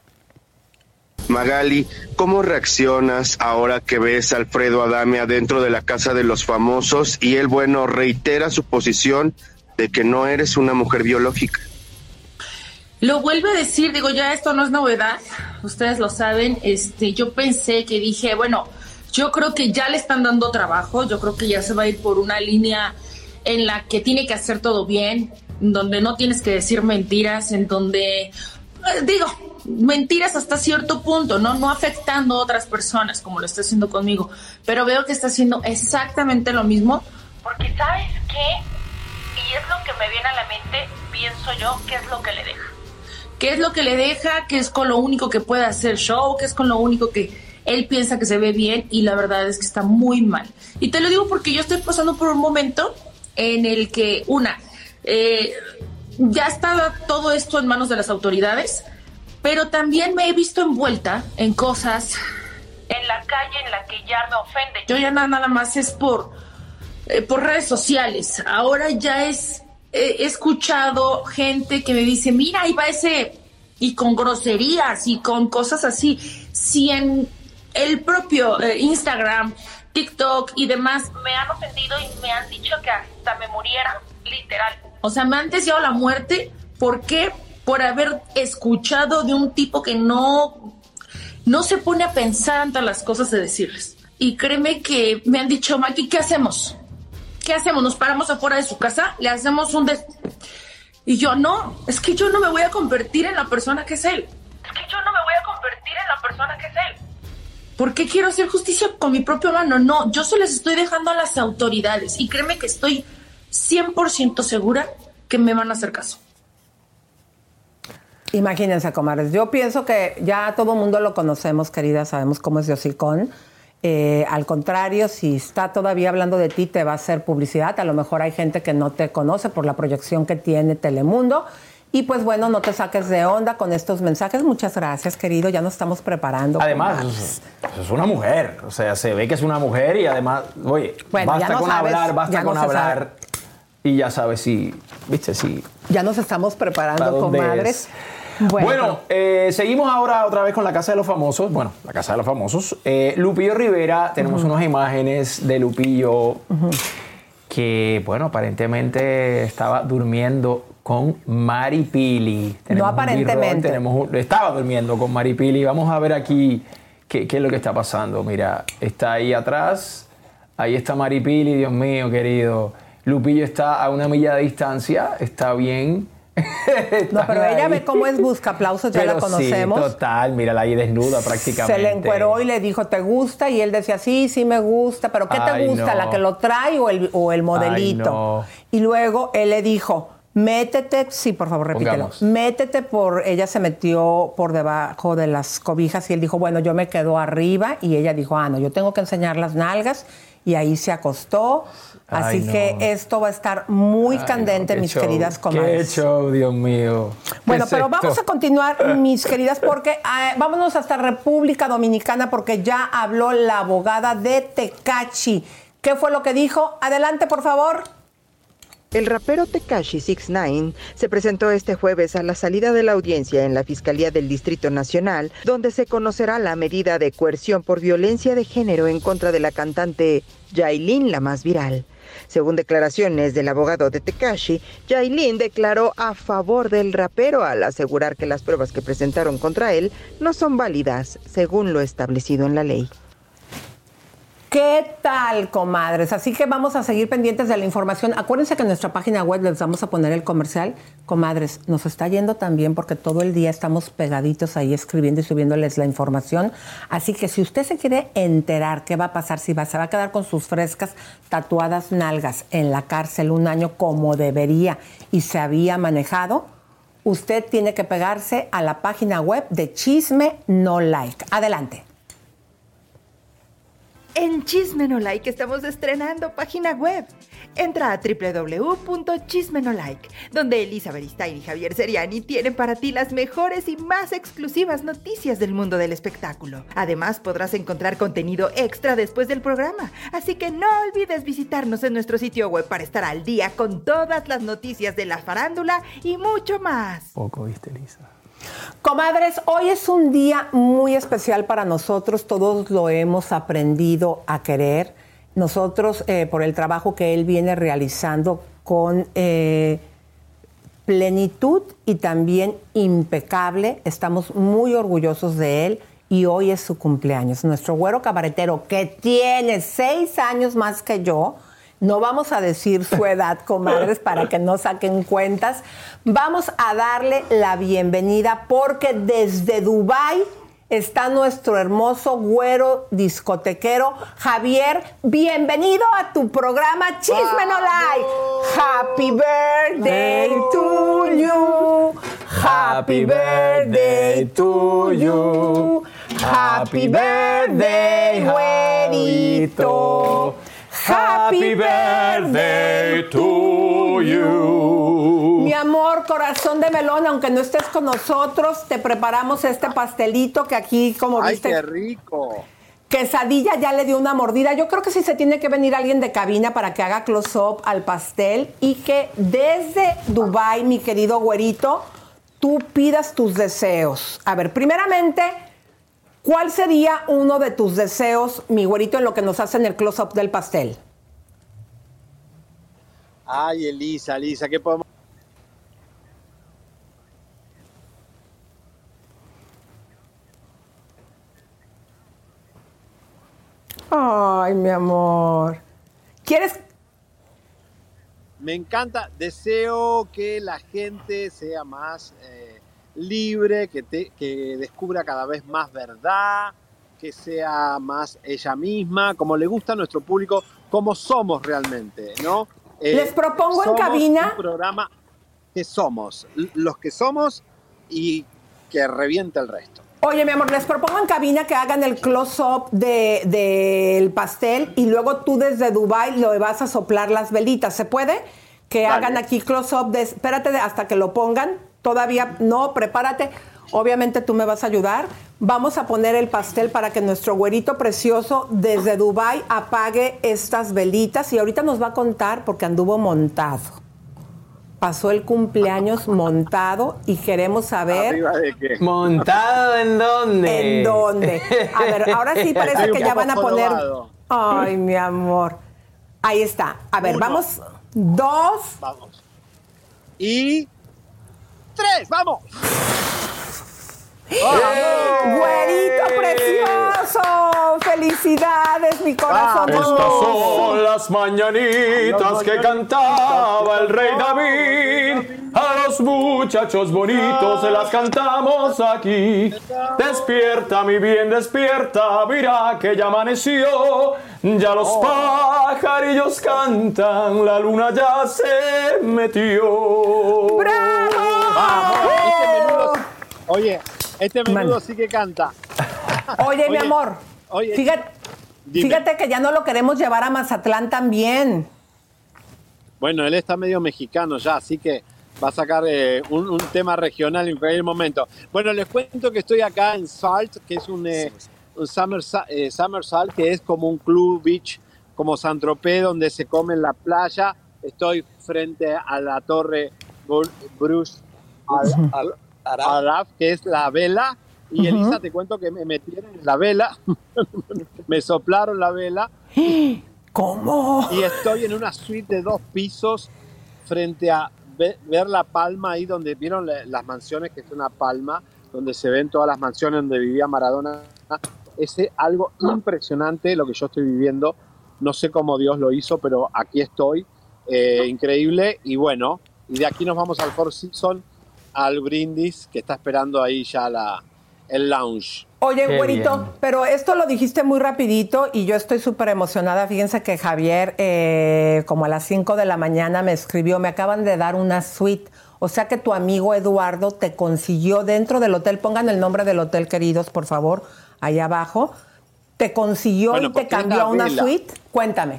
Magali, ¿cómo reaccionas ahora que ves a Alfredo Adame adentro de la Casa de los Famosos y él, bueno, reitera su posición de que no eres una mujer biológica? Lo vuelve a decir, digo, ya esto no es novedad, ustedes lo saben, este, yo pensé que dije, bueno, yo creo que ya le están dando trabajo, yo creo que ya se va a ir por una línea en la que tiene que hacer todo bien, en donde no tienes que decir mentiras, en donde, eh, digo... mentiras hasta cierto punto, ¿no? No afectando a otras personas como lo está haciendo conmigo, pero veo que está haciendo exactamente lo mismo. Porque ¿sabes qué? Y es lo que me viene a la mente, pienso yo, ¿qué es lo que le deja? ¿Qué es lo que le deja? ¿Qué es con lo único que puede hacer show? ¿Qué es con lo único que él piensa que se ve bien? Y la verdad es que está muy mal. Y te lo digo porque yo estoy pasando por un momento en el que, una, eh, ya está todo esto en manos de las autoridades, pero también me he visto envuelta en cosas en la calle en la que ya me ofende. Yo ya nada, nada más es por, eh, por redes sociales. Ahora ya es, eh, he escuchado gente que me dice, mira, ahí va ese, y con groserías y con cosas así. Si en el propio eh, Instagram, TikTok y demás me han ofendido y me han dicho que hasta me muriera, literal. O sea, me han deseado la muerte. ¿Por qué? Por haber escuchado de un tipo que no, no se pone a pensar ante las cosas de decirles. Y créeme que me han dicho, Maki, ¿qué hacemos? ¿Qué hacemos? ¿Nos paramos afuera de su casa? ¿Le hacemos un des... Y yo, no, es que yo no me voy a convertir en la persona que es él. Es que yo no me voy a convertir en la persona que es él. ¿Por qué quiero hacer justicia con mi propia mano? No, yo se les estoy dejando a las autoridades. Y créeme que estoy cien por ciento segura que me van a hacer caso. Imagínense, comadres. Yo pienso que ya todo el mundo lo conocemos, querida. Sabemos cómo es de hocicón. Eh, al contrario, si está todavía hablando de ti, te va a hacer publicidad. A lo mejor hay gente que no te conoce por la proyección que tiene Telemundo. Y pues bueno, no te saques de onda con estos mensajes. Muchas gracias, querido. Ya nos estamos preparando. Además, es, es una mujer. O sea, se ve que es una mujer y además, oye, bueno, basta no con sabes, hablar, basta con no hablar. Y ya sabes si, viste, si... Ya nos estamos preparando, comadres. Bueno, bueno eh, seguimos ahora otra vez con la Casa de los Famosos. Bueno, la Casa de los Famosos. Eh, Lupillo Rivera, tenemos uh-huh. unas imágenes de Lupillo uh-huh. que, bueno, aparentemente estaba durmiendo con Mari Pili. No aparentemente. Tenemos un, estaba durmiendo con Mari Pili. Vamos a ver aquí qué, qué es lo que está pasando. Mira, está ahí atrás. Ahí está Mari Pili, Dios mío, querido. Lupillo está a una milla de distancia. Está bien. No, pero ella ahí. Ve cómo es busca aplausos, ya pero la conocemos. Sí, total, mírala ahí desnuda prácticamente. Se le encueró y le dijo, ¿te gusta? Y él decía, sí, sí me gusta, pero ¿qué Ay, te gusta? No. ¿La que lo trae o el, o el modelito? Ay, no. Y luego él le dijo, métete, sí, por favor, repítelo. Pongamos. Métete por, ella se metió por debajo de las cobijas y él dijo, bueno, yo me quedo arriba. Y ella dijo, ah, no, yo tengo que enseñar las nalgas. Y ahí se acostó. Así Ay, no. que esto va a estar muy Ay, candente, no, mis show, queridas comadres. Qué show, Dios mío. Bueno, pero esto? Vamos a continuar, mis queridas, porque eh, vámonos hasta República Dominicana, porque ya habló la abogada de Tekashi. ¿Qué fue lo que dijo? Adelante, por favor. El rapero Tekashi six nine se presentó este jueves a la salida de la audiencia en la Fiscalía del Distrito Nacional, donde se conocerá la medida de coerción por violencia de género en contra de la cantante Yailin, la más viral. Según declaraciones del abogado de Tekashi, Yailin declaró a favor del rapero al asegurar que las pruebas que presentaron contra él no son válidas, según lo establecido en la ley. ¿Qué tal, comadres? Así que vamos a seguir pendientes de la información. Acuérdense que en nuestra página web les vamos a poner el comercial. Comadres, nos está yendo también porque todo el día estamos pegaditos ahí escribiendo y subiéndoles la información. Así que si usted se quiere enterar qué va a pasar, si va, se va a quedar con sus frescas tatuadas nalgas en la cárcel un año como debería y se había manejado, usted tiene que pegarse a la página web de Chisme No Like. Adelante. En Chisme No Like estamos estrenando página web. Entra a doble u doble u doble u punto chisme no like, donde Elisa Beristain y Javier Seriani tienen para ti las mejores y más exclusivas noticias del mundo del espectáculo. Además, podrás encontrar contenido extra después del programa, así que no olvides visitarnos en nuestro sitio web para estar al día con todas las noticias de la farándula y mucho más. Poco, ¿viste, Elisa? Comadres, hoy es un día muy especial para nosotros, todos lo hemos aprendido a querer. Nosotros, eh, por el trabajo que él viene realizando con eh, plenitud y también impecable, estamos muy orgullosos de él y hoy es su cumpleaños. Nuestro güero cabaretero, que tiene seis años más que yo, no vamos a decir su edad, comadres, para que no saquen cuentas. Vamos a darle la bienvenida porque desde Dubái está nuestro hermoso güero discotequero Javier. Bienvenido a tu programa Chisme No Like. Happy birthday to you. Happy birthday to you. Happy birthday, güerito. Happy birthday to you. Mi amor, corazón de melón, aunque no estés con nosotros, te preparamos este pastelito que aquí, como Ay, viste... ¡Ay, qué rico! Quesadilla ya le dio una mordida. Yo creo que sí se tiene que venir alguien de cabina para que haga close-up al pastel y que desde Dubái, mi querido güerito, tú pidas tus deseos. A ver, primeramente... ¿cuál sería uno de tus deseos, mi güerito, en lo que nos hacen el close-up del pastel? Ay, Elisa, Elisa, ¿qué podemos...? Ay, mi amor. ¿Quieres...? me encanta. Deseo que la gente sea más eh, libre, que, te, que descubra cada vez más verdad, que sea más ella misma, como le gusta a nuestro público, como somos realmente, ¿no? Eh, Les propongo en somos cabina... un programa que somos, los que somos y que revienta el resto. Oye, mi amor, les propongo en cabina que hagan el close-up de, del pastel y luego tú desde Dubái lo vas a soplar las velitas. ¿Se puede? Que Vale. hagan aquí close-up de... Espérate de- hasta que lo pongan. Todavía no, prepárate. Obviamente tú me vas a ayudar. Vamos a poner el pastel para que nuestro güerito precioso desde Dubái apague estas velitas y ahorita nos va a contar porque anduvo montado. Pasó el cumpleaños montado y queremos saber... ¿Arriba de qué? ¿Montado en dónde? ¿En dónde? A ver, ahora sí parece que ya van a poner... Jorobado. Ay, mi amor. Ahí está. A ver, Uno. vamos. Dos. Vamos. Y... ¡Tres! ¡Vamos! ¡Güerito precioso! ¡Felicidades, mi corazón! Estas son las mañanitas que cantaba el rey David. A los muchachos bonitos se las cantamos aquí. Despierta, mi bien, despierta. Mira que ya amaneció. Ya los pajarillos cantan. La luna ya se metió. ¡Vamos! Este menudo, oye, este menudo sí que canta. Oye, mi Oye, amor, oye, fíjate, dime. fíjate que ya no lo queremos llevar a Mazatlán también. Bueno, él está medio mexicano ya, así que va a sacar eh, un, un tema regional en cualquier momento. Bueno, les cuento que estoy acá en Salt, que es un, eh, un summer, Sa- eh, summer Salt, que es como un club beach, como Saint-Tropez, donde se come en la playa. Estoy frente a la torre Bur- Bruce Al- Al- Araf, que es la vela. Y Ujú. Elisa, te cuento que me metieron en la vela, me soplaron la vela. ¿Cómo? Y estoy en una suite de dos pisos frente a ve- ver la palma ahí donde vieron la- las mansiones, que es una palma, donde se ven todas las mansiones donde vivía Maradona. Es algo impresionante lo que yo estoy viviendo. No sé cómo Dios lo hizo, pero aquí estoy. Eh, increíble. Y bueno, y de aquí nos vamos al Four Seasons, al Brindis, que está esperando ahí ya la, el lounge. Oye, Qué güerito, bien. pero esto lo dijiste muy rapidito y yo estoy súper emocionada. Fíjense que Javier, eh, como a las cinco de la mañana, me escribió, me acaban de dar una suite. O sea que tu amigo Eduardo te consiguió dentro del hotel, pongan el nombre del hotel, queridos, por favor, ahí abajo. Te consiguió Bueno, y te porque es cambió la a una vela. suite. Cuéntame.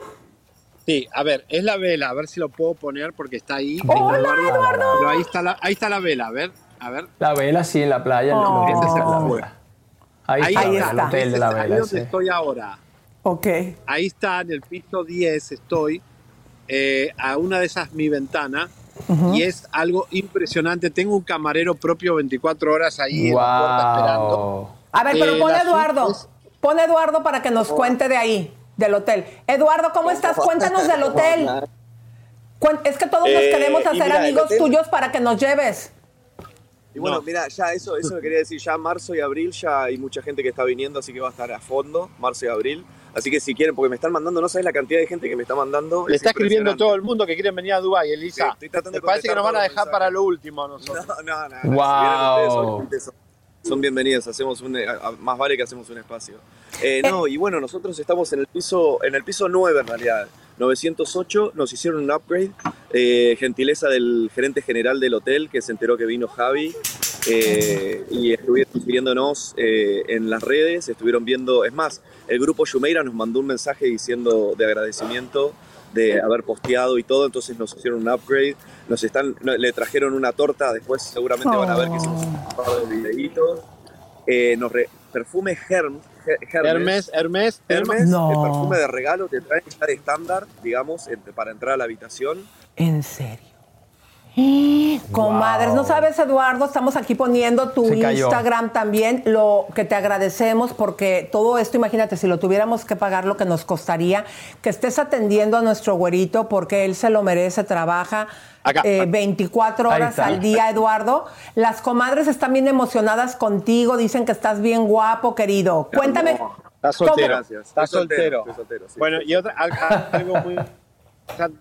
Sí, a ver, es la vela, a ver si lo puedo poner porque está ahí. ¡Hola, Eduardo. Eduardo! Pero ahí está la, ahí está la vela, a ver, a ver. La vela sí en la playa. Oh. lo que Ese está se la fue. vela. Ahí, Ahí está, está, el hotel de la Ahí vela. donde sí. estoy ahora. Ok. Ahí está, en el piso diez estoy, eh, a una de esas mi ventana, Ujú. y es algo impresionante. Tengo un camarero propio veinticuatro horas ahí en la puerta esperando. A ver, pero Eh, pon la Eduardo. suite es- Pon Eduardo para que nos cuente de ahí, del hotel. Eduardo, ¿cómo estás? Cuéntanos del hotel. Cuen- Es que todos nos Eh, queremos y hacer mira, el amigos hotel- tuyos para que nos lleves. Y bueno, No. mira, ya eso, eso me quería decir, ya marzo y abril ya hay mucha gente que está viniendo, así que va a estar a fondo, marzo y abril. Así que si quieren, porque me están mandando, no sabes la cantidad de gente que me está mandando. Le es está escribiendo impresionante. todo el mundo que quieren venir a Dubái, Elisa. Sí, estoy tratando de Me parece que nos van a contestar dejar todos los para lo último a nosotros. No, no, no. Wow. Si vienen ustedes, obviamente son, son bienvenidos, hacemos un, a- a- más vale que hacemos un espacio. Eh, no, y bueno, nosotros estamos en el piso, en el piso nueve en realidad. novecientos ocho, nos hicieron un upgrade, eh, gentileza del gerente general del hotel que se enteró que vino Javi, eh, y estuvieron siguiéndonos eh, en las redes, estuvieron viendo, es más, el grupo Yumeira nos mandó un mensaje diciendo de agradecimiento de haber posteado y todo, entonces nos hicieron un upgrade, nos están, no, le trajeron una torta, después seguramente van a ver que son un par de videitos, eh, nos re- perfume Herm, Her- Hermes, Hermes, Hermes, No. el perfume de regalo te trae ya de estándar, digamos, en- para entrar a la habitación. ¿En serio? Comadres, no sabes, Eduardo, estamos aquí poniendo tu Se cayó. Instagram también, lo que te agradecemos porque todo esto, imagínate, si lo tuviéramos que pagar lo que nos costaría, que estés atendiendo a nuestro güerito porque él se lo merece, trabaja Acá. eh, veinticuatro Ahí horas está. al día, Eduardo. Las comadres están bien emocionadas contigo, dicen que estás bien guapo, querido. Cuéntame. Está soltero. Gracias. Está Estoy soltero, soltero. estoy soltero, sí. Bueno, y otra, al- algo muy interesante, Elisa,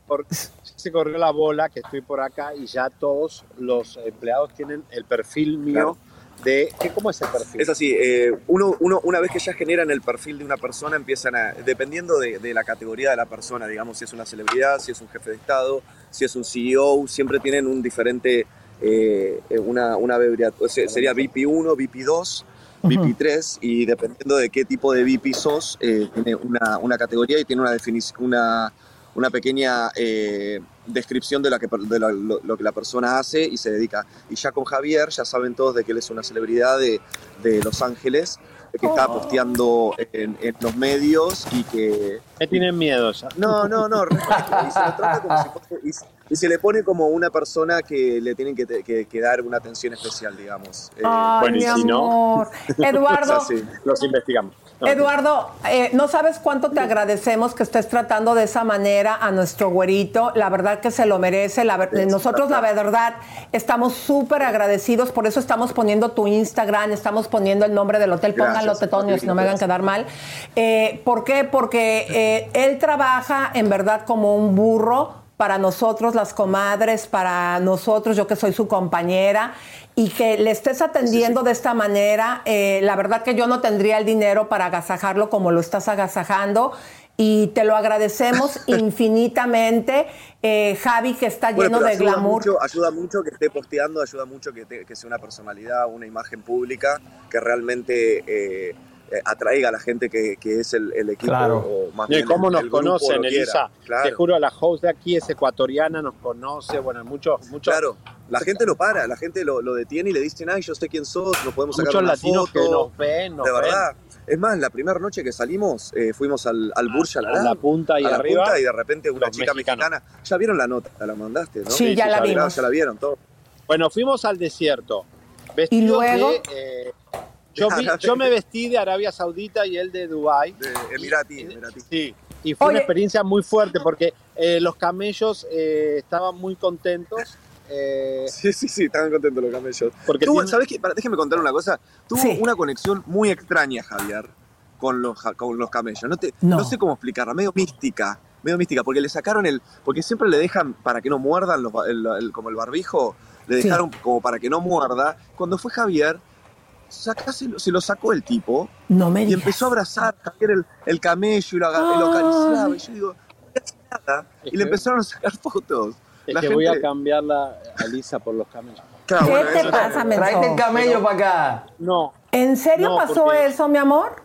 cor- se corrió la bola que estoy por acá y ya todos los empleados tienen el perfil mío. Claro. De, ¿qué, ¿Cómo es el perfil? Es así, eh, uno, uno, una vez que ya generan el perfil de una persona, empiezan a, dependiendo de, de la categoría de la persona, digamos, si es una celebridad, si es un jefe de Estado, si es un C E O, siempre tienen un diferente, eh, una, una abreviatura, sería V P uno, V P dos, V P tres, y dependiendo de qué tipo de V P sos, eh, tiene una, una categoría y tiene una definición, una, una pequeña eh, descripción de, la que, de la, lo, lo que la persona hace y se dedica. Y ya con Javier, ya saben todos de que él es una celebridad de, de Los Ángeles, que está posteando en, en los medios y que... Me tienen miedo ya. No, no, no, respeto, y se lo trata como si fuese, y, y se le pone como una persona que le tienen que, que, que dar una atención especial, digamos. Eh, Ay, bueno, mi y si amor. no, Eduardo. es así, los investigamos. No, Eduardo, eh, no sabes cuánto te agradecemos que estés tratando de esa manera a nuestro güerito. La verdad que se lo merece. La ver- nosotros, la verdad, estamos súper agradecidos. Por eso estamos poniendo tu Instagram, estamos poniendo el nombre del hotel. Pónganlo, Gracias. tetonios, no me hagan quedar mal. Eh, ¿Por qué? Porque eh, él trabaja en verdad como un burro para nosotros, las comadres, para nosotros, yo que soy su compañera, y que le estés atendiendo sí, sí. de esta manera, eh, la verdad que yo no tendría el dinero para agasajarlo como lo estás agasajando, y te lo agradecemos infinitamente. Eh, Javi, que está bueno, lleno de ayuda glamour. Mucho, ayuda mucho que esté posteando, ayuda mucho que, te, que sea una personalidad, una imagen pública, que realmente... Eh, Eh, atraiga a la gente que, que es el, el equipo. Claro. O más y bien cómo el, nos el grupo conocen, lo Elisa. Claro. Te juro, la host de aquí es ecuatoriana, nos conoce, bueno, muchos, muchos. Claro, la gente lo para, la gente lo, lo detiene y le dicen, ay, yo sé quién sos, nos podemos sacar muchos una latinos foto. que nos ven, nos de verdad. ven. Es más, la primera noche que salimos, eh, fuimos al, al Burj Al Arab, a la punta y a la arriba, punta, y de repente una chica mexicanos. mexicana. Ya vieron la nota, la mandaste, ¿no? Sí, ya la vimos. Ya la vieron todo. Bueno, fuimos al desierto. ¿Y luego? De, eh, Yo, vi, yo me vestí de Arabia Saudita y él de Dubái. De Emirati, Emirati. Sí, y fue Oye. una experiencia muy fuerte porque eh, los camellos eh, estaban muy contentos. Eh, sí, sí, sí, estaban contentos los camellos. Porque Tuvo, tiene... ¿sabés qué? Para, déjeme contar una cosa. Tuvo Sí. una conexión muy extraña, Javier, con los, con los camellos. No, te, No. no sé cómo explicarla, medio mística. Medio mística, porque le sacaron el... Porque siempre le dejan, para que no muerdan, los, el, el, como el barbijo, le dejaron sí. como para que no muerda. Cuando fue Javier... Saca, se, lo, se lo sacó el tipo no me y digas. empezó a abrazar Javier el, el camello y lo, y lo acariciaba. Y yo digo, ¿qué hace nada? Es y le que, empezaron a sacar fotos. Es la que gente... voy a cambiarla a Lisa por los camellos. Claro, ¿Qué bueno, te eso pasa, es... menso? Tráete el camello para acá. No. ¿En serio no, pasó eso, mi amor?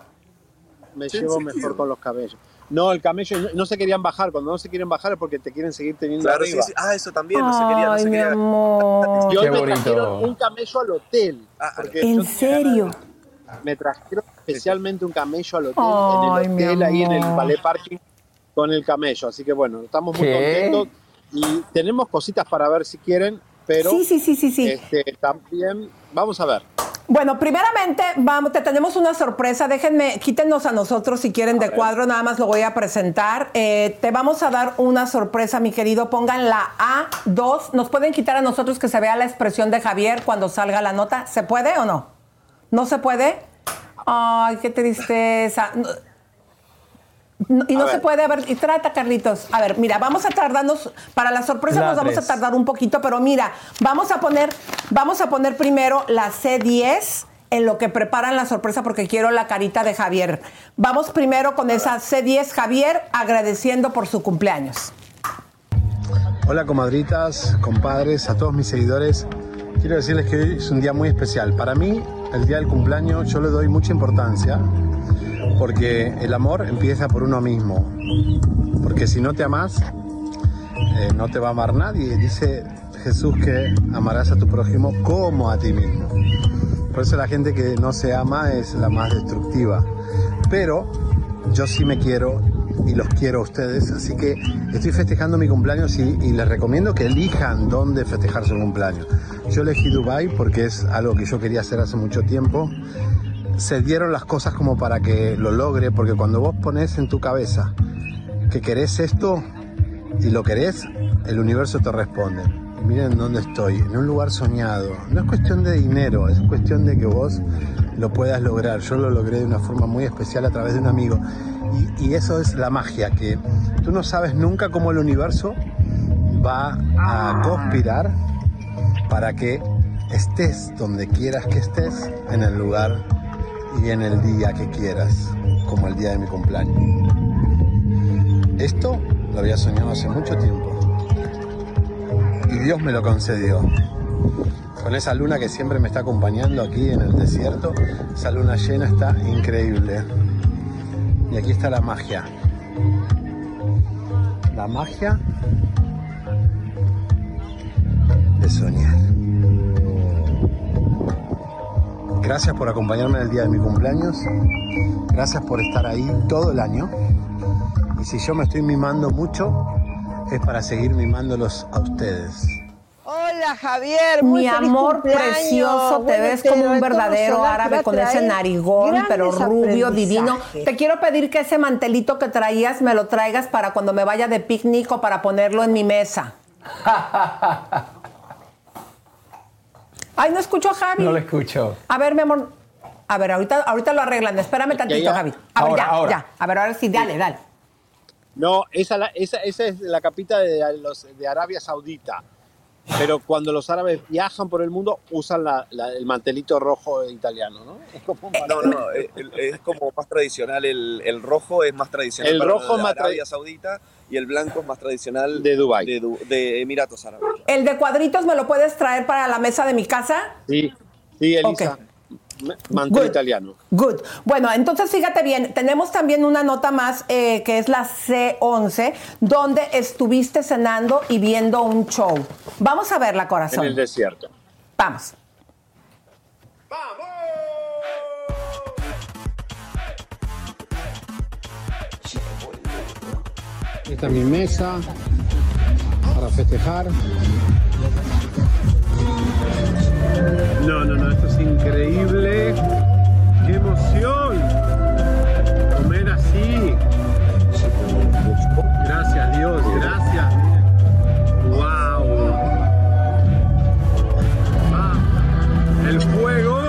Me llevo serio? mejor con los camellos. No, el camello no, no se querían bajar. Cuando no se quieren bajar es porque te quieren seguir teniendo claro, arriba. Sí, sí. Ah, eso también, no se quería. No Ay, se mi quería. amor. Y hoy Qué me bonito. trajeron un camello al hotel. Ah, porque ¿En yo serio? Me trajeron especialmente un camello al hotel, Ay, en mi el hotel, ahí en el amor. ballet parking, con el camello. Así que bueno, estamos muy ¿Qué? contentos y tenemos cositas para ver si quieren, pero Sí, sí, sí, sí, sí. Este, también vamos a ver. Bueno, primeramente, vamos, te tenemos una sorpresa. Déjenme, quítenos a nosotros si quieren de cuadro, nada más lo voy a presentar. Eh, te vamos a dar una sorpresa, mi querido. Pongan la A dos. ¿Nos pueden quitar a nosotros que se vea la expresión de Javier cuando salga la nota? ¿Se puede o no? ¿No se puede? Ay, qué tristeza. No, no, y no se puede, a ver, y trata, Carlitos. A ver, mira, vamos a tardarnos, para la sorpresa La nos vamos tres. a tardar un poquito, pero mira, vamos a poner, vamos a poner primero la C diez en lo que preparan la sorpresa porque quiero la carita de Javier. Vamos primero con esa C diez, Javier, agradeciendo por su cumpleaños. Hola comadritas, compadres, a todos mis seguidores. Quiero decirles que hoy es un día muy especial. Para mí, el día del cumpleaños, yo le doy mucha importancia porque el amor empieza por uno mismo. Porque si no te amas, eh, no te va a amar nadie. Dice Jesús que amarás a tu prójimo como a ti mismo. Por eso la gente que no se ama es la más destructiva. Pero yo sí me quiero y los quiero a ustedes, así que estoy festejando mi cumpleaños y, y les recomiendo que elijan dónde festejar su cumpleaños. Yo elegí Dubái porque es algo que yo quería hacer hace mucho tiempo. Se dieron las cosas como para que lo logre, porque cuando vos pones en tu cabeza que querés esto y lo querés, el universo te responde. Y miren dónde estoy, en un lugar soñado. No es cuestión de dinero, es cuestión de que vos lo puedas lograr. Yo lo logré de una forma muy especial a través de un amigo. Y, y eso es la magia, que tú no sabes nunca cómo el universo va a conspirar para que estés donde quieras que estés, en el lugar y en el día que quieras, como el día de mi cumpleaños. Esto lo había soñado hace mucho tiempo y Dios me lo concedió. Con esa luna que siempre me está acompañando aquí en el desierto, esa luna llena está increíble. Y aquí está la magia. La magia de soñar. Gracias por acompañarme en el día de mi cumpleaños. Gracias por estar ahí todo el año. Y si yo me estoy mimando mucho, es para seguir mimándolos a ustedes. Hola Javier, muy mi amor precioso, te ves como un verdadero árabe con ese narigón, pero rubio, divino. Te quiero pedir que ese mantelito que traías me lo traigas para cuando me vaya de picnic o para ponerlo en mi mesa. Ay, no escucho a Javi. No lo escucho. A ver, mi amor. A ver, ahorita, ahorita lo arreglan. Espérame tantito, ya, ya. Javi. A ver, ahora, ya, ahora. ya. A ver, ahora sí, dale, dale. No, esa, esa, esa es la capita de, los, de Arabia Saudita. Pero cuando los árabes viajan por el mundo, usan la, la, el mantelito rojo italiano, ¿no? Es como, no, no, es, es como más tradicional. El, el rojo es más tradicional el para rojo de más Arabia Saudita y el blanco es más tradicional de Dubái. De, de Emiratos Árabes. ¿El de cuadritos me lo puedes traer para la mesa de mi casa? Sí, sí, Elisa. Okay. Mantel Good. italiano. Good. Bueno, entonces fíjate bien, tenemos también una nota más eh, que es la C once, donde estuviste cenando y viendo un show. Vamos a verla, corazón. En el desierto. Vamos. Esta es mi mesa para festejar. No, no, no, esto es increíble. ¡Qué emoción! Comer así. Gracias, Dios, gracias. ¡Wow! Ah, el fuego.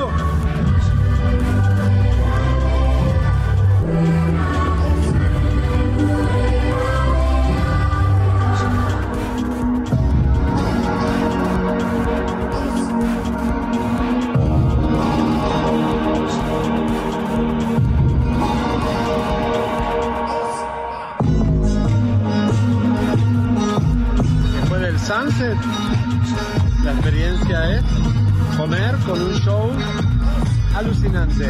Sunset, la experiencia es comer con un show alucinante.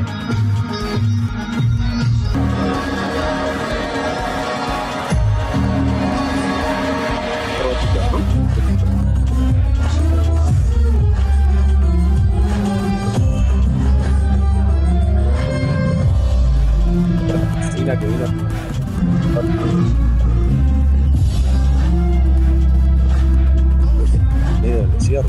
Mira que vino. Del desierto.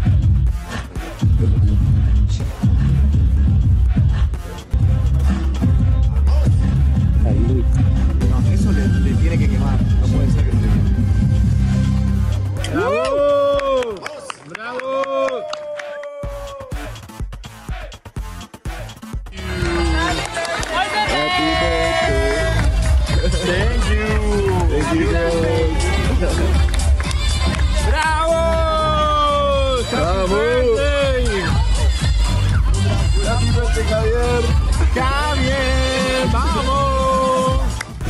Ahí. No, eso le, le tiene que quemar. No puede ser que no le queme. ¡Bravo! ¡Bravo! Thank you. Thank you. ¡Bravo! Happy birthday, Javier. Javier, vamos.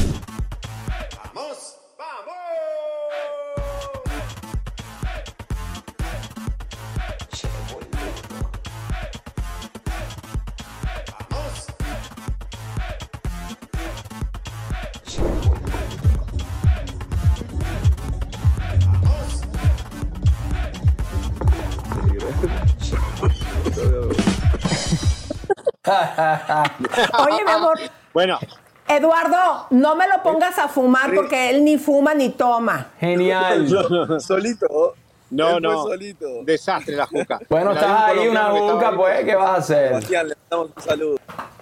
Vamos, vamos. Oye, mi amor. Bueno. Eduardo, no me lo pongas a fumar porque él ni fuma ni toma. Genial. Solito. No, él no. Fue solito. Desastre la juca. Bueno, estás ahí una juca, pues, ¿qué vas a hacer? Sebastián, le damos un saludo.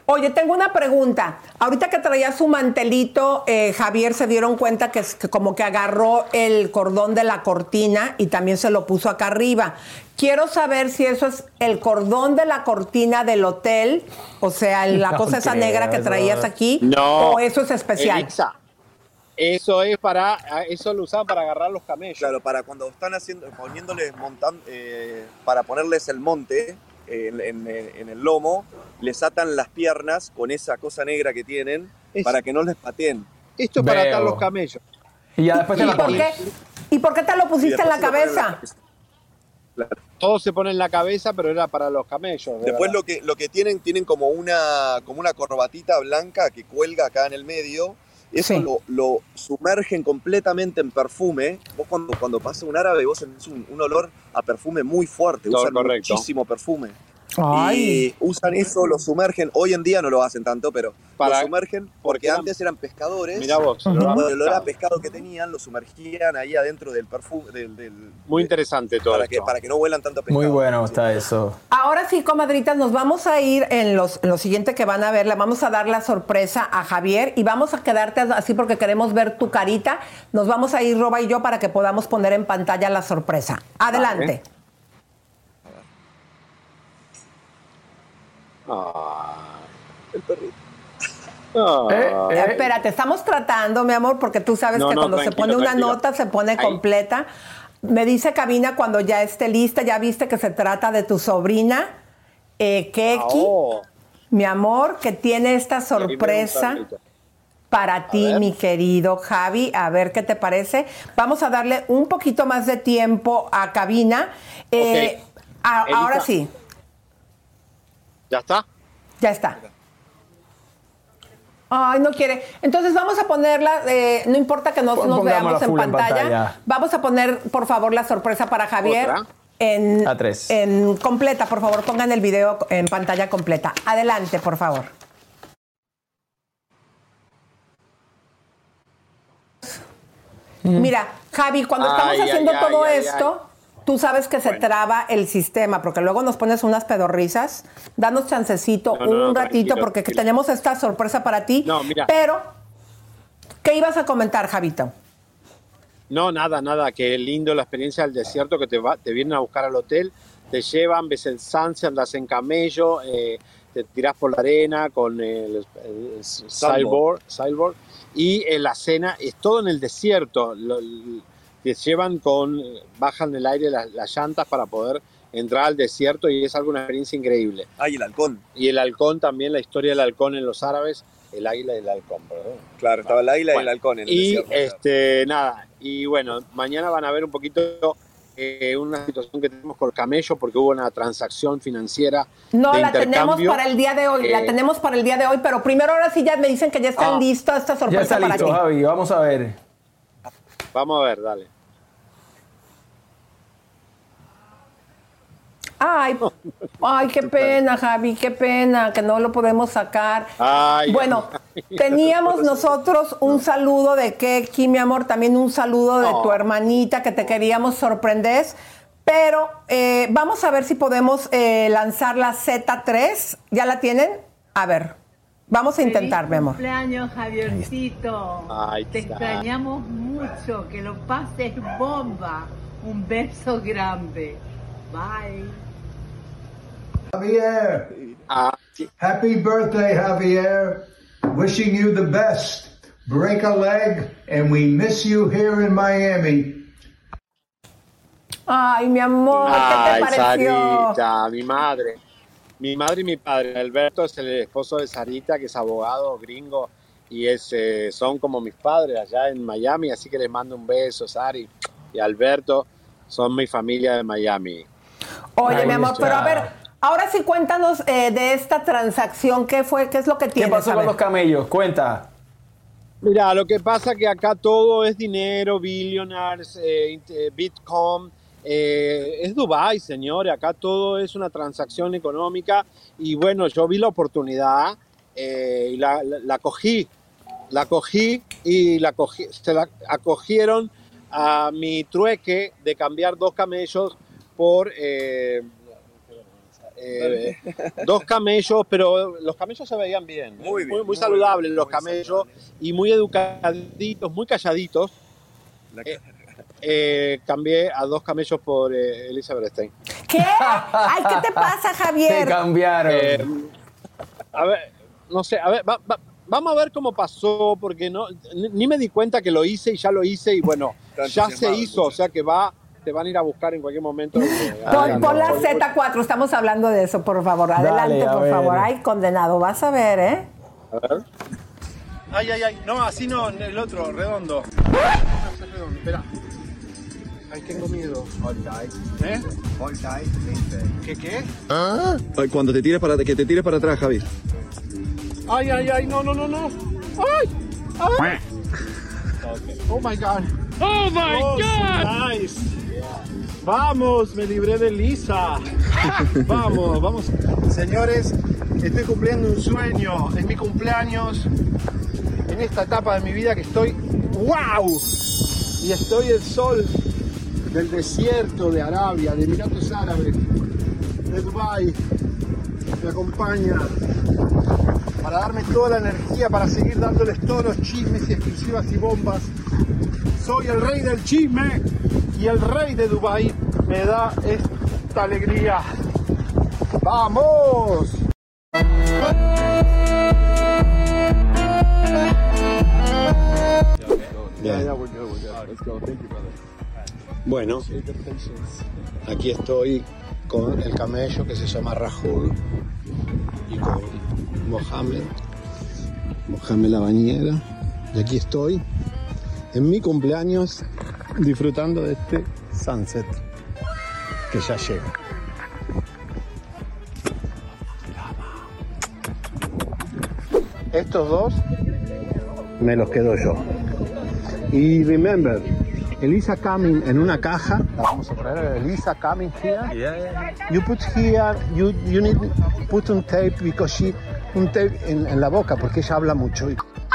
Oye, tengo una pregunta. Ahorita que traía su mantelito, eh, Javier, se dieron cuenta que, que como que agarró el cordón de la cortina y también se lo puso acá arriba. Quiero saber si eso es el cordón de la cortina del hotel, o sea, la No cosa esa creo, negra que no. traías aquí, No, o eso es especial. Elisa, eso es para, eso lo usaban para agarrar los camellos. Claro, para cuando están haciendo, poniéndoles montan, eh, para ponerles el monte eh, en, en- en el lomo, les atan las piernas con esa cosa negra que tienen Es- para que no les pateen. Esto es para Veo. atar los camellos. Y ya después te ¿Y la por pones. qué? ¿Y por qué te lo pusiste en la Y después se lo ponen en la cabeza? Todo se pone en la cabeza, pero era para los camellos. de Después verdad. lo que, lo que tienen, tienen como una, como una corbatita blanca que cuelga acá en el medio. Eso Sí. lo, lo sumergen completamente en perfume. Vos cuando, cuando pasa un árabe, vos sentís un, un olor a perfume muy fuerte. Todo Usan correcto. muchísimo perfume. Ay. Y usan eso, lo sumergen. Hoy en día no lo hacen tanto, pero Para- lo sumergen porque porque eran- antes eran pescadores. Mirá vos, y olor a con el olor a pescado. pescado que tenían, lo sumergían ahí adentro del perfume. Del, del- Muy interesante todo para, que, esto. para que no huelan tanto a pescado. Muy bueno está eso. Ahora sí, comadritas, nos vamos a ir en, los, en lo siguiente que van a ver. Le vamos a dar la sorpresa a Javier y vamos a quedarte así porque queremos ver tu carita. Nos vamos a ir, Roba y yo, para que podamos poner en pantalla la sorpresa. Adelante. Ah, El perrito. ah. Eh, Espérate, estamos tratando, mi amor, porque tú sabes No, que no, cuando se tranquilo, pone una tranquilo. nota se pone Ahí. completa. Me dice Cabina cuando ya esté lista, ya viste que se trata de tu sobrina, eh, Keki, Oh. mi amor, que tiene esta sorpresa para ti, ver. mi querido Javi. A ver qué te parece. Vamos a darle un poquito más de tiempo a Cabina. Eh, Ok. a- Elisa. ahora sí, ¿Ya está? ya está. Ay, no quiere. Entonces vamos a ponerla, eh, no importa que no Pon- nos pongámosla veamos en full en pantalla. pantalla. Vamos a poner, por favor, la sorpresa para Javier. ¿Otra? En, A tres. en completa, por favor, pongan el video en pantalla completa. Adelante, por favor. Mira, Javi, cuando estamos Ay, ay, haciendo ay, todo ay, esto, tú sabes que se traba el sistema, porque luego nos pones unas pedorrizas. Danos chancecito No, no, un no, ratito, tranquilo, porque tranquilo. tenemos esta sorpresa para ti. No, mira. Pero, ¿qué ibas a comentar, Javito? No, nada, nada. Qué lindo la experiencia del desierto que te va, te vienen a buscar al hotel, te llevan, ves el sunset, andas en camello, eh, te tirás por la arena con el, el sailboard, sailboard, y en la cena es todo en el desierto. Lo- te llevan con, bajan del aire las, las llantas para poder entrar al desierto y es algo, una experiencia increíble. Ah, y el halcón. Y el halcón también, la historia del halcón en los árabes, el águila y el halcón, perdón. Claro, estaba el águila y Bueno, el halcón en el y desierto. este nada, y bueno, mañana van a ver un poquito eh, una situación que tenemos con el camello porque hubo una transacción financiera No, de la tenemos intercambio. para el día de hoy, la Eh, tenemos para el día de hoy, pero primero ahora sí ya me dicen que ya están Ah, listos esta Ya sorpresa está para listo, ti. Javi. Vamos a ver. Vamos a ver, dale. Ay, ay, qué pena, Javi, qué pena que no lo podemos sacar. Ay, Bueno, ay, teníamos nosotros un saludo de Keki, mi amor, también un saludo de Oh. tu hermanita que te queríamos sorprender, pero eh, vamos a ver si podemos eh, lanzar la Z tres. ¿Ya la tienen? A ver, vamos a intentar, mi amor. Cumpleaños, Javiercito. Ahí Te está. extrañamos mucho, que lo pases bomba. Un beso grande. Bye. Javier, Ah, happy birthday, Javier. Wishing you the best. Break a leg, and we miss you here in Miami. Ay, mi amor, ¿qué Ay, te pareció? Sarita, mi madre. Mi madre y mi padre. Alberto es el esposo de Sarita, que es abogado gringo, y es, eh, son como mis padres allá en Miami, así que les mando un beso, Sari. Y Alberto son mi familia de Miami. Oye, Ay, mi amor, mucha- pero a ver, ahora sí cuéntanos eh, de esta transacción, ¿qué fue? ¿Qué es lo que ¿Qué tienes? pasó A con ver. los camellos? Cuenta. Mira, lo que pasa es que acá todo es dinero, billionaires, eh, int- eh, Bitcoin, eh, es Dubái, señores, acá todo es una transacción económica y bueno, yo vi la oportunidad eh, y la, la, la cogí, la cogí y la cogí, se la acogieron a mi trueque de cambiar dos camellos por eh, Eh, dos camellos, pero los camellos se veían bien. Muy bien. Muy, muy, muy saludables los muy camellos saludables. Y muy educaditos, muy calladitos. Eh, eh, cambié a dos camellos por eh, Elizabeth Stein. ¿Qué? Ay, ¿qué te pasa, Javier? Te cambiaron. Eh, a ver, no sé, a ver, va, va, vamos a ver cómo pasó, porque no, ni, ni me di cuenta que lo hice y ya lo hice y bueno, ya se hizo, o sea que va, te van a ir a buscar en cualquier momento. Pon, pon la Z cuatro, estamos hablando de eso, por favor. Adelante, Dale, por ver. favor. Ay, condenado, vas a ver, ¿eh? A ver. Ay, ay, ay, no, así no, el otro, redondo. redondo. Espera. Ay, tengo miedo. ¿Eh? ¿Qué qué? ¿Ah? Ay, cuando te tires para, que te tires para atrás, Javi. Ay, ay, ay, no, no, no, no. Ay, ay. Oh my God. Oh my oh, God. Nice. Vamos, me libré de Lisa. Vamos, vamos. Señores, estoy cumpliendo un sueño. Es mi cumpleaños. En esta etapa de mi vida que estoy. ¡Wow! Y estoy el sol del desierto de Arabia, de Emiratos Árabes, de Dubái. Me acompaña para darme toda la energía para seguir dándoles todos los chismes y exclusivas y bombas. Soy el rey del chisme y el rey de Dubái me da esta alegría. ¡Vamos! Bueno, aquí estoy con el camello que se llama Rahul y con Mohamed, Mohamed la bañera, y aquí estoy en mi cumpleaños disfrutando de este sunset que ya llega. Estos dos me los quedo yo. Y remember, Elisa coming en una caja. La vamos a traer. Elisa coming here. Yeah, yeah. You put here. You you need put on tape because she un tape en, en la boca porque ella habla mucho.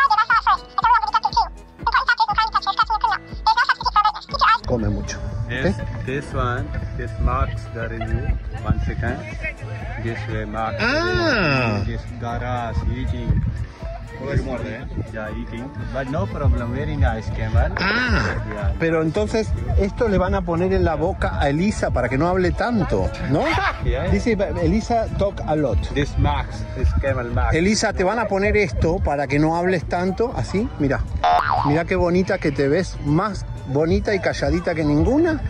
Come mucho. Yes, ¿okay? This one, this marks the review. One second. This way marks ah. the review. This Garas eating. Yeah, eating. But no problem. Very nice camel. Ah, yeah. Pero entonces esto le van a poner en la boca a Elisa para que no hable tanto, ¿no? Yeah. Dice Elisa talk a lot. This marks, this camel marks. Elisa, te van a poner esto para que no hables tanto, así. Mira, mira qué bonita que te ves, más bonita y calladita que ninguna.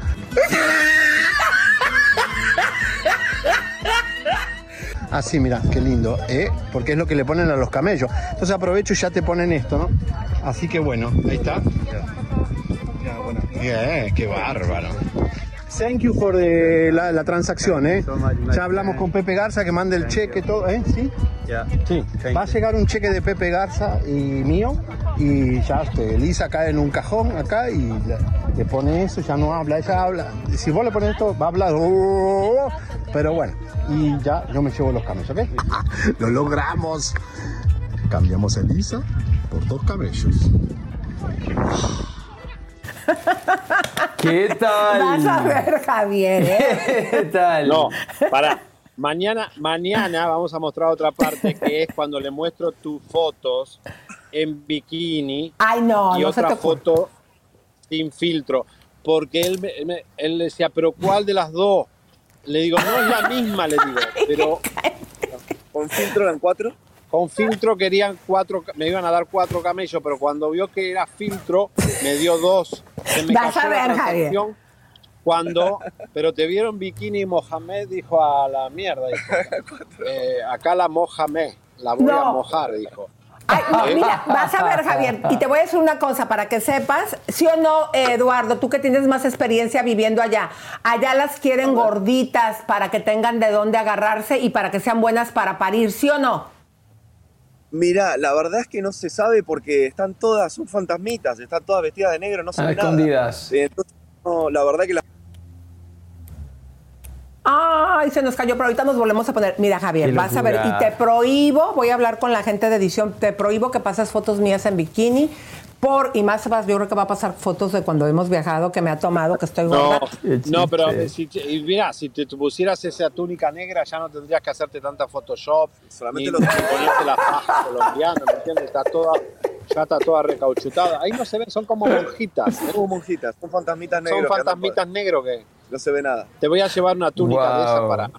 Así, mira, qué lindo, ¿eh? Porque es lo que le ponen a los camellos. Entonces aprovecho y ya te ponen esto, ¿no? Así que bueno, ahí está. Ya, bueno. Yeah, qué bárbaro. Thank you for the, la, la transacción, ¿eh? Ya hablamos con Pepe Garza que mande el cheque, todo, ¿eh? ¿Sí? Yeah. Sí. Va a llegar un cheque de Pepe Garza y mío y ya este, Elisa cae en un cajón acá y le, le pone eso, ya no habla, ella habla. Si vos le pones esto, va a hablar. Pero bueno, y ya yo me llevo los camellos, ¿ok? Lo logramos. Cambiamos a Elisa por dos camellos. ¿Qué tal? Vas a ver, Javier, ¿eh? ¿Qué tal? No, para. Mañana, mañana vamos a mostrar otra parte que es cuando le muestro tus fotos en bikini. Ay, no, y no otra se te foto sin filtro. Porque él, me, me, él decía, ¿pero cuál de las dos? Le digo, no es la misma, le digo. Pero ¿con filtro eran cuatro? Con filtro querían cuatro, me iban a dar cuatro camellos, pero cuando vio que era filtro, me dio dos. Se me Vas a ver, Javier. Cuando, pero te vieron bikini y Mohamed dijo a la mierda, dijo, eh, acá la Mohamed, la voy no. a mojar, dijo. Ay, no, mira, vas a ver, Javier, y te voy a decir una cosa para que sepas, sí o no, eh, Eduardo, tú que tienes más experiencia viviendo allá, allá las quieren gorditas para que tengan de dónde agarrarse y para que sean buenas para parir, ¿sí o no? Mira, la verdad es que no se sabe porque están todas, son fantasmitas, están todas vestidas de negro, no se ve nada. Escondidas. Entonces, no, la verdad que la... Ay, se nos cayó, pero ahorita nos volvemos a poner. Mira, Javier, vas a ver, y te prohíbo, voy a hablar con la gente de edición, te prohíbo que pases fotos mías en bikini, Por, y más vas, yo creo que va a pasar fotos de cuando hemos viajado que me ha tomado, que estoy No, gorda. no, pero si, y mira, si te pusieras esa túnica negra ya no tendrías que hacerte tanta Photoshop, solamente ni, ni ponerte la faja colombiana, ¿me entiendes? Está toda, ya está toda recauchutada. Ahí no se ven, son como monjitas. Son como monjitas, son fantasmitas negros. Son fantasmitas negros que... No se ve nada. Te voy a llevar una túnica Wow. de esa para...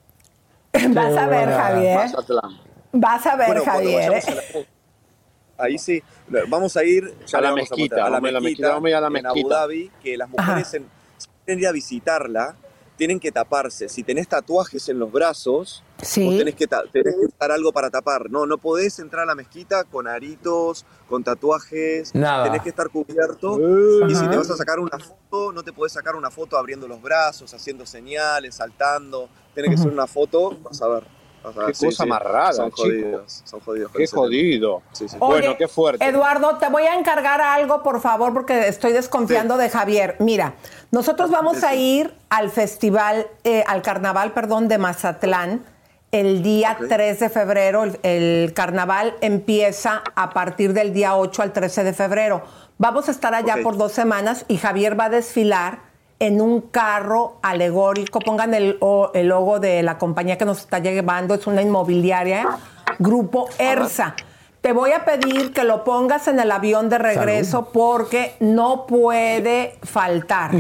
Vas a ver, Javier. Mazatlán. Vas a ver, Bueno, cuando Javier. vayamos a la- Ahí sí, vamos a ir ya A le la vamos mezquita, mostrar, a la vamos a la mezquita, mezquita, vamos a ir a la en mezquita. Abu Dhabi, que las mujeres en, si quieren ir a visitarla, tienen que taparse. Si tenés tatuajes en los brazos, Sí. vos tenés que, ta- tenés que usar algo para tapar. No, no podés entrar a la mezquita con aritos, con tatuajes, Nada. tenés que estar cubierto. Y si te vas a sacar una foto, no te podés sacar una foto abriendo los brazos, haciendo señales, saltando. Tenés que hacer una foto, vas a ver. vas a ver, Qué sí, cosa sí, más rara, son chico. jodidos, son jodidos. con Qué ese tema. jodido. Sí, sí. Oye, Bueno, qué fuerte. Eduardo, te voy a encargar algo, por favor, porque estoy desconfiando de Javier. Mira, nosotros vamos a ir al festival, eh, al carnaval, perdón, de Mazatlán el día tres de febrero. El, el carnaval empieza a partir del día ocho al trece de febrero. Vamos a estar allá Ok. por dos semanas y Javier va a desfilar en un carro alegórico. Pongan el, o- el logo de la compañía que nos está llevando, es una inmobiliaria, Grupo ERSA. Te voy a pedir que lo pongas en el avión de regreso porque no puede faltar.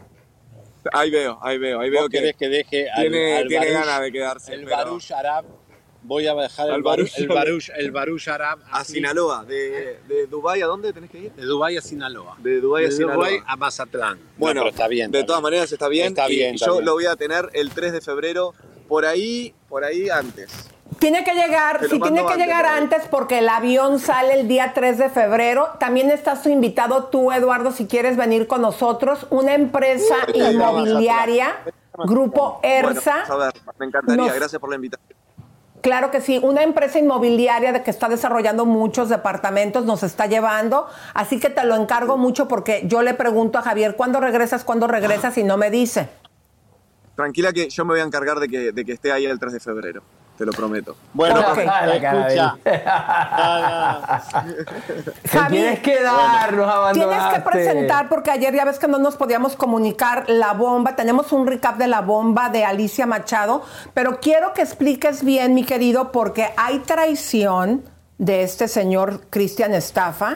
Ahí veo, ahí veo, ahí veo ¿Vos que, querés que deje al- tiene, al tiene Baruch- ganas de quedarse. el pero- Baruch Arab? Voy a dejar el Al Baruch, Baruch- el Baruch, el Baruch Arab A así, Sinaloa, de, de Dubái, ¿a dónde tenés que ir? de Dubái a Sinaloa. De Dubái a De Sinaloa. Dubái a Mazatlán. Bueno, No, pero está bien. de está todas bien. maneras está bien. Está y bien, está yo bien. lo voy a tener el tres de febrero, por ahí, por ahí antes. Tiene que llegar, Te lo sí, tiene mando que antes, llegar por ahí. antes porque el avión sale el día tres de febrero. También estás invitado tú, Eduardo, si quieres venir con nosotros. Una empresa Uy, ahí va, inmobiliaria, Grupo ERSA. Bueno, a ver, me encantaría, Nos- gracias por la invitación. Claro que sí, una empresa inmobiliaria de que está desarrollando muchos departamentos nos está llevando, así que te lo encargo mucho porque yo le pregunto a Javier, ¿cuándo regresas? ¿Cuándo regresas? Y no me dice. Tranquila que yo me voy a encargar de que, de que esté ahí el tres de febrero, te lo prometo. Bueno, Ok. escucha. Te Javi, tienes que dar, nos abandonaste. Tienes que presentar, porque ayer ya ves que no nos podíamos comunicar, la bomba. Tenemos un recap de la bomba de Alicia Machado, pero quiero que expliques bien, mi querido, porque hay traición de este señor Cristian Estafa.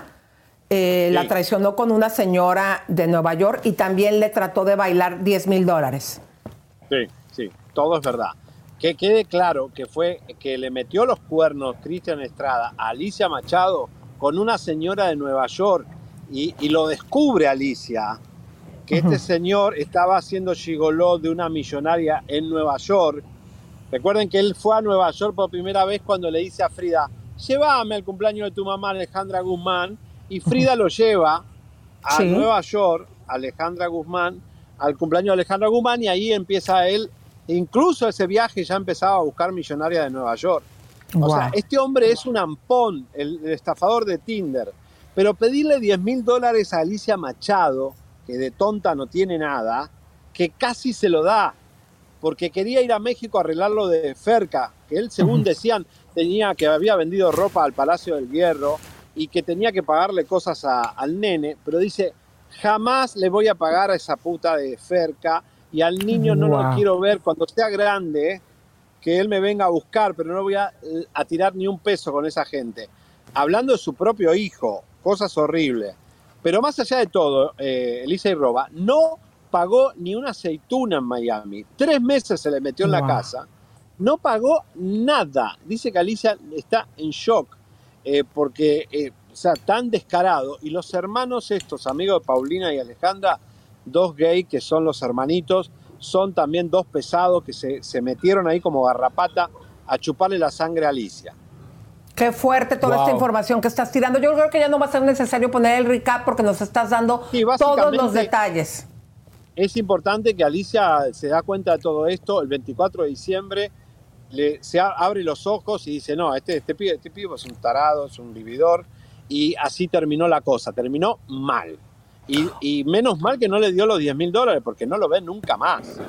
Eh, Sí. La traicionó con una señora de Nueva York y también le trató de bailar diez mil dólares. Sí, sí, todo es verdad. Que quede claro que fue que le metió los cuernos Cristian Estrada a Alicia Machado con una señora de Nueva York y, y lo descubre Alicia, que este señor estaba haciendo gigoló de una millonaria en Nueva York. Recuerden que él fue a Nueva York por primera vez cuando le dice a Frida, llévame al cumpleaños de tu mamá Alejandra Guzmán, y Frida lo lleva a Sí. Nueva York, Alejandra Guzmán, al cumpleaños de Alejandra Guzmán, y ahí empieza él, incluso ese viaje ya empezaba a buscar millonaria de Nueva York. O Wow. sea, este hombre es un ampón, el, el estafador de Tinder. Pero pedirle diez mil dólares a Alicia Machado, que de tonta no tiene nada, que casi se lo da, porque quería ir a México a arreglarlo de Ferca, que él, según decían, tenía que había vendido ropa al Palacio del Hierro y que tenía que pagarle cosas a- al nene, pero dice, jamás le voy a pagar a esa puta de Ferca y al niño no Wow. lo quiero ver cuando sea grande, que él me venga a buscar, pero no voy a, a tirar ni un peso con esa gente. Hablando de su propio hijo, cosas horribles. Pero más allá de todo, eh, Elisa y Roba no pagó ni una aceituna en Miami. Tres meses se le metió en la Wow. casa. No pagó nada. Dice que Alicia está en shock eh, porque, eh, o sea, tan descarado. Y los hermanos estos, amigos de Paulina y Alejandra, dos gays que son los hermanitos, son también dos pesados que se, se metieron ahí como garrapata a chuparle la sangre a Alicia. Qué fuerte toda Wow. esta información que estás tirando. Yo creo que ya no va a ser necesario poner el recap porque nos estás dando Sí, todos básicamente- los detalles. Es importante que Alicia se da cuenta de todo esto. El veinticuatro de diciembre le, se a- abre los ojos y dice, no, este, este, pibe, este pibe es un tarado, es un vividor. Y así terminó la cosa, terminó mal. Y, y menos mal que no le dio los diez mil dólares porque no lo ve nunca más.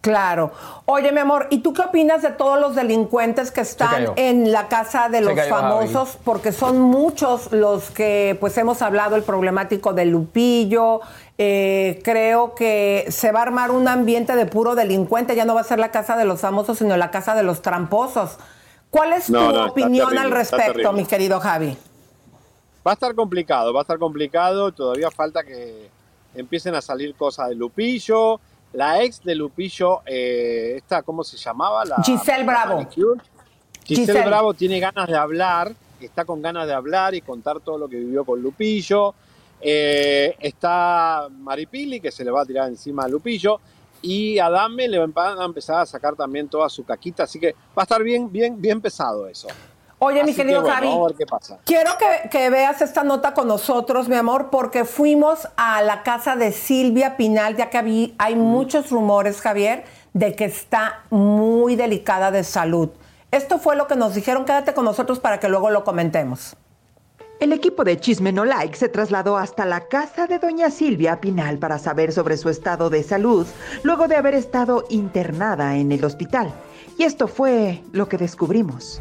Claro. Oye, mi amor, ¿y tú qué opinas de todos los delincuentes que están en la casa de Se los cayó, famosos? Javi. Porque son muchos los que, pues, hemos hablado, el problemático de Lupillo. Eh, creo que se va a armar un ambiente de puro delincuente. Ya no va a ser la casa de los famosos, sino la casa de los tramposos. ¿Cuál es No, tu no, está opinión terrible, al está respecto, terrible. mi querido Javi? Va a estar complicado, va a estar complicado. Todavía falta que empiecen a salir cosas de Lupillo. La ex de Lupillo, eh, esta, ¿cómo se llamaba? La, Giselle la Bravo. manicure. Giselle, Giselle. Bravo tiene ganas de hablar, está con ganas de hablar y contar todo lo que vivió con Lupillo. Eh, está Maripili, que se le va a tirar encima a Lupillo. Y Adame le van a empezar a sacar también toda su caquita. Así que va a estar bien, bien, bien pesado eso. Oye, mi Así querido que, bueno, Javi, vamos a ver qué pasa. quiero que, que veas esta nota con nosotros, mi amor, porque fuimos a la casa de Silvia Pinal, ya que habí- hay muchos rumores, Javier, de que está muy delicada de salud. Esto fue lo que nos dijeron. Quédate con nosotros para que luego lo comentemos. El equipo de Chisme No Like se trasladó hasta la casa de doña Silvia Pinal para saber sobre su estado de salud luego de haber estado internada en el hospital. Y esto fue lo que descubrimos.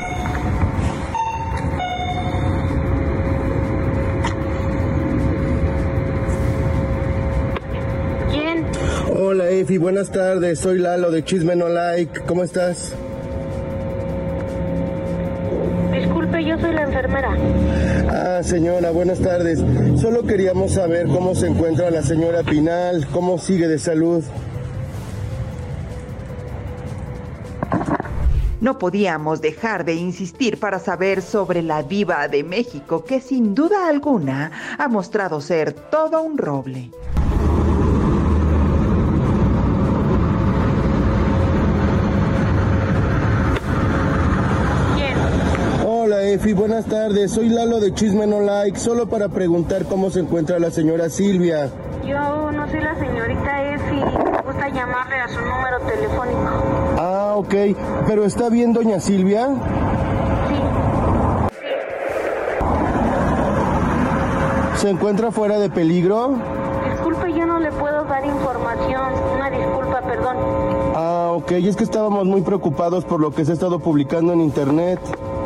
¿Quién? Hola Efi, buenas tardes, soy Lalo de Chisme No Like, ¿cómo estás? Disculpe, yo soy la enfermera. Ah, señora, buenas tardes. Solo queríamos saber cómo se encuentra la señora Pinal, cómo sigue de salud. No podíamos dejar de insistir para saber sobre la diva de México, que sin duda alguna ha mostrado ser todo un roble. Hola Efi, buenas tardes, soy Lalo de Chisme No Like, solo para preguntar cómo se encuentra la señora Silvia. Yo no soy la señorita Efi. Me gusta llamarle a su número telefónico. Ah, ok, pero ¿está bien doña Silvia? ¿Se encuentra fuera de peligro? Disculpe, yo no le puedo dar información. Una disculpa, perdón. Ah, ok, y es que estábamos muy preocupados por lo que se ha estado publicando en internet.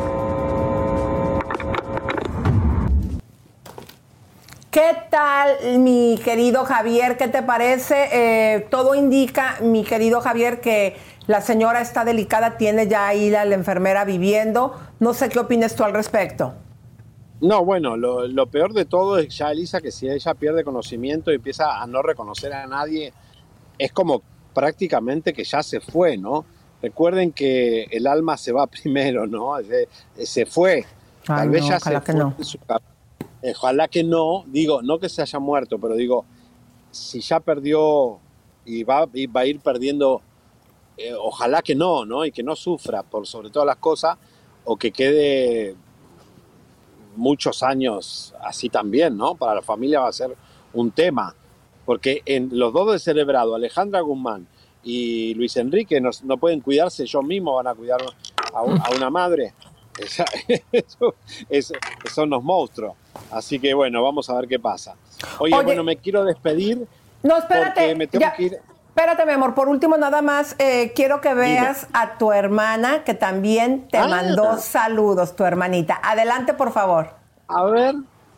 ¿Qué tal, mi querido Javier? ¿Qué te parece? Eh, todo indica, mi querido Javier, que la señora está delicada, tiene ya ahí la, la enfermera viviendo. No sé qué opinas tú al respecto. No, bueno, lo, lo peor de todo es ya, Elisa, que si ella pierde conocimiento y empieza a no reconocer a nadie, es como prácticamente que ya se fue, ¿no? Recuerden que el alma se va primero, ¿no? Se, se fue. Tal Ay, vez no, ya ojalá se que fue no. de su cabeza. Ojalá que no, digo, no que se haya muerto, pero digo, si ya perdió y va, y va a ir perdiendo, eh, ojalá que no, ¿no? Y que no sufra por sobre todas las cosas, o que quede muchos años así también, ¿no? Para la familia va a ser un tema, porque en los dos descerebrados, Alejandra Guzmán y Luis Enrique, no, no pueden cuidarse, ellos mismos van a cuidar a, un, a una madre. Esa, eso, eso, son unos monstruos. Así que bueno, vamos a ver qué pasa. Oye, Oye, bueno, me quiero despedir. No, espérate. Porque me tengo ya, que ir. Espérate, mi amor. Por último, nada más, eh, quiero que veas Dime. a tu hermana, que también te ah. mandó saludos, tu hermanita. Adelante, por favor. A ver.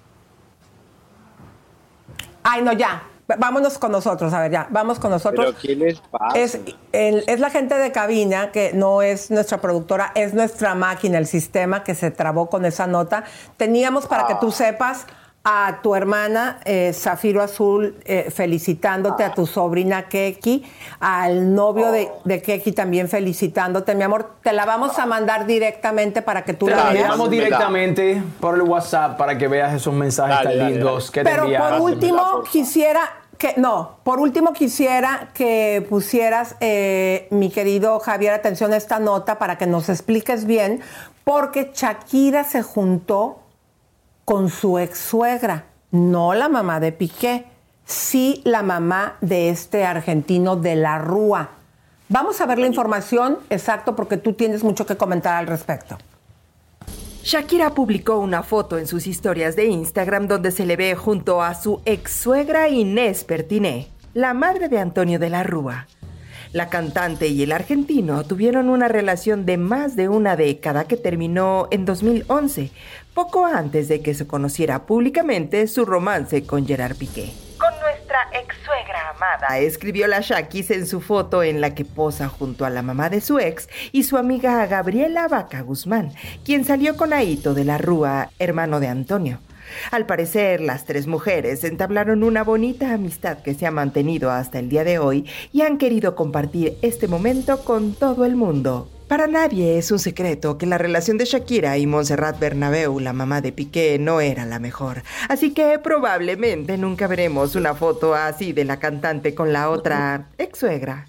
Ay, no, ya. Vámonos con nosotros, a ver, ya, vamos con nosotros. ¿Pero qué les pasa? Es, el, es la gente de cabina, que no es nuestra productora, es nuestra máquina, el sistema que se trabó con esa nota. Teníamos, para ah. que tú sepas, a tu hermana eh, Zafiro Azul eh, felicitándote, ah. a tu sobrina Keki, al novio oh. de, de Keki también felicitándote, mi amor. Te la vamos a mandar directamente para que tú te la veas. Te la enviamos directamente por el WhatsApp para que veas esos mensajes dale, tan dale, lindos dale. que te Pero enviaron. por último, quisiera... Que, no, por último quisiera que pusieras, eh, mi querido Javier, atención a esta nota para que nos expliques bien, porque Shakira se juntó con su ex suegra, no la mamá de Piqué, sí la mamá de este argentino de la Rúa. Vamos a ver la información exacto porque tú tienes mucho que comentar al respecto. Shakira publicó una foto en sus historias de Instagram donde se le ve junto a su ex suegra Inés Pertiné, la madre de Antonio de la Rúa. La cantante y el argentino tuvieron una relación de más de una década que terminó en dos mil once, poco antes de que se conociera públicamente su romance con Gerard Piqué. Con nuestra ex suegra amada, escribió la Shakis en su foto en la que posa junto a la mamá de su ex y su amiga Gabriela Vaca Guzmán, quien salió con Aito de la Rúa, hermano de Antonio. Al parecer, las tres mujeres entablaron una bonita amistad que se ha mantenido hasta el día de hoy y han querido compartir este momento con todo el mundo. Para nadie es un secreto que la relación de Shakira y Montserrat Bernabeu, la mamá de Piqué, no era la mejor. Así que probablemente nunca veremos una foto así de la cantante con la otra ex suegra.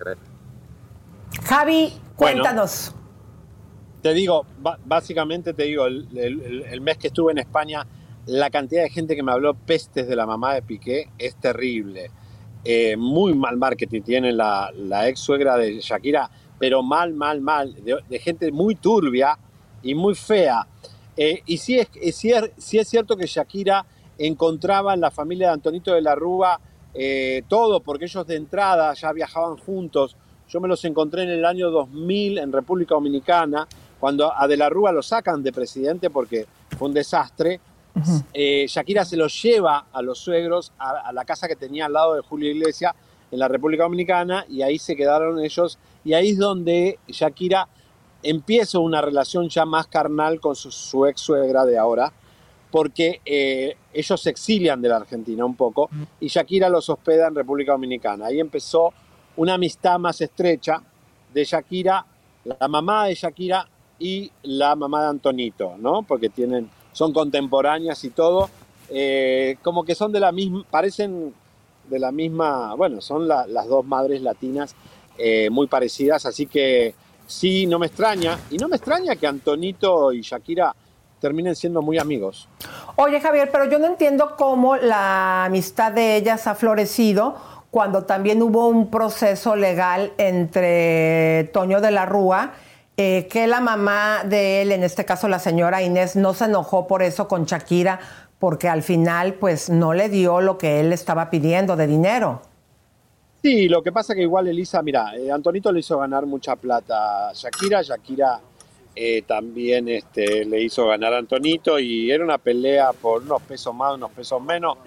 Javi, cuéntanos. Bueno, te digo, básicamente te digo, el, el, el mes que estuve en España, la cantidad de gente que me habló pestes de la mamá de Piqué es terrible. Eh, muy mal marketing tiene la, la ex suegra de Shakira, pero mal, mal, mal, de, de gente muy turbia y muy fea. Eh, y sí es, sí, es, sí es cierto que Shakira encontraba en la familia de Antonito de la Rúa eh, todo, porque ellos de entrada ya viajaban juntos. Yo me los encontré en el año dos mil en República Dominicana, cuando a de la Rúa lo sacan de presidente porque fue un desastre. Uh-huh. eh, Shakira se los lleva a los suegros a, a la casa que tenía al lado de Julio Iglesias en la República Dominicana, y ahí se quedaron ellos, y ahí es donde Shakira empieza una relación ya más carnal con su, su ex suegra de ahora, porque eh, ellos se exilian de la Argentina un poco, y Shakira los hospeda en República Dominicana. Ahí empezó una amistad más estrecha de Shakira, la mamá de Shakira y la mamá de Antonito, ¿no? Porque tienen, son contemporáneas y todo, eh, como que son de la misma, parecen de la misma, bueno, son la, las dos madres latinas eh, muy parecidas, así que sí, no me extraña, y no me extraña que Antonito y Shakira terminen siendo muy amigos. Oye, Javier, pero yo no entiendo cómo la amistad de ellas ha florecido cuando también hubo un proceso legal entre Toño de la Rúa, eh, que la mamá de él, en este caso la señora Inés, no se enojó por eso con Shakira, porque al final pues no le dio lo que él estaba pidiendo de dinero. Sí, lo que pasa que igual Elisa, mira, eh, Antonito le hizo ganar mucha plata a Shakira, Shakira eh, también este, le hizo ganar a Antonito, y era una pelea por unos pesos más, unos pesos menos,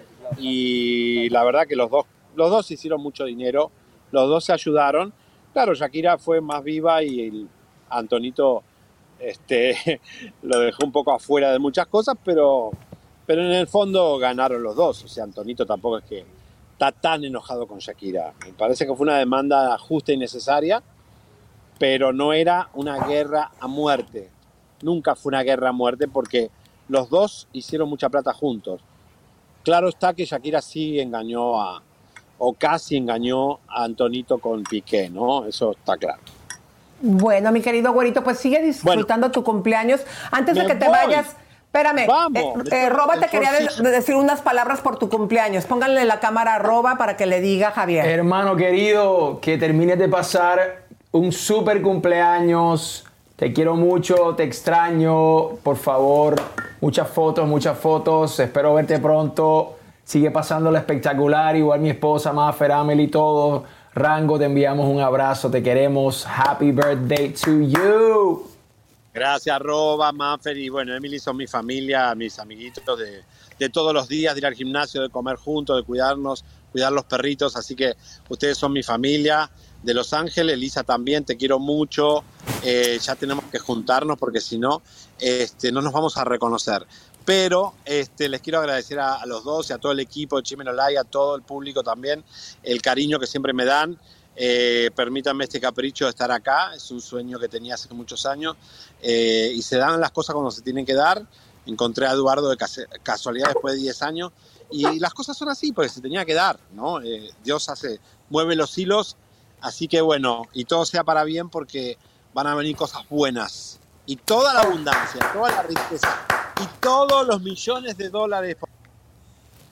y la verdad que los dos, los dos hicieron mucho dinero, los dos se ayudaron. Claro, Shakira fue más viva y el Antonito este, lo dejó un poco afuera de muchas cosas, pero... Pero en el fondo ganaron los dos. O sea, Antonito tampoco es que está tan enojado con Shakira. Me parece que fue una demanda justa y necesaria, pero no era una guerra a muerte. Nunca fue una guerra a muerte porque los dos hicieron mucha plata juntos. Claro está que Shakira sí engañó a, o casi engañó a Antonito con Piqué, ¿no? Eso está claro. Bueno, mi querido güerito, pues sigue disfrutando bueno, tu cumpleaños. Antes de que te voy. vayas... Espérame, Vamos, eh, eh, Roba te quería de, de decir unas palabras por tu cumpleaños. Pónganle la cámara a Roba para que le diga a Javier. Hermano querido, que termines de pasar un súper cumpleaños. Te quiero mucho, te extraño. Por favor, muchas fotos, muchas fotos. Espero verte pronto. Sigue pasándola espectacular. Igual mi esposa, Mafer, Amelie, todo. Rango, te enviamos un abrazo. Te queremos. Happy birthday to you. Gracias, Roba, Maffer, y bueno, Emily son mi familia, mis amiguitos de, de todos los días, de ir al gimnasio, de comer juntos, de cuidarnos, cuidar los perritos, así que ustedes son mi familia de Los Ángeles. Elisa también, te quiero mucho, eh, ya tenemos que juntarnos porque si no, este, no nos vamos a reconocer. Pero este, les quiero agradecer a, a los dos y a todo el equipo de Chisme No Like, a todo el público también, el cariño que siempre me dan. Eh, permítanme este capricho de estar acá, es un sueño que tenía hace muchos años, eh, y se dan las cosas cuando se tienen que dar. Encontré a Eduardo de casualidad después de diez años, y las cosas son así porque se tenía que dar, ¿no? Eh, Dios hace, mueve los hilos, así que bueno, y todo sea para bien porque van a venir cosas buenas, y toda la abundancia, toda la riqueza, y todos los millones de dólares.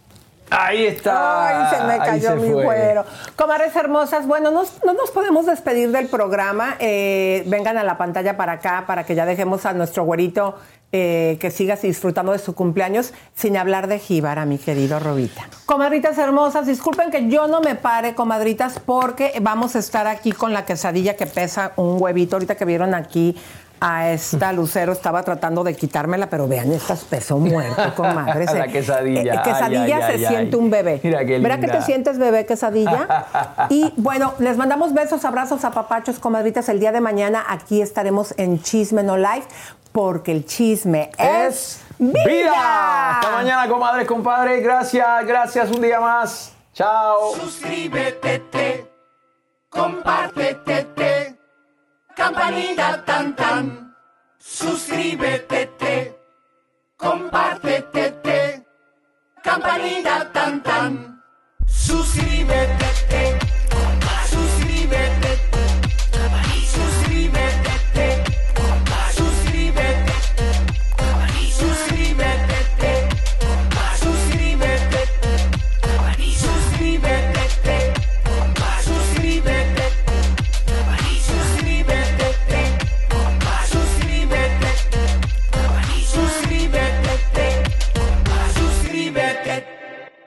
Ahí está. Ay, se me cayó se mi fue. güero. Comadres hermosas, bueno, nos- no nos podemos despedir del programa. Eh, vengan a la pantalla para acá para que ya dejemos a nuestro güerito eh, que siga disfrutando de su cumpleaños sin hablar de Jíbara, mi querido Robita. Comadritas hermosas, disculpen que yo no me pare, comadritas, porque vamos a estar aquí con la quesadilla que pesa un huevito. Ahorita que vieron aquí a esta Lucero, estaba tratando de quitármela, pero vean, estas peso muerto, comadres. La quesadilla. Eh, quesadilla Ay, ay, se ay, siente ay. un bebé. Mira qué ¿Verdad que linda. te sientes bebé, quesadilla? Y bueno, les mandamos besos, abrazos, apapachos, comadritas. El día de mañana aquí estaremos en Chisme No Live, porque el chisme es vida. ¡Vida! Hasta mañana, comadres, compadres. Gracias, gracias. Un día más. Chao. Suscríbete, te, compártete, te, campanita tan tan. Suscríbete, te, compártete, te, campanita tan tan. Suscríbete, te, suscríbete, suscríbete, te, suscríbete, suscríbete, te, suscríbete, suscríbete, te, suscríbete, suscríbete, te, suscríbete, suscríbete, te, suscríbete.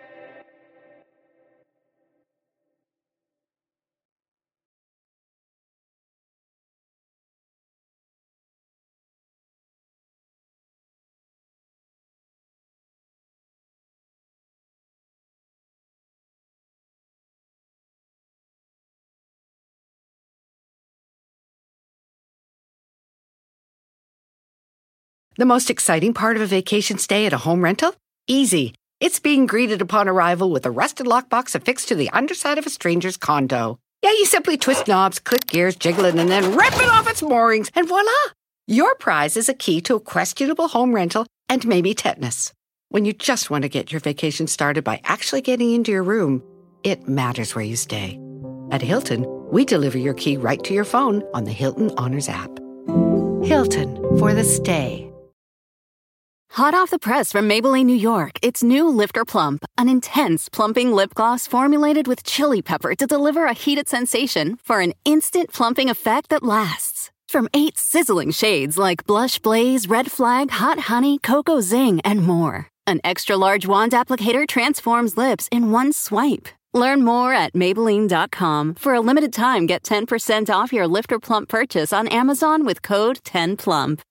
The most exciting part of a vacation stay at a home rental? Easy. It's being greeted upon arrival with a rusted lockbox affixed to the underside of a stranger's condo. Yeah, you simply twist knobs, click gears, jiggle it, and then rip it off its moorings, and voila! Your prize is a key to a questionable home rental and maybe tetanus. When you just want to get your vacation started by actually getting into your room, it matters where you stay. At Hilton, we deliver your key right to your phone on the Hilton Honors app. Hilton, for the stay. Hot off the press from Maybelline, New York, it's new Lifter Plump, an intense plumping lip gloss formulated with chili pepper to deliver a heated sensation for an instant plumping effect that lasts. From eight sizzling shades like Blush Blaze, Red Flag, Hot Honey, Cocoa Zing, and more. An extra-large wand applicator transforms lips in one swipe. Learn more at Maybelline dot com. For a limited time, get ten percent off your Lifter Plump purchase on Amazon with code ten plump.